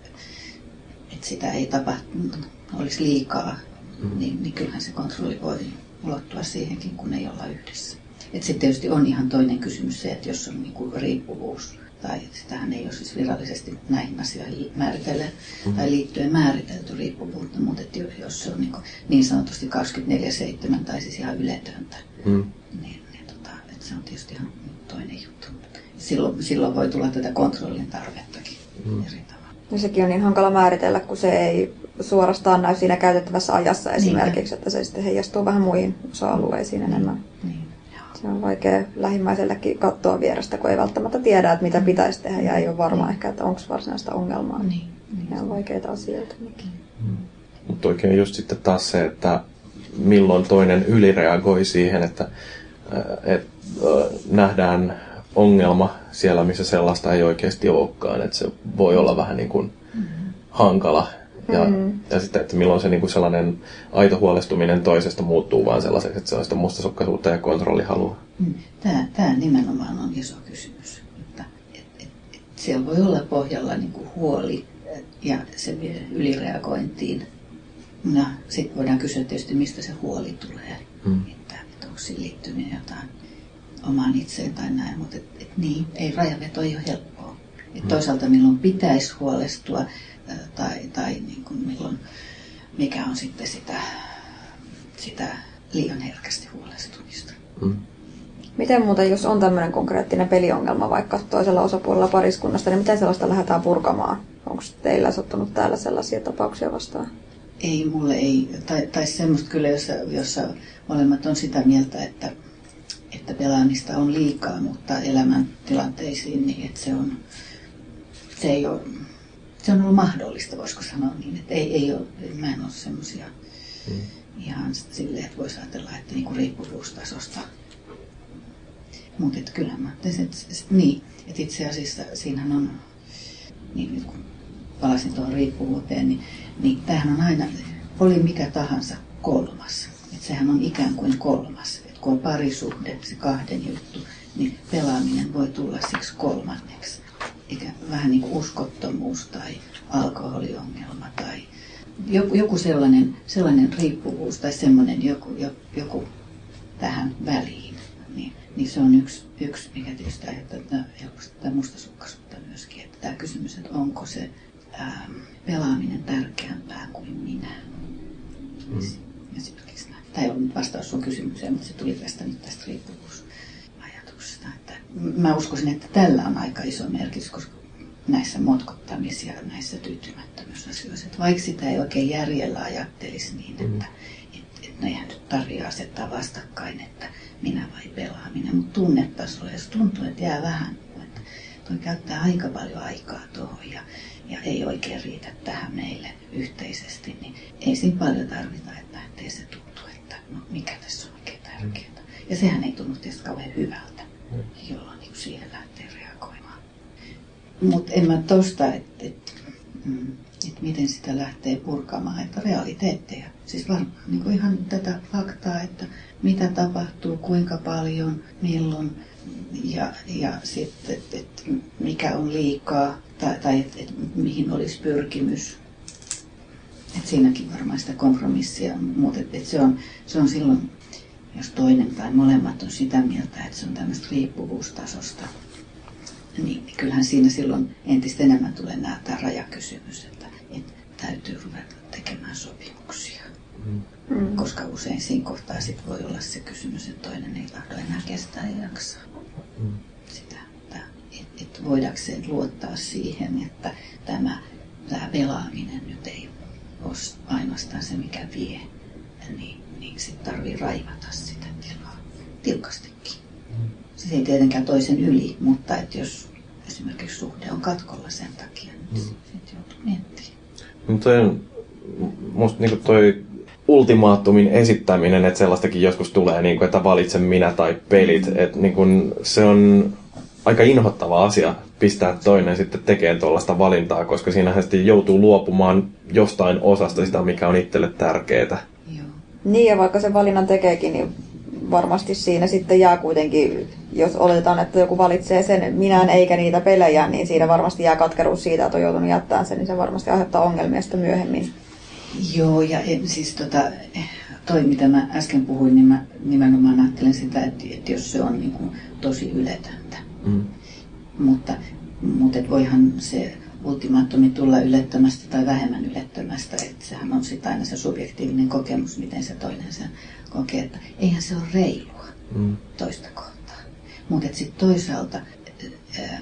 että sitä ei tapahtu, olisi liikaa, mm. niin, niin kyllähän se kontrolli voi ulottua siihenkin, kun ei olla yhdessä. Sitten tietysti on ihan toinen kysymys se, että jos on niinku riippuvuus, tai sitähän ei ole siis virallisesti näihin asioihin määritellen mm. tai liittyen määritelty riippuvuutta, mutta että jos se on niinku niin sanotusti kaksikymmentäneljä seitsemän tai siis ihan yletöntä, mm. niin se on tietysti ihan toinen juttu. Silloin, silloin voi tulla tätä kontrollin tarvettakin mm. eri tavalla. Ja sekin on niin hankala määritellä, kun se ei suorastaan näy siinä käytettävässä ajassa esimerkiksi, niin. että se sitten heijastuu vähän muihin osa-alueisiin niin. enemmän. Niin. Se on vaikea lähimmäisellekin katsoa vierestä, kun ei välttämättä tiedä, että mitä pitäisi tehdä ja ei ole varma niin. ehkä, että onko varsinaista ongelmaa. Niin. Niin. Ne on vaikeita asioita. Mm. Mutta oikein just sitten taas se, että milloin toinen ylireagoi siihen, että et, nähdään ongelma siellä, missä sellaista ei oikeasti olekaan. Että se voi olla vähän niin kuin mm-hmm. hankala. Ja, mm-hmm. ja sitten, että milloin se niin kuin sellainen aito huolestuminen toisesta muuttuu vaan sellaiseksi, että se on sitä mustasukkaisuutta ja kontrollihalua. Tämä, tämä nimenomaan on iso kysymys. Että, et, et, et siellä voi olla pohjalla niin kuin huoli ja se vie ylireagointiin. No, sitten voidaan kysyä tietysti, mistä se huoli tulee. Mm. Että, että onko siihen liittynyt jotain omaan itseen tai näin, mutta et, et niin, ei rajanveto ei ole helppoa. Et mm. Toisaalta milloin pitäisi huolestua tai, tai niin kuin milloin, mikä on sitten sitä, sitä liian herkästi huolestumista. Mm. Miten muuten, jos on tämmöinen konkreettinen peliongelma vaikka toisella osapuolella pariskunnasta, niin miten sellaista lähdetään purkamaan? Onko teillä sattunut täällä sellaisia tapauksia vastaan? Ei, mulle ei. Tai, tai semmoista kyllä, jossa, jossa molemmat on sitä mieltä, että, että pelaamista on liikaa, mutta elämäntilanteisiin, niin että se on, se ei ole, se on ollut mahdollista, voisiko sanoa niin, että ei, ei ole, mä en ole semmoisia mm. ihan silleen, että voisi ajatella, että niinku riippuvuustasosta. Mutta kyllähän mä ajattelin, että niin, että itse asiassa siinähän on, niin nyt kun palasin tuohon riippuvuuteen, niin, niin tämähän on aina, oli mikä tahansa kolmas. Että sehän on ikään kuin kolmas. Että kun on parisuhde, se kahden juttu, niin pelaaminen voi tulla siksi kolmanneksi. Eikä vähän niin kuin uskottomuus tai alkoholiongelma tai joku, joku sellainen, sellainen riippuvuus tai semmoinen joku, joku tähän väliin. Niin, niin se on yksi, yksi mikä tietysti aiheuttaa tätä mustasukkaisuutta myöskin. Että tämä kysymys, että onko se ää, pelaaminen tärkeämpää kuin minä. Mm. Esimerkiksi näin. Tämä ei ole nyt vastaus sun kysymykseen, mutta se tuli tästä nyt tästä riippuvuusajatuksesta. Että mä uskoisin, että tällä on aika iso merkitys, koska näissä motkottamis- ja näissä tyytymättömyysasioissa. Että vaikka sitä ei oikein järjellä ajattelisi niin, että et, et näinhän nyt tarvitsee asettaa vastakkain, että minä vai pelaaminen. Mutta tunnetasolla, jos tuntuu, että jää vähän, että toi käyttää aika paljon aikaa tuohon ja, ja ei oikein riitä tähän meille yhteisesti, niin ei siinä paljon tarvita, että ettei se tuntuu, että no, mikä tässä on oikein tärkeää. Ja sehän ei tunnu tietysti kauhean hyvältä, jolloin niin siihen lähtee reagoimaan. Mutta en mä tosta, että et, mm, et miten sitä lähtee purkamaan, että realiteetteja. Siis varmaan niin ihan tätä faktaa, että mitä tapahtuu, kuinka paljon, milloin ja, ja sitten, että et, mikä on liikaa tai, tai että et, mihin olisi pyrkimys. Et siinäkin varmaan sitä kompromissia, mutta et, et se, on, se on silloin, jos toinen tai molemmat on sitä mieltä, että se on tämmöistä riippuvuustasosta, niin kyllähän siinä silloin entistä enemmän tulee nämä tämä rajakysymys, että, että täytyy ruveta tekemään sopimuksia. Mm. Koska usein siinä kohtaa sit voi olla se kysymys, että toinen ei tahdo enää kestää ja jaksaa mm. sitä. Että et voidakseen luottaa siihen, että tämä, tämä pelaaminen nyt ei ole ainoastaan se, mikä vie, niin, niin sitten tarvii raivata sitä tilaa tiukastikin. Mm. Se ei tietenkään toisen yli, mutta että jos esimerkiksi suhde on katkolla sen takia, niin mm. sitten joutuu miettimään. No toi on, musta niinku toi ultimaattumin esittäminen, että sellaistakin joskus tulee, niin kuin, että valitse minä tai pelit. Että, niin kuin, se on aika inhottava asia pistää toinen sitten tekemään tuollaista valintaa, koska siinähän sitten joutuu luopumaan jostain osasta sitä, mikä on itselle tärkeää. Niin, ja vaikka sen valinnan tekeekin, niin varmasti siinä sitten jää kuitenkin, jos oletetaan, että joku valitsee sen minään eikä niitä pelejä, niin siinä varmasti jää katkeruus siitä, että on joutunut jättämään sen, niin se varmasti aiheuttaa ongelmia sitten myöhemmin. Joo, ja siis tota, toi mitä mä äsken puhuin, niin mä nimenomaan ajattelen sitä, että, että jos se on niin kuin tosi yletöntä. Mm. Mutta, mutta et voihan se ultimaattomi tulla ylettömästä tai vähemmän ylettömästä, että sehän on sitten aina se subjektiivinen kokemus, miten se toinen sen kokee, että eihän se ole reilua mm. toista kohtaa. Mutta sitten toisaalta ää,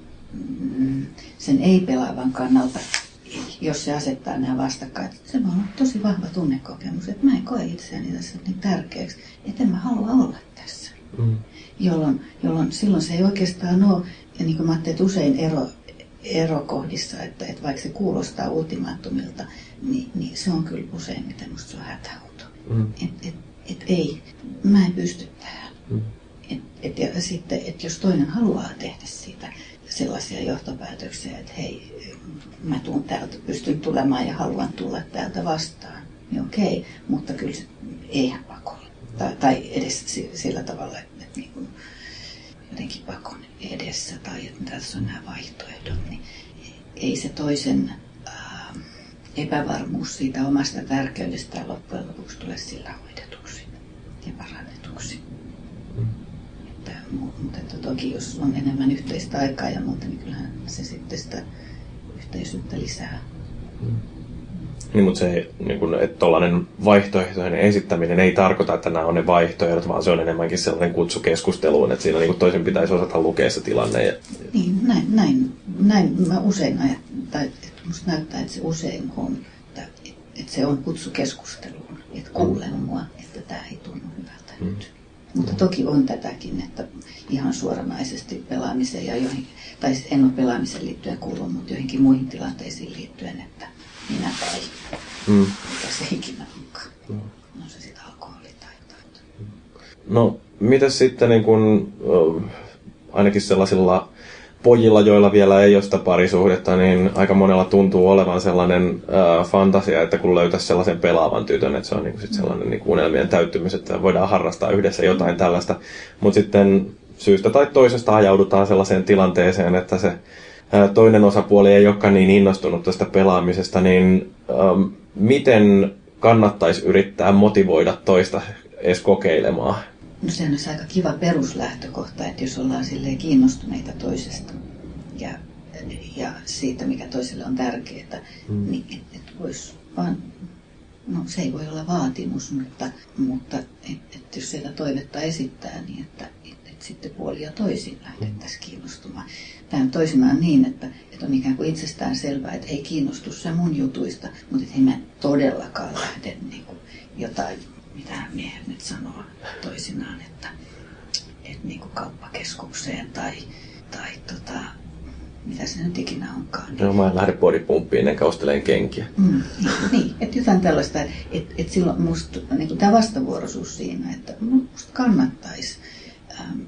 sen ei-pelaavan kannalta, jos se asettaa nämä vastakkain, se voi olla tosi vahva tunnekokemus, että mä en koe itseäni tässä niin tärkeäksi, että en mä halua olla tässä. Mm. Jolloin, jolloin silloin se ei oikeastaan ole, ja niin kuin mä ajattelin, että usein ero, erokohdissa, että, että vaikka se kuulostaa ultimaattomilta, niin, niin se on kyllä useimmiten musta se on hätähuuto. Mm. Että et, et ei, mä en pysty tähän. Mm. Et, et, ja sitten, että jos toinen haluaa tehdä siitä sellaisia johtopäätöksiä, että hei, mä tuun täältä, pystyn tulemaan ja haluan tulla täältä vastaan, niin okei, mutta kyllä se eihän pakolla. Tai, tai edes sillä tavalla, että, että niin kuin jotenkin pakon edessä tai että tässä on nämä vaihtoehdot, niin ei se toisen ää, epävarmuus siitä omasta tärkeydestä loppujen lopuksi tule sillä hoidetuksi ja parannetuksi. Mm. Että, mutta että toki jos on enemmän yhteistä aikaa ja muuta, niin kyllähän se sitten sitä yhteisyyttä lisää. Mm. Niin, mutta se, niin kun, että tollainen vaihtoehtoinen esittäminen ei tarkoita, että nämä on ne vaihtoehdot, vaan se on enemmänkin sellainen kutsu keskusteluun, että siinä niin kun toisen pitäisi osata lukea se tilanne. Ja... Niin, näin, näin, näin mä usein ajattelen, tai että musta näyttää, että se usein on, että, että se on kutsu keskusteluun, että kuule mua, että tämä ei tunnu hyvältä mm. nyt. Mutta toki on tätäkin, että ihan suoranaisesti pelaamiseen ja joihin, tai en ole pelaamiseen liittyen kuullut, mutta joihinkin muihin tilanteisiin liittyen, että minä tai mm. mikä se ikinä onkaan. Mm. No se sitten alkoholi tai jotain. No, mitäs sitten niin kun, ainakin sellaisilla pojilla, joilla vielä ei ole sitä parisuhdetta, niin aika monella tuntuu olevan sellainen ää, fantasia, että kun löytäisi sellaisen pelaavan tytön, että se on niinku sit sellainen niinku unelmien täyttymys, että voidaan harrastaa yhdessä jotain tällaista. Mutta sitten syystä tai toisesta ajaudutaan sellaiseen tilanteeseen, että se ää, toinen osapuoli ei olekaan niin innostunut tästä pelaamisesta, niin ää, miten kannattaisi yrittää motivoida toista edes kokeilemaan? No sehän olisi aika kiva peruslähtökohta, että jos ollaan silleen kiinnostuneita toisesta ja, ja siitä, mikä toiselle on tärkeää, mm. niin että et voisi vaan, no se ei voi olla vaatimus, mutta, mutta et, et jos sitä toivetta esittää, niin että et, et sitten puoli ja toisin lähdettäisiin kiinnostumaan. Tämä on toisinaan niin, että, että on ikään kuin itsestään selvää, että ei kiinnostu se mun jutuista, mutta et ei mä todellakaan lähde niin kuin jotain, mitä miehet nyt sanoo toisinaan, että, että niin kuin kauppakeskukseen tai, tai tota, mitä se nyt ikinä onkaan. Niin... No mä en lähde bodypumppiin enkä ostelen kenkiä. Mm, niin, niin, että jotain tällaista, että, että silloin musta niin tämä vastavuoroisuus siinä, että musta kannattaisi ähm,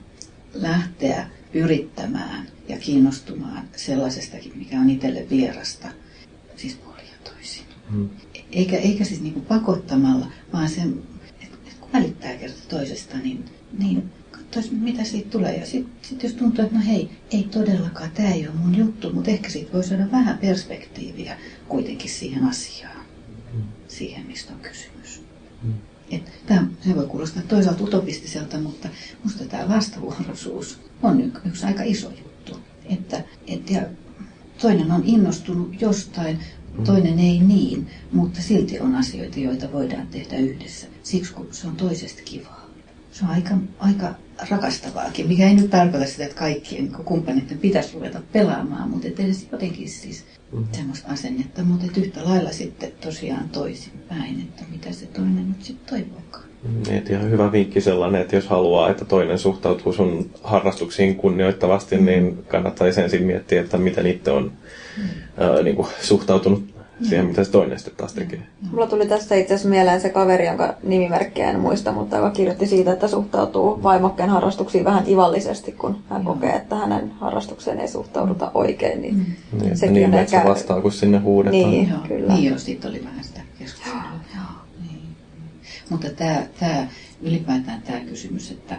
lähteä yrittämään ja kiinnostumaan sellaisestakin, mikä on itselle vierasta, siis puolin ja toisin. Mm. Eikä, eikä siis niin kuin pakottamalla, vaan sen, että et kun välittää kerta toisesta, niin, niin katsoisi, mitä siitä tulee. Ja sitten sit jos tuntuu, että no hei, ei todellakaan, tämä ei ole mun juttu, mutta ehkä siitä voi saada vähän perspektiiviä kuitenkin siihen asiaan, mm. siihen mistä on kysymys. Mm. Et tämä, se voi kuulostaa toisaalta utopistiselta, mutta musta tämä vastavuoroisuus on yksi, yksi aika iso juttu. Että, et, ja toinen on innostunut jostain, toinen ei niin, mutta silti on asioita, joita voidaan tehdä yhdessä. Siksi kun se on toisesta kivaa. Se on aika, aika rakastavaakin, mikä ei nyt tarkoita sitä, että kaikkien niin kumppaneiden pitäisi ruveta pelaamaan, mutta edes jotenkin siis mm. semmoista asennetta, mutta yhtä lailla sitten tosiaan toisinpäin, että mitä se toinen nyt sitten toivookaan. Niin, ihan hyvä vinkki sellainen, että jos haluaa, että toinen suhtautuu sun harrastuksiin kunnioittavasti, mm. niin kannattaisi ensin miettiä, että miten itse on mm. ää, niin kuin, suhtautunut siihen, mitä se toinen sitten taas tekee. Mulla tuli tässä itse asiassa mieleen se kaveri, jonka nimimerkkiä en muista, mutta joka kirjoitti siitä, että suhtautuu vaimokkeen harrastuksiin vähän ivallisesti, kun hän Joo. kokee, että hänen harrastukseen ei suhtauduta oikein. Niin, mm. niin sekin niin, että se vastaa, kun sinne huudetaan. Niin, Joo, kyllä. Niin, jos siitä oli vähän sitä keskustelua. Niin. Mutta tämä, tämä, ylipäätään tämä kysymys, että,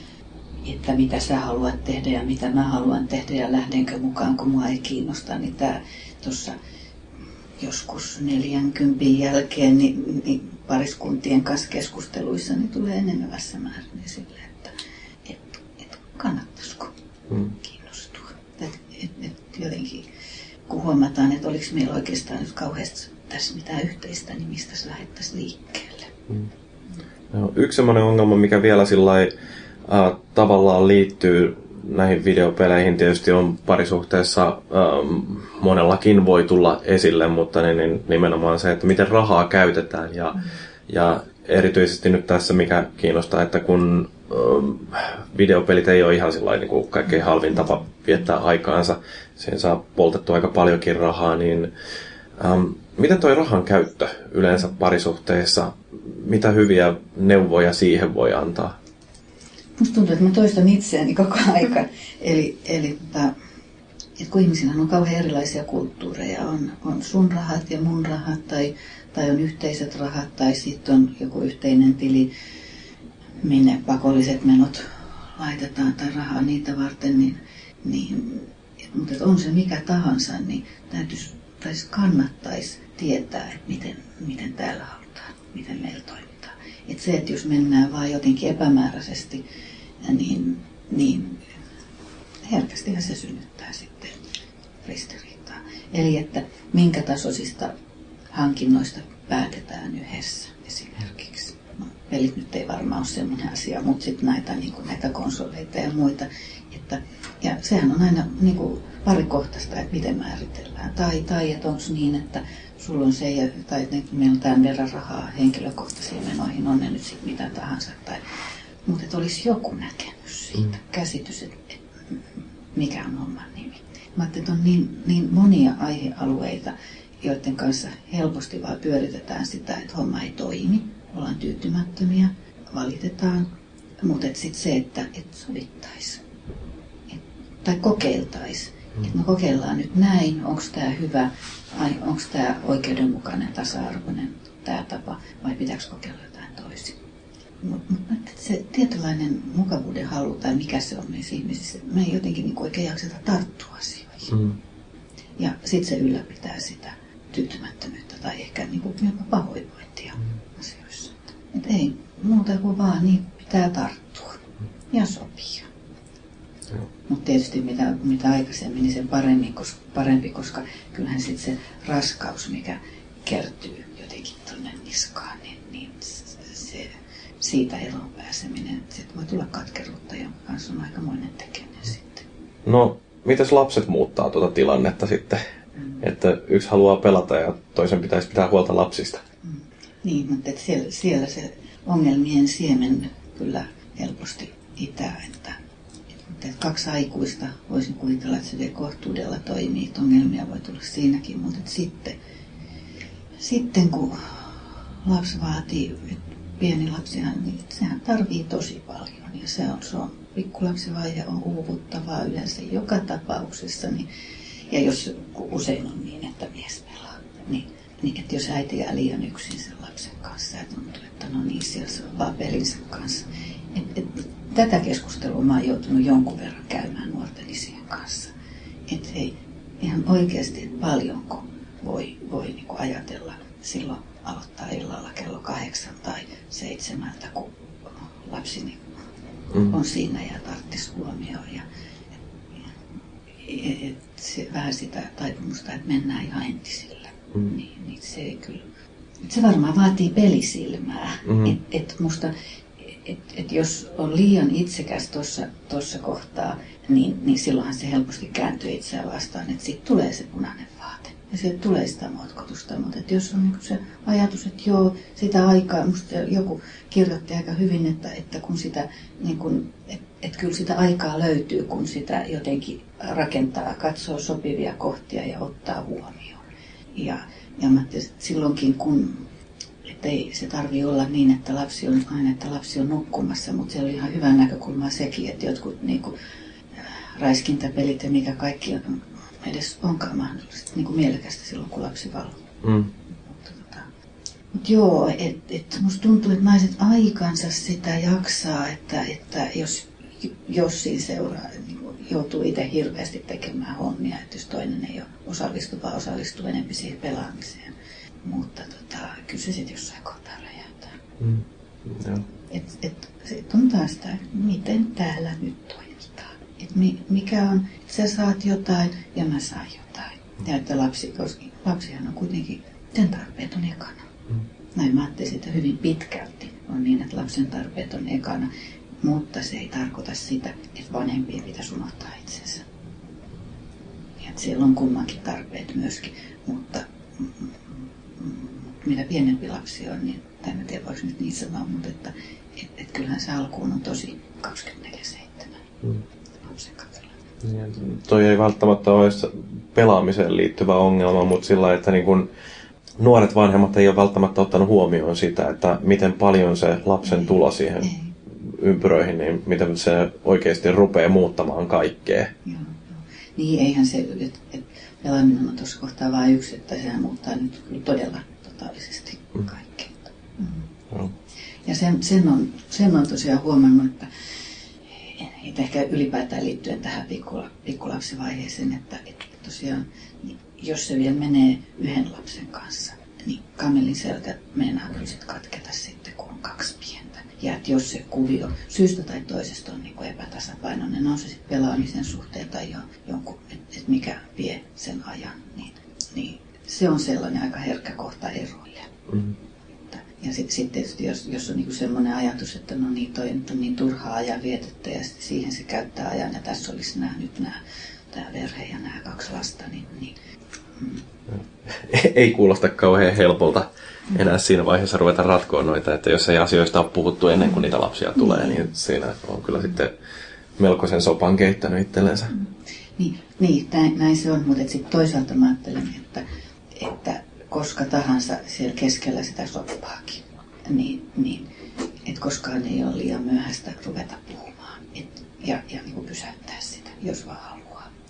että mitä sä haluat tehdä ja mitä mä haluan tehdä ja lähdenkö mukaan, kun mua ei kiinnosta, niin tämä tuossa joskus neljänkympin jälkeen niin, niin pariskuntien kanssa keskusteluissa niin tulee enenevässä määrin esille, että et, et kannattaisiko hmm. kiinnostua. Et, et, et jotenkin, kun huomataan, että oliko meillä oikeastaan nyt kauheasti tässä mitään yhteistä, niin mistä se lähettäisiin liikkeelle. Hmm. No, yksi sellainen ongelma, mikä vielä sillai, äh, tavallaan liittyy näihin videopeleihin, tietysti on parisuhteessa ähm, monellakin voi tulla esille, mutta niin, niin nimenomaan se, että miten rahaa käytetään. Ja, mm. ja erityisesti nyt tässä, mikä kiinnostaa, että kun ähm, videopelit ei ole ihan sellainen niin kuin kaikkein halvin tapa viettää aikaansa, siihen saa poltettua aika paljonkin rahaa, niin ähm, miten toi rahan käyttö yleensä parisuhteessa, mitä hyviä neuvoja siihen voi antaa? Musta tuntuu, että mä toistan itseäni koko aika. eli, eli että, että kun ihmisillä on kauhean erilaisia kulttuureja, on, on sun rahat ja mun rahat, tai, tai on yhteiset rahat, tai sitten on joku yhteinen tili, minne pakolliset menot laitetaan, tai rahaa niitä varten, niin, niin mutta on se mikä tahansa, niin täytyisi, tai kannattaisi tietää, että miten, miten täällä halutaan, miten meillä toimitaan. Että se, että jos mennään vaan jotenkin epämääräisesti, niin, niin herkästihän se synnyttää sitten ristiriitaa. Eli että minkä tasoisista hankinnoista päätetään yhdessä esimerkiksi. No, pelit nyt ei varmaan ole sellainen asia, mutta sitten näitä, niin näitä konsoleita ja muita. Että, ja sehän on aina niin kuin parikohtaista, että miten määritellään. Tai, tai että onko niin, että sulla on se, ja, tai että meillä on tämän verran rahaa henkilökohtaisiin menoihin, on ne nyt sitten mitä tahansa. Tai, mutta että olisi joku näkemys siitä, mm. käsitys, että, että mikä on oma nimi. Mä ajattelin, että on niin, niin monia aihealueita, joiden kanssa helposti vaan pyöritetään sitä, että homma ei toimi, ollaan tyytymättömiä, valitetaan. Mutta sitten se, että et sovittaisiin. tai kokeiltaisiin. Mm. Että me kokeillaan nyt näin, onko tämä hyvä, vai onko tämä oikeudenmukainen, tasa-arvoinen tämä tapa, vai pitääkö kokeilla jotain toisin. Mutta mut, se tietynlainen mukavuuden halu, tai mikä se on meissä ihmisissä, me ei jotenkin niin oikein jakseta tarttua asioihin. Mm. Ja sitten se ylläpitää sitä tyytymättömyyttä tai ehkä niin kuin jopa pahoinvointia mm. asioissa. Että ei muuta kuin vaan, niin pitää tarttua ja sopia. Mm. Mutta tietysti mitä, mitä aikaisemmin, niin sen paremmin, koska, parempi, koska kyllähän sitten se raskaus, mikä kertyy jotenkin tuonne niskaan, niin, niin se, siitä eroon pääseminen, sitten voi tulla katkeruutta, jonka kanssa on aikamoinen tekeminen sitten. No, mitäs lapset muuttaa tuota tilannetta sitten? Mm. Että yksi haluaa pelata ja toisen pitäisi pitää huolta lapsista. Mm. Niin, mutta että siellä, siellä se ongelmien siemen kyllä helposti itää, että, että kaksi aikuista voisin kuvitella, että se vielä kohtuudella toimii, että ongelmia voi tulla siinäkin, mutta että sitten, sitten kun lapsi vaatii, pieni lapsihan, niin sehän tarvii tosi paljon ja se on, se on pikkulapsivaihe on uuvuttavaa yleensä joka tapauksessa. Niin, ja jos usein on niin, että mies pelaa, niin, niin että jos äiti jää liian yksin sen lapsen kanssa ja tuntuu, että no niin, siellä se on vaan pelinsä kanssa. Et, et, tätä keskustelua mä oon joutunut jonkun verran käymään nuorten isien kanssa. Että hei, ihan oikeasti paljonko voi, voi niinku ajatella silloin aloittaa illalla kello kahdeksan tai seitsemältä, kun lapsi niin mm. on siinä ja tarvitsisi huomioon. Ja, et, et se, vähän sitä taipumusta, että mennään ihan entisillä. Mm. Niin, niin se ei kyllä. Et se varmaan vaatii pelisilmää. Mm. Että et musta, et, et jos on liian itsekäs tuossa kohtaa, niin, niin silloinhan se helposti kääntyy itseään vastaan, että siitä tulee se punainen vaate. Ja sieltä tulee sitä motkotusta, mutta että jos on niin se ajatus, että joo, sitä aikaa, musta joku kirjoitti aika hyvin, että, että kun sitä, niin kun, et, et kyllä sitä aikaa löytyy, kun sitä jotenkin rakentaa, katsoo sopivia kohtia ja ottaa huomioon. Ja, ja mä silloinkin, kun, että ei se tarvitse olla niin, että lapsi on aina, että lapsi on nukkumassa, mutta se oli ihan hyvä näkökulma sekin, että jotkut niin kuin, räiskintäpelit ja mikä kaikki on, edes onkaan mahdollista, niin kuin mielekästä silloin, kun lapsi valuu. Mm. Mutta, tota, mutta joo, että et musta tuntuu, että naiset aikansa sitä jaksaa, että, että jos, jos siinä seuraa, niin joutuu itse hirveästi tekemään hommia, että jos toinen ei ole osallistuva, osallistuu enemmän siihen pelaamiseen. Mutta tota, kyllä se sitten jossain kohtaa räjähtää. Mm. Että et, sitten on taas tämä, miten täällä nyt toimitaan. Että mikä on, sä saat jotain ja mä saan jotain. Ja että lapsi, koska lapsihan on kuitenkin, sen tarpeet on ekana. Mm. Näin mä ajattelin sitä hyvin pitkälti. On niin, että lapsen tarpeet on ekana, mutta se ei tarkoita sitä, että vanhempien pitäisi unohtaa itsensä. Ja että siellä on kummankin tarpeet myöskin, mutta mm, mm, mitä pienempi lapsi on, niin, tai en tiedä voiko nyt niin sanoa, mutta että et, et kyllähän se alkuun on tosi kaksikymmentäneljä seitsemän. Mm. Toi ei välttämättä ole pelaamiseen liittyvä ongelma, mutta sillä että niin kun nuoret vanhemmat ei ole välttämättä ottanut huomioon sitä, että miten paljon se lapsen tulo siihen ei. ympyröihin, niin miten se oikeasti rupeaa muuttamaan kaikkea. Joo, joo. Niin eihän se, että et pelaaminen on tuossa kohtaa vain yksi, että sehän muuttaa nyt kyllä todella totaalisesti kaikkea. Mm. Mm. Ja sen, sen, on, sen on tosiaan huomannut, että että ehkä ylipäätään liittyen tähän pikkula, pikkulapsivaiheeseen, että, että tosiaan jos se vielä menee yhden lapsen kanssa, niin kamelin selkä meinaa kyllä sit katketa sitten, kun on kaksi pientä. Ja että jos se kuvio syystä tai toisesta on niin kuin epätasapainoinen, on se sitten pelaamisen suhteen tai jo, jonkun, että et mikä vie sen ajan, niin, niin se on sellainen aika herkkä kohta eroille. Mm-hmm. Ja sitten sit tietysti, jos, jos on niinku semmoinen ajatus, että no niin, toi nyt on niin turhaa ajan vietettä ja sitten siihen se käyttää ajan ja tässä olisi nämä, nyt nämä, tämä perhe ja nämä kaksi lasta, niin... niin mm. Ei kuulosta kauhean helpolta enää siinä vaiheessa ruveta ratkoa noita, että jos ei asioista ole puhuttu ennen kuin niitä lapsia tulee, mm. niin siinä on kyllä sitten melkoisen sopan keittänyt itsellensä. Mm. Niin, niin näin, näin se on, mutta sitten toisaalta mä ajattelen, että, että koska tahansa siellä keskellä sitä soppaakin, niin, niin että koskaan ei ole liian myöhäistä ruveta puhumaan et, ja, ja niin kuin pysäyttää sitä, jos vaan haluaa.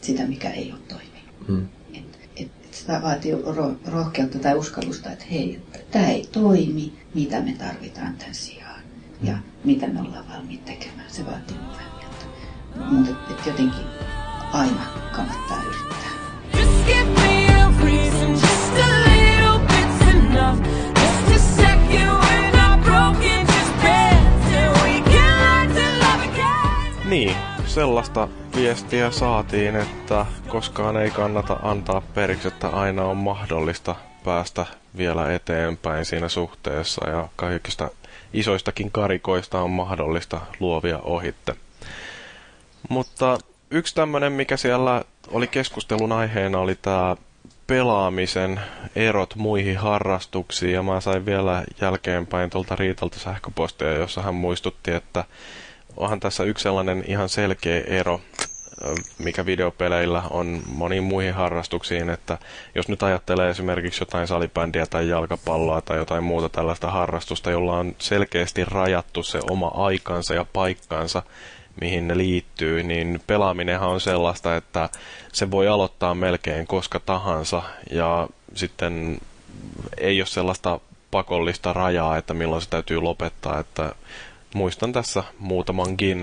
sitä, mikä ei ole toiminut. Hmm. Et, et, et sitä vaatii ro, rohkeutta tai uskallusta, että hei, tämä ei toimi, mitä me tarvitaan tämän sijaan ja mitä me ollaan valmiit tekemään. Se vaatii molemmilta. Mutta et, et jotenkin aina kannattaa yrittää. Just give me a reason, just a little bit's enough. Just a second when I'm broken, just dance and we can learn to love again. Niin, sellaista viestiä saatiin, että koskaan ei kannata antaa periksi, että aina on mahdollista päästä vielä eteenpäin siinä suhteessa ja kaikista isoistakin karikoista on mahdollista luovia ohitte. Mutta yksi tämmöinen, mikä siellä oli keskustelun aiheena, oli tämä pelaamisen erot muihin harrastuksiin. Ja mä sain vielä jälkeenpäin tuolta Riitalta sähköpostia, jossa hän muistutti, että onhan tässä yksi sellainen ihan selkeä ero, mikä videopeleillä on moniin muihin harrastuksiin, että jos nyt ajattelee esimerkiksi jotain salibändiä tai jalkapalloa tai jotain muuta tällaista harrastusta, jolla on selkeästi rajattu se oma aikansa ja paikkansa, mihin ne liittyy, niin pelaaminenhan on sellaista, että se voi aloittaa melkein koska tahansa ja sitten ei ole sellaista pakollista rajaa, että milloin se täytyy lopettaa, että muistan tässä muutamankin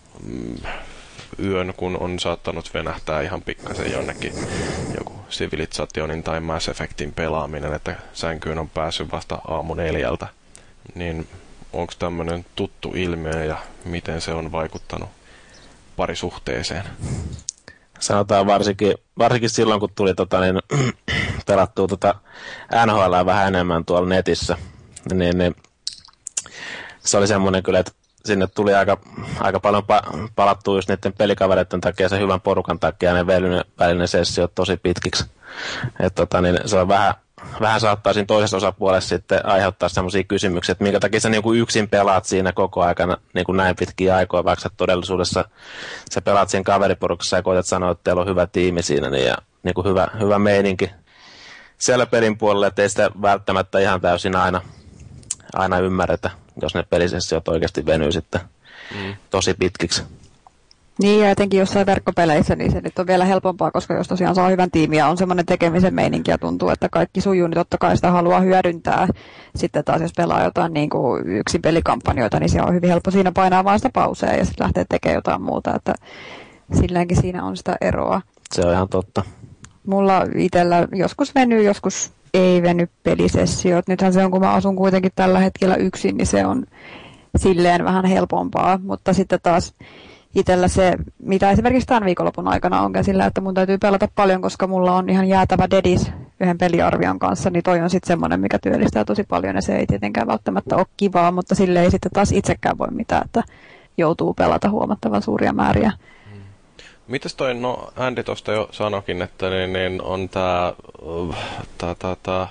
yön, kun on saattanut venähtää ihan pikkasen jonnekin joku Civilizationin tai Mass Effectin pelaaminen, että sänkyyn on päässyt vasta aamu neljältä. Niin onko tämmöinen tuttu ilmiö ja miten se on vaikuttanut parisuhteeseen? Sanotaan varsinkin, varsinkin silloin, kun tuli tota, niin, pelattua tota N H L vähän enemmän tuolla netissä, niin, niin se oli semmoinen kyllä, että sinne tuli aika, aika paljon pa- palattua just niiden pelikavereiden takia, sen hyvän porukan takia, ja ne välinen, välinen sessio tosi pitkiksi. Et tota, niin se on vähän, vähän saattaa siinä toisessa osapuolessa sitten aiheuttaa semmoisia kysymyksiä, että minkä takia sä niin kuin yksin pelaat siinä koko aikana niin kuin näin pitkiä aikoja, vaikka todellisuudessa sä pelaat siinä kaveriporukassa ja koetat sanoa, että teillä on hyvä tiimi siinä niin, ja niin kuin hyvä, hyvä meininki siellä pelin puolella, että ei sitä välttämättä ihan täysin aina, aina ymmärretä, jos ne pelisessiot oikeasti venyy sitten mm. tosi pitkiksi. Niin, ja etenkin jossain verkkopeleissä, niin se nyt on vielä helpompaa, koska jos tosiaan saa hyvän tiimin ja on semmoinen tekemisen meininki ja tuntuu, että kaikki sujuu, niin totta kai sitä haluaa hyödyntää. Sitten taas jos pelaa jotain niin kuin yksin pelikampanjoita, niin se on hyvin helppo siinä painaa vaan sitä pausea ja sitten lähtee tekemään jotain muuta, että silläkin siinä on sitä eroa. Se on ihan totta. Mulla itsellä joskus venyy, joskus ei veny pelisessiot. Nythän se on, kun mä asun kuitenkin tällä hetkellä yksin, niin se on silleen vähän helpompaa, mutta sitten taas itsellä se, mitä esimerkiksi tämän viikonlopun aikana on käsillä, että mun täytyy pelata paljon, koska mulla on ihan jäätävä dedis yhden peliarvion kanssa, niin toi on sitten semmoinen, mikä työllistää tosi paljon ja se ei tietenkään välttämättä ole kivaa, mutta sille ei sitten taas itsekään voi mitään, että joutuu pelata huomattavan suuria määriä. Mites toi, no Andy tuosta jo sanokin, että niin, niin on tää, tää, tää, tää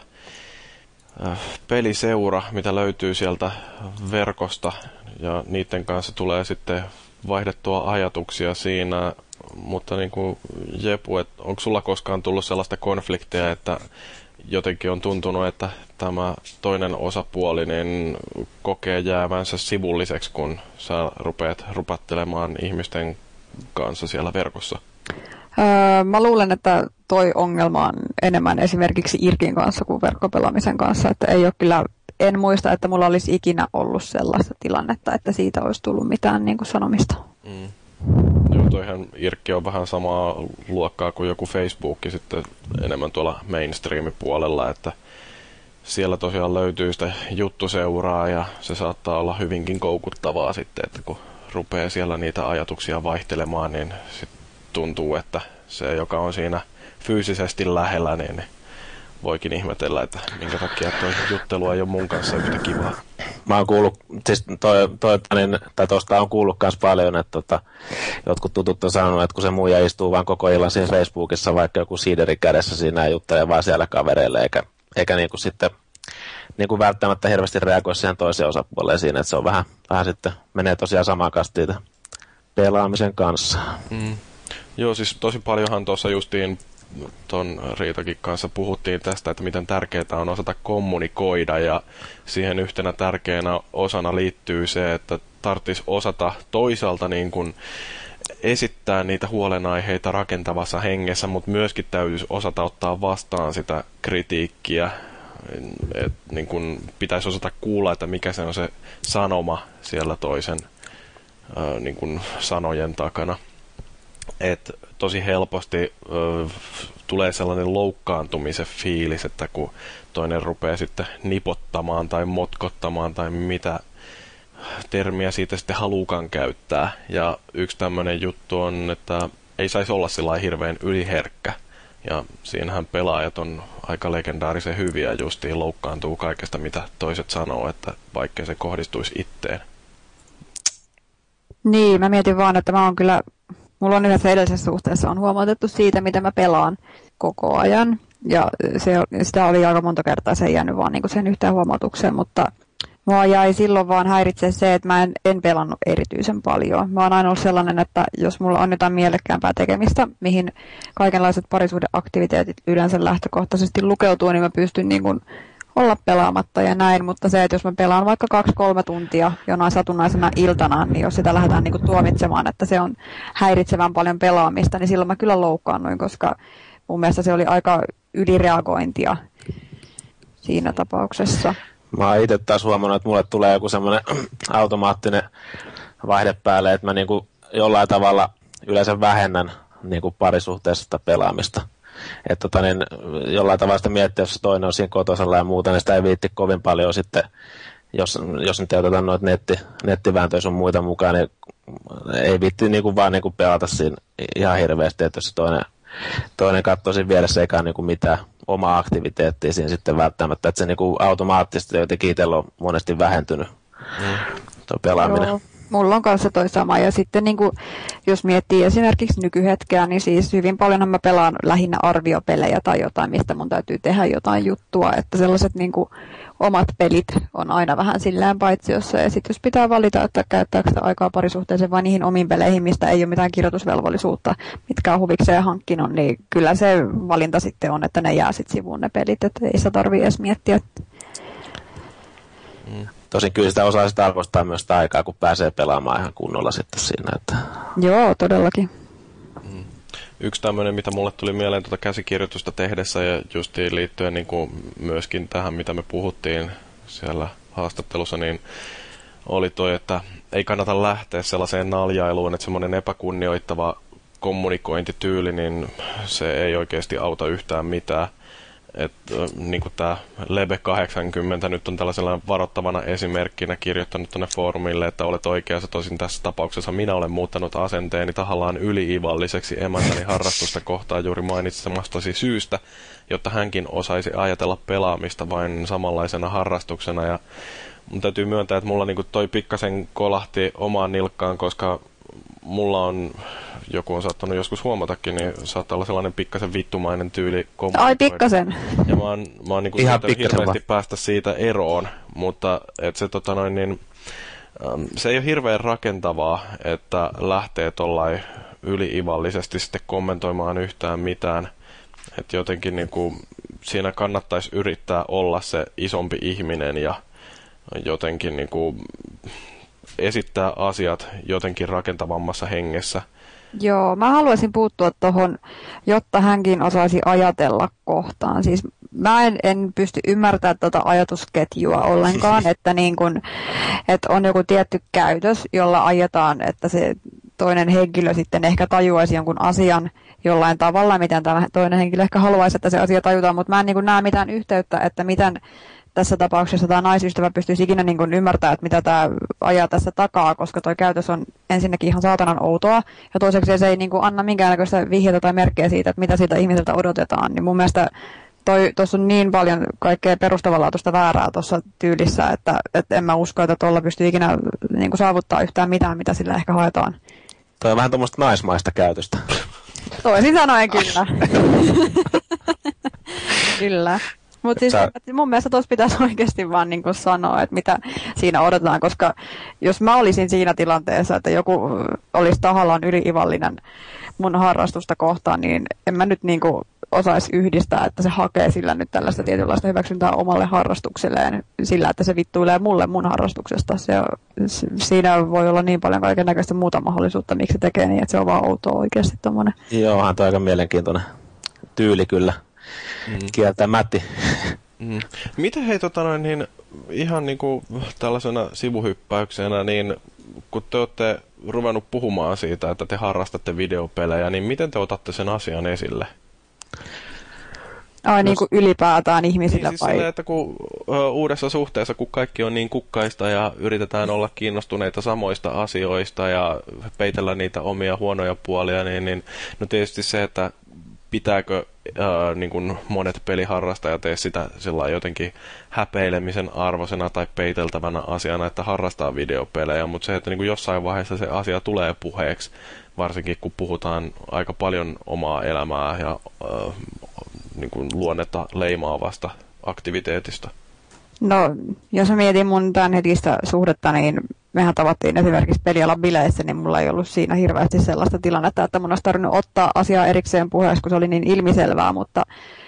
peliseura, mitä löytyy sieltä verkosta ja niiden kanssa tulee sitten vaihdettua ajatuksia siinä, mutta niin kuin Jepu, että onko sulla koskaan tullut sellaista konfliktia, että jotenkin on tuntunut, että tämä toinen osapuoli niin kokee jäävänsä sivulliseksi, kun sä rupeat rupattelemaan ihmisten kanssa siellä verkossa? Öö, mä luulen, että toi ongelma on enemmän esimerkiksi Irkin kanssa kuin verkkopelaamisen kanssa, että ei ole kyllä, en muista, että mulla olisi ikinä ollut sellaista tilannetta, että siitä olisi tullut mitään niin kuin sanomista. Mm. Joo, toihan Irkki on vähän samaa luokkaa kuin joku Facebook sitten enemmän tuolla mainstream-puolella, että siellä tosiaan löytyy sitä juttuseuraa ja se saattaa olla hyvinkin koukuttavaa sitten, että kun rupeaa siellä niitä ajatuksia vaihtelemaan, niin sit tuntuu, että se, joka on siinä fyysisesti lähellä, niin voikin ihmetellä, että minkä takia tuo juttelu ei ole mun kanssa yhtä kivaa. Mä oon kuullut, siis toi, toi, niin, tai tosta on kuullut kans paljon, että tota, jotkut tutut on sanonut, että kun se muija istuu vaan koko illan siinä Facebookissa, vaikka joku siideri kädessä siinä ja juttelee vaan siellä kavereille, eikä, eikä niinku sitten niinku välttämättä hirveästi reagoi siihen toiseen osapuoleen siinä, että se on vähän, vähän sitten, menee tosiaan samaan kastiin pelaamisen kanssa. Mm. Joo, siis tosi paljonhan tuossa justiin ton Riitakin kanssa puhuttiin tästä, että miten tärkeää on osata kommunikoida ja siihen yhtenä tärkeänä osana liittyy se, että tarvitsisi osata toisaalta niin kuin esittää niitä huolenaiheita rakentavassa hengessä, mutta myöskin täytyisi osata ottaa vastaan sitä kritiikkiä. Et niin kun pitäisi osata kuulla, että mikä se on se sanoma siellä toisen ää, niin kun sanojen takana. Et tosi helposti ää, tulee sellainen loukkaantumisen fiilis, että kun toinen rupeaa sitten nipottamaan tai motkottamaan tai mitä termiä siitä sitten haluukaan käyttää. Ja yksi tämmöinen juttu on, että ei saisi olla sillä hirveän yliherkkä. Ja siinähän pelaajat on aika legendaarisen hyviä justiin loukkaantuu kaikesta, mitä toiset sanoo, että vaikkei se kohdistuisi itteen. Niin, mä mietin vaan, että mä oon kyllä, mulla on yhdessä edellisessä suhteessa on huomautettu siitä, miten mä pelaan koko ajan. Ja se, sitä oli aika monta kertaa, se ei jäänyt vaan niin sen yhteen huomautukseen, mutta mua jäi silloin vaan häiritse se, että mä en, en pelannut erityisen paljon. Mä oon aina ollut sellainen, että jos mulla on jotain mielekkäämpää tekemistä, mihin kaikenlaiset parisuhdeaktiviteetit yleensä lähtökohtaisesti lukeutuu, niin mä pystyn niin kuin olla pelaamatta ja näin. Mutta se, että jos mä pelaan vaikka kaksi-kolme tuntia jonain satunnaisena iltana, niin jos sitä lähdetään niin kuin tuomitsemaan, että se on häiritsevän paljon pelaamista, niin silloin mä kyllä loukkaannuin, koska mun mielestä se oli aika ylireagointia siinä tapauksessa. Mä oon itse taas huomannut, että mulle tulee joku semmoinen automaattinen vaihde päälle, että mä niinku jollain tavalla yleensä vähennän niinku parisuhteessa sitä pelaamista. Että tota niin, jollain tavalla sitä miettiä, jos toinen on siinä kotosalla ja muuta, niin sitä ei viitti kovin paljon sitten, jos, jos nyt ei oteta noita netti, nettivääntöjä sun muita mukaan, niin ei viitti niinku vaan niinku pelata siinä ihan hirveästi, että jos toinen, toinen katsoo siinä vieressä eikä niinku mitään omaa aktiviteettia siinä sitten välttämättä, että se niinku automaattisesti jotenkin itsellä on monesti vähentynyt mm. tuo pelaaminen. Joo, mulla on kanssa toi sama ja sitten niinku, jos miettii esimerkiksi nykyhetkeä, niin siis hyvin paljonhan mä pelaan lähinnä arviopelejä tai jotain, mistä mun täytyy tehdä jotain juttua, että sellaiset niinku omat pelit on aina vähän sillään paitsiossa ja sitten jos pitää valita, että käyttääkö sitä aikaa parisuhteeseen vai niihin omiin peleihin, mistä ei ole mitään kirjoitusvelvollisuutta, mitkä on huvikseen hankkinut, niin kyllä se valinta sitten on, että ne jää sitten sivuun ne pelit, että ei sitä tarvitse edes miettiä. Mm. Tosin kyllä sitä osaa sitä arvostaa myös sitä aikaa, kun pääsee pelaamaan ihan kunnolla sitten siinä. Että... Joo, todellakin. Mm. Yksi tämmöinen, mitä mulle tuli mieleen tuota käsikirjoitusta tehdessä ja justiin liittyen niin kuin myöskin tähän, mitä me puhuttiin siellä haastattelussa, niin oli toi, että ei kannata lähteä sellaiseen naljailuun, että semmoinen epäkunnioittava kommunikointityyli, niin se ei oikeasti auta yhtään mitään. Että niin kuin tämä Lebe kahdeksankymmentä nyt on tällaisella varoittavana esimerkkinä kirjoittanut tuonne foorumille, että olet oikeassa, tosin tässä tapauksessa minä olen muuttanut asenteeni tahallaan yliivalliseksi emäntäni harrastusta kohtaan juuri mainitsemastasi syystä, jotta hänkin osaisi ajatella pelaamista vain samanlaisena harrastuksena. Ja mun täytyy myöntää, että mulla niin kuin toi pikkasen kolahti omaan nilkkaan, koska mulla on, joku on saattanut joskus huomatakin, niin saattaa olla sellainen pikkasen vittumainen tyyli kommunikoida. Ai pikkasen. Ja mä oon, mä oon niinku hirveästi päästä siitä eroon, mutta et se, tota noin, niin, äm, se ei ole hirveän rakentavaa, että lähtee tollain yliivallisesti sitten kommentoimaan yhtään mitään. Että jotenkin niinku, siinä kannattaisi yrittää olla se isompi ihminen ja jotenkin niinku, esittää asiat jotenkin rakentavammassa hengessä. Joo, mä haluaisin puuttua tuohon, jotta hänkin osaisi ajatella kohtaan. Siis mä en, en pysty ymmärtämään tuota ajatusketjua ollenkaan, että, niin kun, että on joku tietty käytös, jolla ajetaan, että se toinen henkilö sitten ehkä tajuaisi jonkun asian jollain tavalla, miten tämä toinen henkilö ehkä haluaisi, että se asia tajutaan, mutta mä en niin kun näe mitään yhteyttä, että miten tässä tapauksessa tämä naisystävä pystyisi ikinä niin kuin ymmärtämään, että mitä tämä ajaa tässä takaa, koska tuo käytös on ensinnäkin ihan saatanan outoa, ja toiseksi se ei niin kuin anna minkäännäköistä vihjeitä tai merkkejä siitä, että mitä siltä ihmiseltä odotetaan. Niin mun mielestä tuossa on niin paljon kaikkea perustavanlaatuista väärää tuossa tyylissä, että, että en mä usko, että tuolla pystyy ikinä niin kuin saavuttaa yhtään mitään, mitä sillä ehkä haetaan. Toi on vähän tuommoista naismaista käytöstä. Toisin sanoen kyllä. Kyllä. Mutta siis Sä... mun mielestä tuossa pitäisi oikeasti vaan niin kuin sanoa, että mitä siinä odotetaan, koska jos mä olisin siinä tilanteessa, että joku olisi tahallaan yliivallinen mun harrastusta kohtaan, niin en mä nyt niin kuin osaisi yhdistää, että se hakee sillä nyt tällaista tietynlaista hyväksyntää omalle harrastukselleen sillä, että se vittuilee mulle mun harrastuksesta. Se, siinä voi olla niin paljon kaiken näköistä muuta mahdollisuutta, miksi se tekee niin, että se on vaan outoa oikeasti tommoinen. Joo, onhan toi aika mielenkiintoinen tyyli kyllä. Mm. Kieltämätti. Mm. Miten hei tota noin, niin ihan niinku tällaisena sivuhyppäyksenä, niin kun te olette ruvennut puhumaan siitä, että te harrastatte videopelejä, niin miten te otatte sen asian esille? Ai niin kuin ylipäätään ihmisille niin, siis vai? Silleen, että kun ö, uudessa suhteessa, kun kaikki on niin kukkaista ja yritetään olla kiinnostuneita samoista asioista ja peitellä niitä omia huonoja puolia, niin, niin no tietysti se, että pitääkö ää, niin kuin monet peliharrastajat tee sitä sillä jotenkin häpeilemisen arvoisena tai peiteltävänä asiana, että harrastaa videopelejä, mutta se, että niin kuin jossain vaiheessa se asia tulee puheeksi, varsinkin kun puhutaan aika paljon omaa elämää ja ää, niin kuin luonnetta leimaavasta aktiviteetista. No, jos mä mietin mun tämänhetkistä suhdetta, niin mehän tavattiin esimerkiksi pelialan bileissä, niin mulla ei ollut siinä hirveästi sellaista tilannetta, että mun olisi tarvinnut ottaa asiaa erikseen puheeksi, kun se oli niin ilmiselvää, mutta,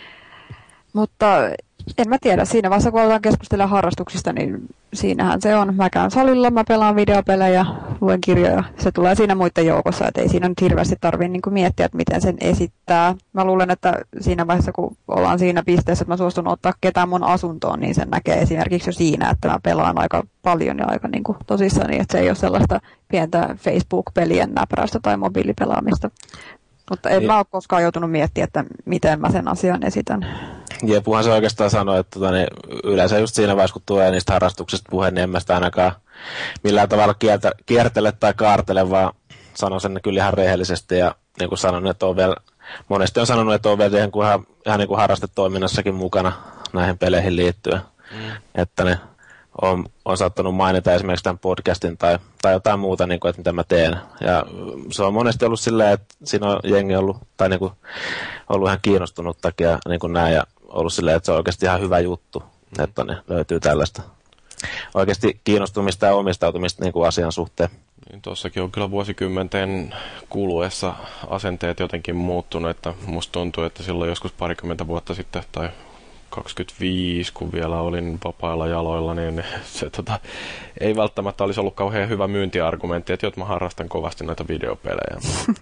mutta en mä tiedä. Siinä vaiheessa, kun aletaan keskustella harrastuksista, niin siinähän se on. Mä käyn salilla, mä pelaan videopelejä, luen kirjoja. Se tulee siinä muiden joukossa, että ei siinä nyt hirveästi tarvitse niin kuin miettiä, että miten sen esittää. Mä luulen, että siinä vaiheessa, kun ollaan siinä pisteessä, että mä suostun ottaa ketään mun asuntoon, niin sen näkee esimerkiksi jo siinä, että mä pelaan aika paljon ja aika niin kuin tosissaan, niin että se ei ole sellaista pientä Facebook-pelien näpräystä tai mobiilipelaamista. Mutta en ja. mä ole koskaan joutunut miettimään, että miten mä sen asian esitän. Jepuhan se oikeastaan sanoi, että tota, niin yleensä just siinä vaiheessa, kun tulee niistä harrastuksista puheen, niin en mä sitä ainakaan millään tavalla kiertä, kiertele tai kaartele, vaan sanon sen kyllä ihan rehellisesti. Ja niin kuin sanon, että on vielä, monesti on sanonut, että on vielä ihan, ihan, ihan niin kuin harrastetoiminnassakin mukana näihin peleihin liittyen. Mm. Että ne on, on saattanut mainita esimerkiksi tämän podcastin tai, tai jotain muuta, niin kuin, että mitä mä teen. Ja se on monesti ollut silleen, että siinä on jengi ollut, tai niin kuin, ollut ihan kiinnostunuttakin ja niin kuin näin, ja ollut silleen, että se on oikeasti ihan hyvä juttu, mm. että ne löytyy tällaista oikeasti kiinnostumista ja omistautumista niin kuin asian suhteen. Niin, tuossakin on kyllä vuosikymmenten kuluessa asenteet jotenkin muuttunut, että musta tuntuu, että silloin joskus parikymmentä vuotta sitten tai kaksikymmentäviisi, kun vielä olin vapailla jaloilla, niin se tota, ei välttämättä olisi ollut kauhean hyvä myyntiargumentti, että jot mä harrastan kovasti noita videopelejä.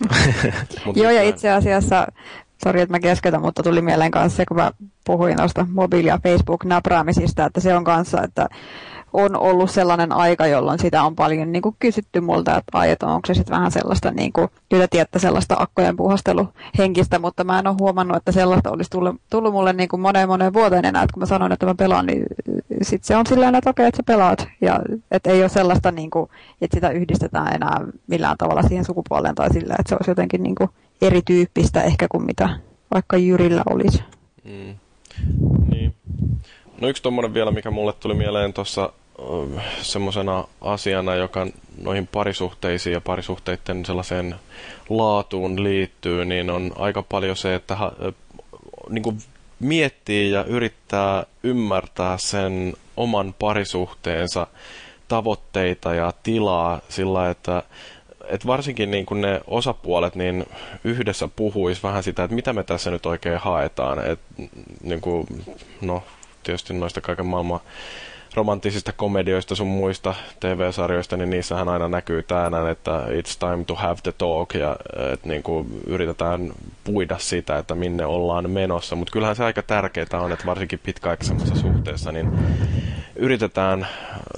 Joo, ja itse asiassa, sori, että mä keskeytän, mutta tuli mieleen kanssa se, kun mä puhuin noista mobiili- ja Facebook-näpräämisistä, että se on kanssa, että on ollut sellainen aika, jolloin sitä on paljon niin kuin kysytty multa, että ai, että onko se sitten vähän sellaista, niin kuin, kyllä tietää sellaista akkojen puhasteluhenkistä, mutta mä en ole huomannut, että sellaista olisi tullut, tullut mulle niin kuin moneen moneen vuoteen enää, että kun mä sanoin, että mä pelaan, niin sitten se on silleen, että okei, että sä pelaat, ja että ei ole sellaista, niin kuin, että sitä yhdistetään enää millään tavalla siihen sukupuoleen tai silleen, että se olisi jotenkin niin kuin erityyppistä ehkä kuin mitä vaikka Jyrillä olisi. Mm. Niin. No yksi tommonen vielä, mikä mulle tuli mieleen tuossa semmoisena asiana, joka noihin parisuhteisiin ja parisuhteiden sellaiseen laatuun liittyy, niin on aika paljon se, että ha, niin kuin miettii ja yrittää ymmärtää sen oman parisuhteensa tavoitteita ja tilaa sillä, että et varsinkin niin kuin ne osapuolet niin yhdessä puhuisi vähän sitä, että mitä me tässä nyt oikein haetaan. Et, niin kuin, no, tietysti noista kaiken maailman romanttisista komedioista sun muista T V-sarjoista, niin niissähän aina näkyy tänään, että it's time to have the talk, ja että niin kuin yritetään puida sitä, että minne ollaan menossa. Mutta kyllähän se aika tärkeää on, että varsinkin pitkäaikaisemmassa suhteessa, niin yritetään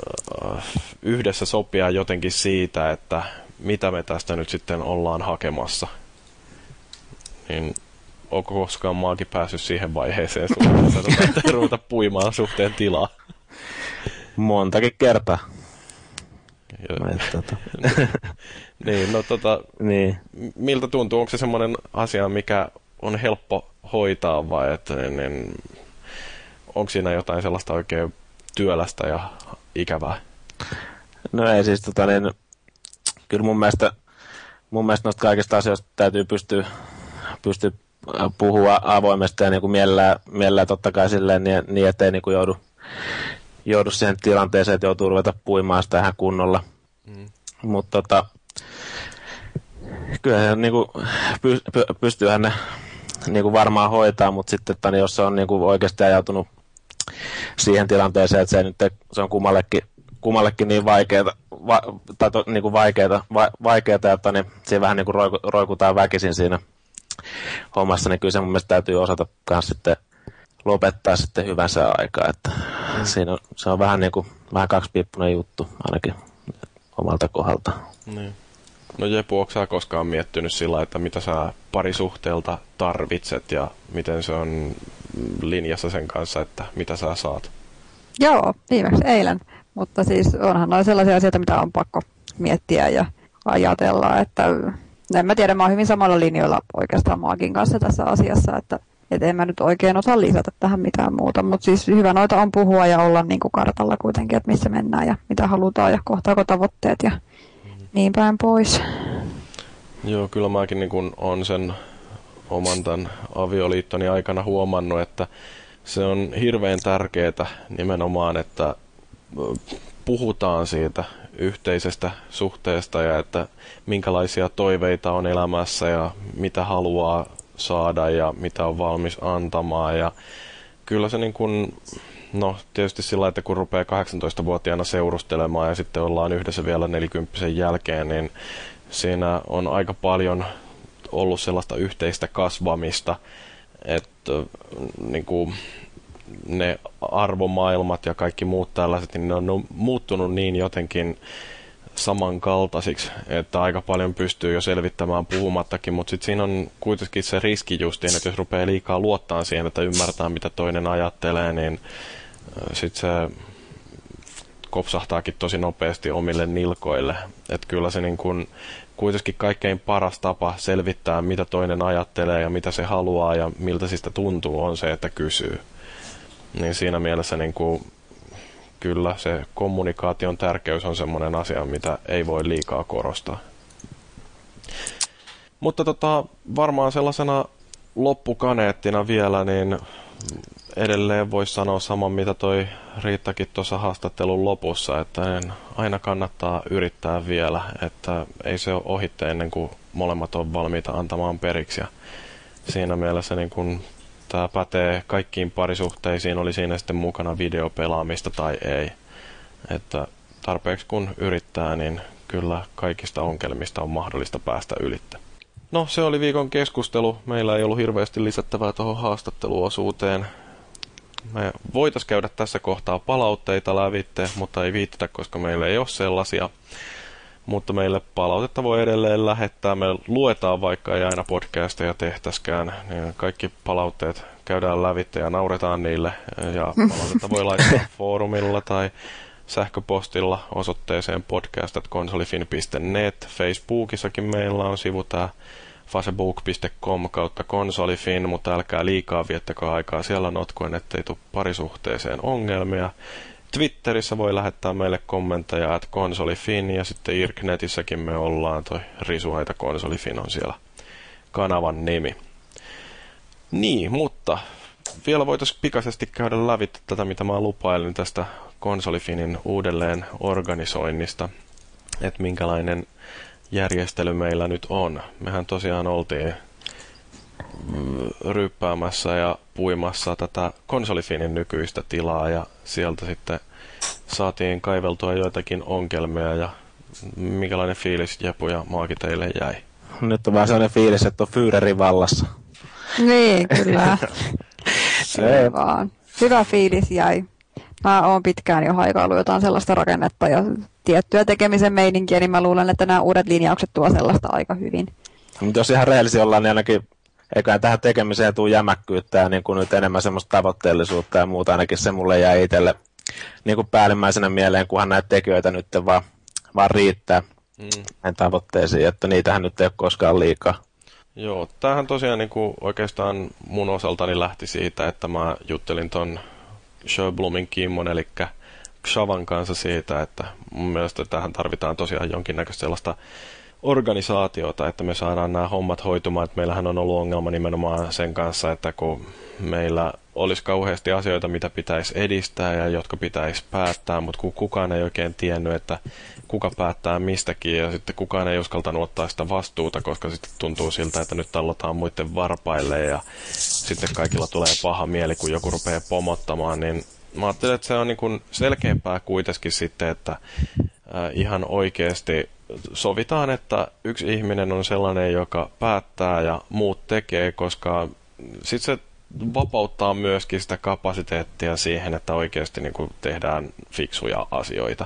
yhdessä sopia jotenkin siitä, että mitä me tästä nyt sitten ollaan hakemassa. Niin onko koskaan maakin päässyt siihen vaiheeseen suhteessa, että ruveta puimaan suhteen tilaa? Montakin kertaa. Tota. niin, no tota, niin. Miltä tuntuu? Onko se semmoinen asia, mikä on helppo hoitaa vai että, niin, niin, onko siinä jotain sellaista oikein työlästä ja ikävää? No ei siis tota niin, kyllä mun mielestä, mun mielestä noista kaikista asioista täytyy pystyä, pystyä puhua avoimesti ja niin kuin mielellään, mielellään totta kai silleen niin, niin ettei niin kuin joudu, joudu siihen tilanteeseen, että joutuu ruveta puimaan sitä ihan kunnolla. Mm. Mutta tota, kyllähän niin kuin py, py, pystyyhän ne niin kuin varmaan hoitaa, mutta sitten, että jos se on niin kuin oikeasti ajautunut siihen tilanteeseen, että se, nyt, se on kummallekin, kummallekin niin vaikeata, va, tai to, niin kuin vaikeata, va, vaikeata, että niin siinä vähän niin kuin roiku, roikutaan väkisin siinä hommassa, niin kyllä se mun mielestä täytyy osata myös sitten lopettaa sitten hyvänsä aikaa, että mm. siinä on, se on vähän niin kuin vähän kaksipiippunen juttu ainakin omalta kohdalta. Niin. No Jepu, ootko sä koskaan miettinyt sillä, että mitä sä parisuhteelta tarvitset ja miten se on linjassa sen kanssa, että mitä sä saat? Joo, viimeksi eilen. Mutta siis onhan noin sellaisia asioita, mitä on pakko miettiä ja ajatella, että en mä tiedä, mä oon hyvin samalla linjoilla oikeastaan Maakin kanssa tässä asiassa, että et en mä nyt oikein osaa lisätä tähän mitään muuta, mutta siis hyvä noita on puhua ja olla niin kuin kartalla kuitenkin, että missä mennään ja mitä halutaan ja kohtaako tavoitteet ja niin päin pois. Joo, kyllä mäkin niin kun on sen oman tämän avioliittoni aikana huomannut, että se on hirveän tärkeää nimenomaan, että puhutaan siitä yhteisestä suhteesta ja että minkälaisia toiveita on elämässä ja mitä haluaa saada ja mitä on valmis antamaan. Ja kyllä se niin kuin, no tietysti sillä, että kun rupeaa kahdeksantoistavuotiaana seurustelemaan ja sitten ollaan yhdessä vielä nelikymppisen jälkeen, niin siinä on aika paljon ollut sellaista yhteistä kasvamista, että niin kuin ne arvomaailmat ja kaikki muut tällaiset, niin ne on muuttunut niin jotenkin samankaltaisiksi, että aika paljon pystyy jo selvittämään puhumattakin, mutta sitten siinä on kuitenkin se riski justiin, että jos rupeaa liikaa luottaa siihen, että ymmärtää mitä toinen ajattelee, niin sitten se kopsahtaakin tosi nopeasti omille nilkoille. Että kyllä se niin kun, kuitenkin kaikkein paras tapa selvittää, mitä toinen ajattelee ja mitä se haluaa ja miltä siitä tuntuu, on se, että kysyy. Niin siinä mielessä niin kuin, kyllä se kommunikaation tärkeys on semmoinen asia, mitä ei voi liikaa korostaa. Mutta tota, varmaan sellaisena loppukaneettina vielä, niin edelleen voisi sanoa saman, mitä toi Riittakin tuossa haastattelun lopussa, että aina kannattaa yrittää vielä, että ei se ole ohitte ennen kuin molemmat on valmiita antamaan periksi. Ja siinä mielessä niin kun tämä pätee kaikkiin parisuhteisiin, oli siinä sitten mukana videopelaamista tai ei. Että tarpeeksi kun yrittää, niin kyllä kaikista ongelmista on mahdollista päästä ylitte. No, se oli viikon keskustelu. Meillä ei ollut hirveästi lisättävää tuohon haastatteluosuuteen. Me voitaisiin käydä tässä kohtaa palautteita lävitte, mutta ei viittitä, koska meillä ei ole sellaisia. Mutta meille palautetta voi edelleen lähettää. Me luetaan, vaikka ei aina podcasteja tehtäskään. Niin kaikki palautteet käydään lävitte ja nauretaan niille. Ja palautetta voi laittaa foorumilla tai sähköpostilla osoitteeseen podcast at konsolifin piste net. Facebookissakin meillä on sivu tää facebook piste com kautta konsolifin, mutta älkää liikaa viettäkää aikaa siellä notkuen, ettei tule parisuhteeseen ongelmia. Twitterissä voi lähettää meille kommentteja at konsolifin ja sitten Irknetissäkin me ollaan, toi Risuhaita konsolifin on siellä kanavan nimi. Niin, mutta vielä voitaisiin pikaisesti käydä läpi tätä, mitä mä lupailin tästä konsolifinin uudelleen organisoinnista, että minkälainen järjestely meillä nyt on. Mehän tosiaan oltiin ryppäämässä ja puimassa tätä konsolifinin nykyistä tilaa ja sieltä sitten saatiin kaiveltua joitakin ongelmia ja minkälainen fiilis Jepu ja Maaki teille jäi? Nyt on vähän sellainen fiilis, että on Führerin vallassa. Niin, kyllä. Se vaan. Hyvä fiilis jäi. Mä oon pitkään jo haikaillut jotain sellaista rakennetta ja tiettyä tekemisen meininkiä, niin mä luulen, että nämä uudet linjaukset tuo sellaista aika hyvin. Mutta jos ihan rehellisiä ollaan, niin ainakin eiköhän tähän tekemiseen tule jämäkkyyttä ja niin kuin nyt enemmän semmoista tavoitteellisuutta ja muuta. Ainakin se mulle jäi itselle niin kuin päällimmäisenä mieleen, kunhan näitä tekijöitä nyt vaan, vaan riittää mm. näin tavoitteisiin, että niitähän nyt ei ole koskaan liikaa. Joo, tämähän tosiaan niin kuin oikeastaan mun osaltani lähti siitä, että mä juttelin ton Sjöblomin Kimmon, eli Xavan kanssa siitä, että mun mielestä tähän tarvitaan tosiaan jonkinnäköistä sellaista organisaatiota, että me saadaan nämä hommat hoitumaan. Että meillähän on ollut ongelma nimenomaan sen kanssa, että kun meillä olisi kauheasti asioita, mitä pitäisi edistää ja jotka pitäisi päättää, mutta kukaan ei oikein tiennyt, että kuka päättää mistäkin, ja sitten kukaan ei uskaltanut ottaa sitä vastuuta, koska sitten tuntuu siltä, että nyt tallotaan muiden varpaille, ja sitten kaikilla tulee paha mieli, kun joku rupeaa pomottamaan, niin mä ajattelen, että se on niin kuin selkeämpää kuitenkin sitten, että äh, ihan oikeasti sovitaan, että yksi ihminen on sellainen, joka päättää ja muut tekee, koska sitten se vapauttaa myöskin sitä kapasiteettia siihen, että oikeasti niin kuin tehdään fiksuja asioita.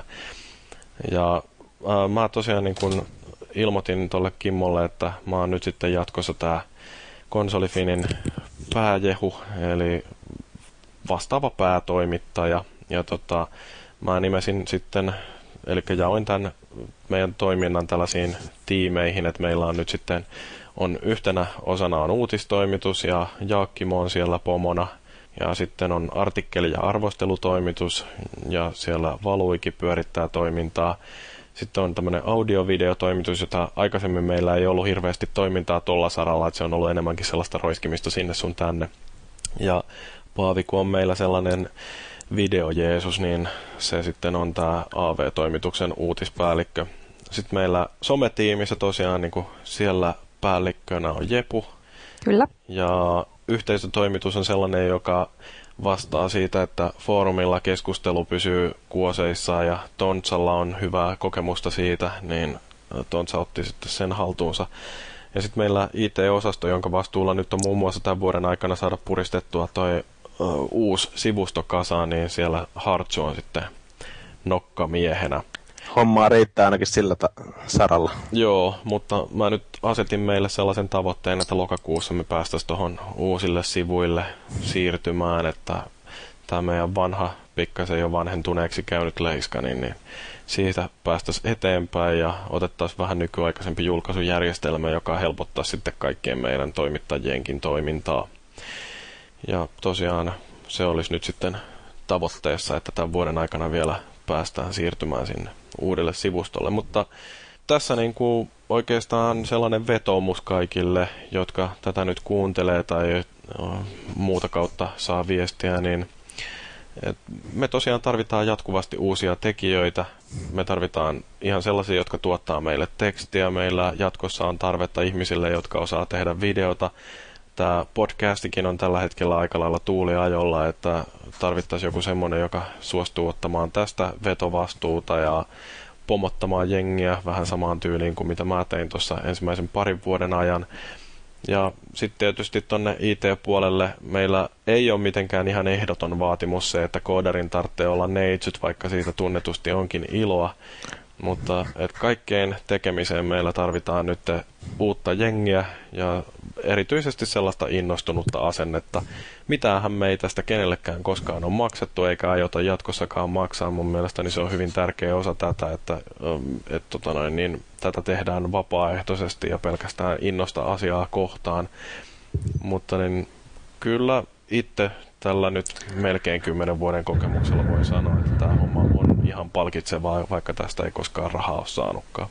Ja ää, mä tosiaan niin kuin ilmoitin tuolle Kimmolle, että mä oon nyt sitten jatkossa tää Konsolifinin pääjehu, eli vastaava päätoimittaja. Ja tota, mä nimesin sitten, eli jaoin tämän meidän toiminnan tällaisiin tiimeihin, että meillä on nyt sitten on yhtenä osana on uutistoimitus ja Jaakkimo on siellä pomona. Ja sitten on artikkeli- ja arvostelutoimitus ja siellä Valuikin pyörittää toimintaa. Sitten on tämmöinen audio-videotoimitus, jota aikaisemmin meillä ei ollut hirveästi toimintaa tuolla saralla, että se on ollut enemmänkin sellaista roiskimista sinne sun tänne. Ja Paavi, kun on meillä sellainen video-Jeesus, niin se sitten on tämä A V-toimituksen uutispäällikkö. Sitten meillä sometiimissä tosiaan niin kuin siellä päällikkönä on Jepu. Kyllä. Ja yhteisötoimitus on sellainen, joka vastaa siitä, että foorumilla keskustelu pysyy kuoseissaan ja Tontsalla on hyvää kokemusta siitä, niin Tontsa otti sitten sen haltuunsa. Ja sitten meillä I T-osasto, jonka vastuulla nyt on muun muassa tämän vuoden aikana saada puristettua toi uh, uusi sivusto kasaan, niin siellä Hartsu on sitten nokkamiehenä. Hommaa riittää ainakin sillä ta- saralla. Joo, mutta mä nyt asetin meille sellaisen tavoitteen, että lokakuussa me päästäisiin tuohon uusille sivuille siirtymään, että tämä meidän vanha, pikkasen jo vanhentuneeksi käynyt leiska, niin, niin siitä päästäisiin eteenpäin ja otettaisiin vähän nykyaikaisempi julkaisujärjestelmä, joka helpottaa sitten kaikkien meidän toimittajienkin toimintaa. Ja tosiaan se olisi nyt sitten tavoitteessa, että tämän vuoden aikana vielä päästään siirtymään sinne uudelle sivustolle, mutta tässä niin kuin oikeastaan sellainen vetoomus kaikille, jotka tätä nyt kuuntelee tai muuta kautta saa viestiä, niin me tosiaan tarvitaan jatkuvasti uusia tekijöitä. Me tarvitaan ihan sellaisia, jotka tuottaa meille tekstiä. Meillä jatkossa on tarvetta ihmisille, jotka osaa tehdä videota. Tämä podcastikin on tällä hetkellä aika lailla tuuliajolla, että tarvittaisiin joku semmoinen, joka suostuu ottamaan tästä vetovastuuta ja pomottamaan jengiä vähän samaan tyyliin kuin mitä mä tein tuossa ensimmäisen parin vuoden ajan. Ja sitten tietysti tuonne I T-puolelle meillä ei ole mitenkään ihan ehdoton vaatimus se, että koodarin tarvitsee olla neitsyt, vaikka siitä tunnetusti onkin iloa. Mutta et kaikkeen tekemiseen meillä tarvitaan nyt uutta jengiä ja erityisesti sellaista innostunutta asennetta. Mitähän me ei tästä kenellekään koskaan ole maksettu eikä aiota jatkossakaan maksaa. Mun mielestäni se on hyvin tärkeä osa tätä, että et, tota noin, niin, tätä tehdään vapaaehtoisesti ja pelkästään innosta asiaa kohtaan. Mutta niin, kyllä itse tällä nyt melkein kymmenen vuoden kokemuksella voi sanoa, että tämä homma on ihan palkitsevaa, vaikka tästä ei koskaan rahaa ole saanutkaan.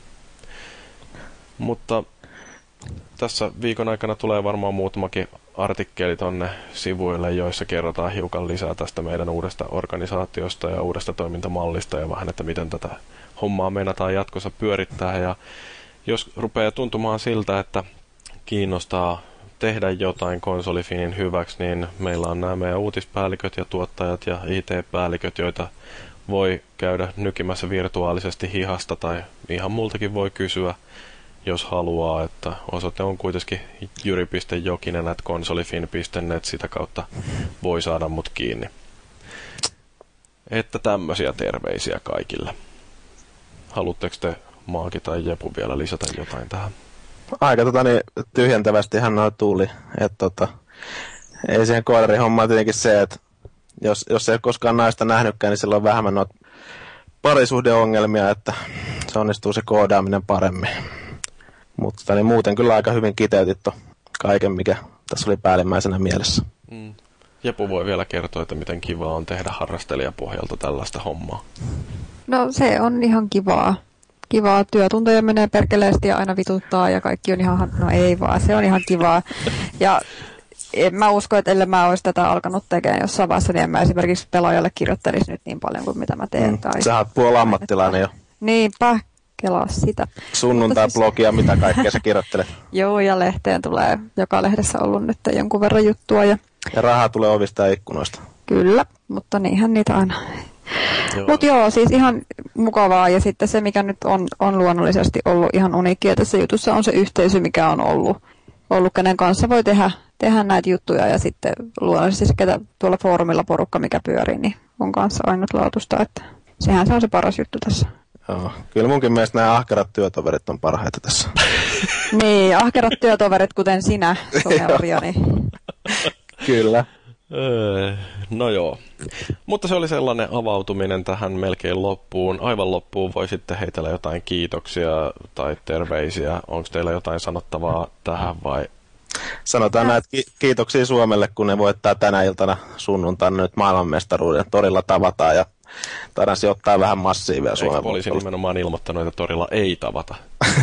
Mutta tässä viikon aikana tulee varmaan muutamakin artikkeli tonne sivuille, joissa kerrotaan hiukan lisää tästä meidän uudesta organisaatiosta ja uudesta toimintamallista ja vähän, että miten tätä hommaa meinataan jatkossa pyörittää. Ja jos rupeaa tuntumaan siltä, että kiinnostaa tehdä jotain Konsolifinin hyväksi, niin meillä on nämä meidän uutispäälliköt ja tuottajat ja I T-päälliköt, joita voi käydä nykimässä virtuaalisesti hihasta tai ihan multakin voi kysyä, jos haluaa, että osoite on kuitenkin jyri piste jokinen ät konsolifin piste net, sitä kautta voi saada mut kiinni. Että tämmöisiä terveisiä kaikille. Haluatteko te, Maaki tai Jepu, vielä lisätä jotain tähän? Aika tota, niin, tyhjentävästihän noin tuli. Että, tota, ei siihen koodarin hommaan tietenkin se, että jos, jos ei ole koskaan naista nähnytkään, niin silloin on vähemmän noita parisuhdeongelmia, että se onnistuu se koodaaminen paremmin. Mutta niin muuten kyllä aika hyvin kiteytit kaiken, mikä tässä oli päällimmäisenä mielessä. Mm. Jepu voi vielä kertoa, että miten kivaa on tehdä harrastelijapohjalta tällaista hommaa. No se on ihan kivaa. Kivaa. Työtunteja menee perkeleesti ja aina vituttaa ja kaikki on ihan, no ei vaan, se on ihan kivaa. Ja en mä usko, että ellei mä olisi tätä alkanut tekemään jossain vaiheessa, niin en mä esimerkiksi pelaajalle kirjoittelisi nyt niin paljon kuin mitä mä teen. Mm, tai... Sä oot puolammattilainen jo. Niinpä, kelaa sitä. Sunnuntai-blogia, siis... mitä kaikkea sä kirjoittelet. Joo, ja lehteen tulee joka lehdessä ollut nyt jonkun verran juttua. Ja, ja rahaa tulee ovista ja ikkunoista. Kyllä, mutta niinhän niitä aina. Mutta joo, siis ihan mukavaa. Ja sitten se, mikä nyt on, on luonnollisesti ollut ihan uniikkia tässä jutussa, on se yhteisö, mikä on ollut, ollut kenen kanssa voi tehdä, tehdä näitä juttuja. Ja sitten luonnollisesti se, ketä tuolla foorumilla porukka, mikä pyörii, niin on kanssa ainutlaatuista. Että sehän se on se paras juttu tässä. Joo, kyllä munkin mielestä nämä ahkerat työtoverit on parhaita tässä. Niin, ahkerat työtoverit, kuten sinä, Someoriani. Kyllä. No joo, mutta se oli sellainen avautuminen tähän melkein loppuun. Aivan loppuun voi sitten heitellä jotain kiitoksia tai terveisiä. Onko teillä jotain sanottavaa tähän vai? Sanotaan näitä ki- kiitoksia Suomelle, kun ne voittaa tänä iltana sunnuntaina nyt maailmanmestaruuden. Torilla tavataan ja taidaan sijoittaa vähän massiivia Suomen. Eikö poliisi nimenomaan ilmoittanut, että torilla ei tavata?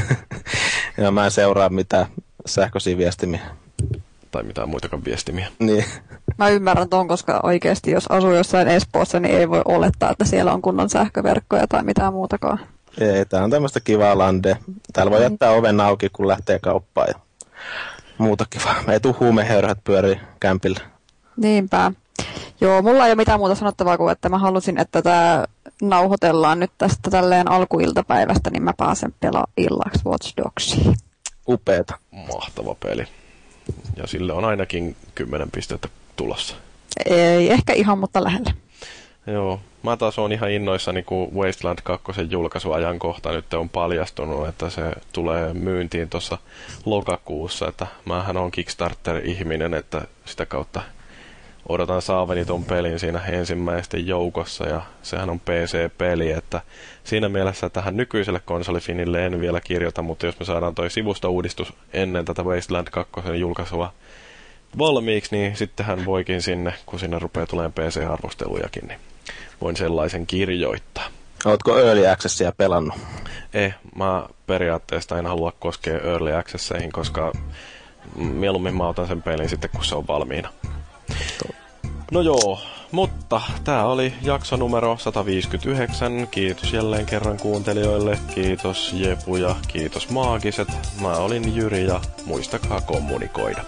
Ja mä en seuraa mitään sähköisiä viestimiä. Tai mitään muitakaan viestimiä. Niin. Mä ymmärrän ton, koska oikeasti jos asuu jossain Espoossa, niin ei voi olettaa, että siellä on kunnon sähköverkkoja tai mitään muutakaan. Ei, tää on tämmöistä kivaa landea. Täällä voi jättää oven auki, kun lähtee kauppaan ja muuta kivaa. Ei tuu huumehöyrät pyörii kämpillä. Niinpä. Joo, mulla ei ole mitään muuta sanottavaa kuin, että mä halusin, että tää nauhoitellaan nyt tästä tälleen alkuiltapäivästä, niin mä pääsen pelaa illaksi Watch Dogsia. Upeeta. Mahtava peli. Ja sille on ainakin kymmenen pistettä tulossa. Ei ehkä ihan, mutta lähellä. Joo. Mä taas oon ihan innoissani, kun Wasteland kaksi julkaisuajankohta nyt on paljastunut, että se tulee myyntiin tuossa lokakuussa. Että mähän on Kickstarter-ihminen, että sitä kautta odotan saavani ton pelin siinä ensimmäisten joukossa. Ja sehän on P C-peli, että siinä mielessä tähän nykyiselle konsolifinille en vielä kirjoita, mutta jos me saadaan toi sivustouudistus ennen tätä Wasteland kaksi julkaisua valmiiksi, niin sittenhän voikin sinne, kun sinne rupeaa tulemaan P C-arvostelujakin, niin voin sellaisen kirjoittaa. Ootko Early Accessia pelannut? Eh, mä periaatteessa en halua koskea Early Accesseihin, koska mieluummin mä otan sen pelin sitten, kun se on valmiina. No joo, mutta tää oli jakso numero sata viisikymmentäyhdeksän. Kiitos jälleen kerran kuuntelijoille. Kiitos Jepu ja kiitos Maagiset. Mä olin Jyri ja muistakaa kommunikoida.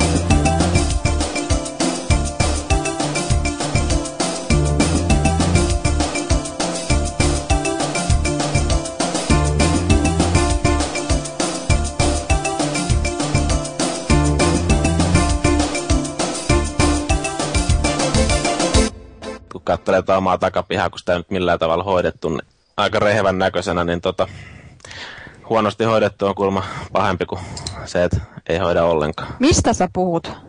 Katselee tuo omaa takapihaa, kun sitä ei nyt millään tavalla hoidettu, niin aika rehevän näköisenä, niin tota, huonosti hoidettu on kuulemma pahempi kuin se, että ei hoida ollenkaan. Mistä sä puhut?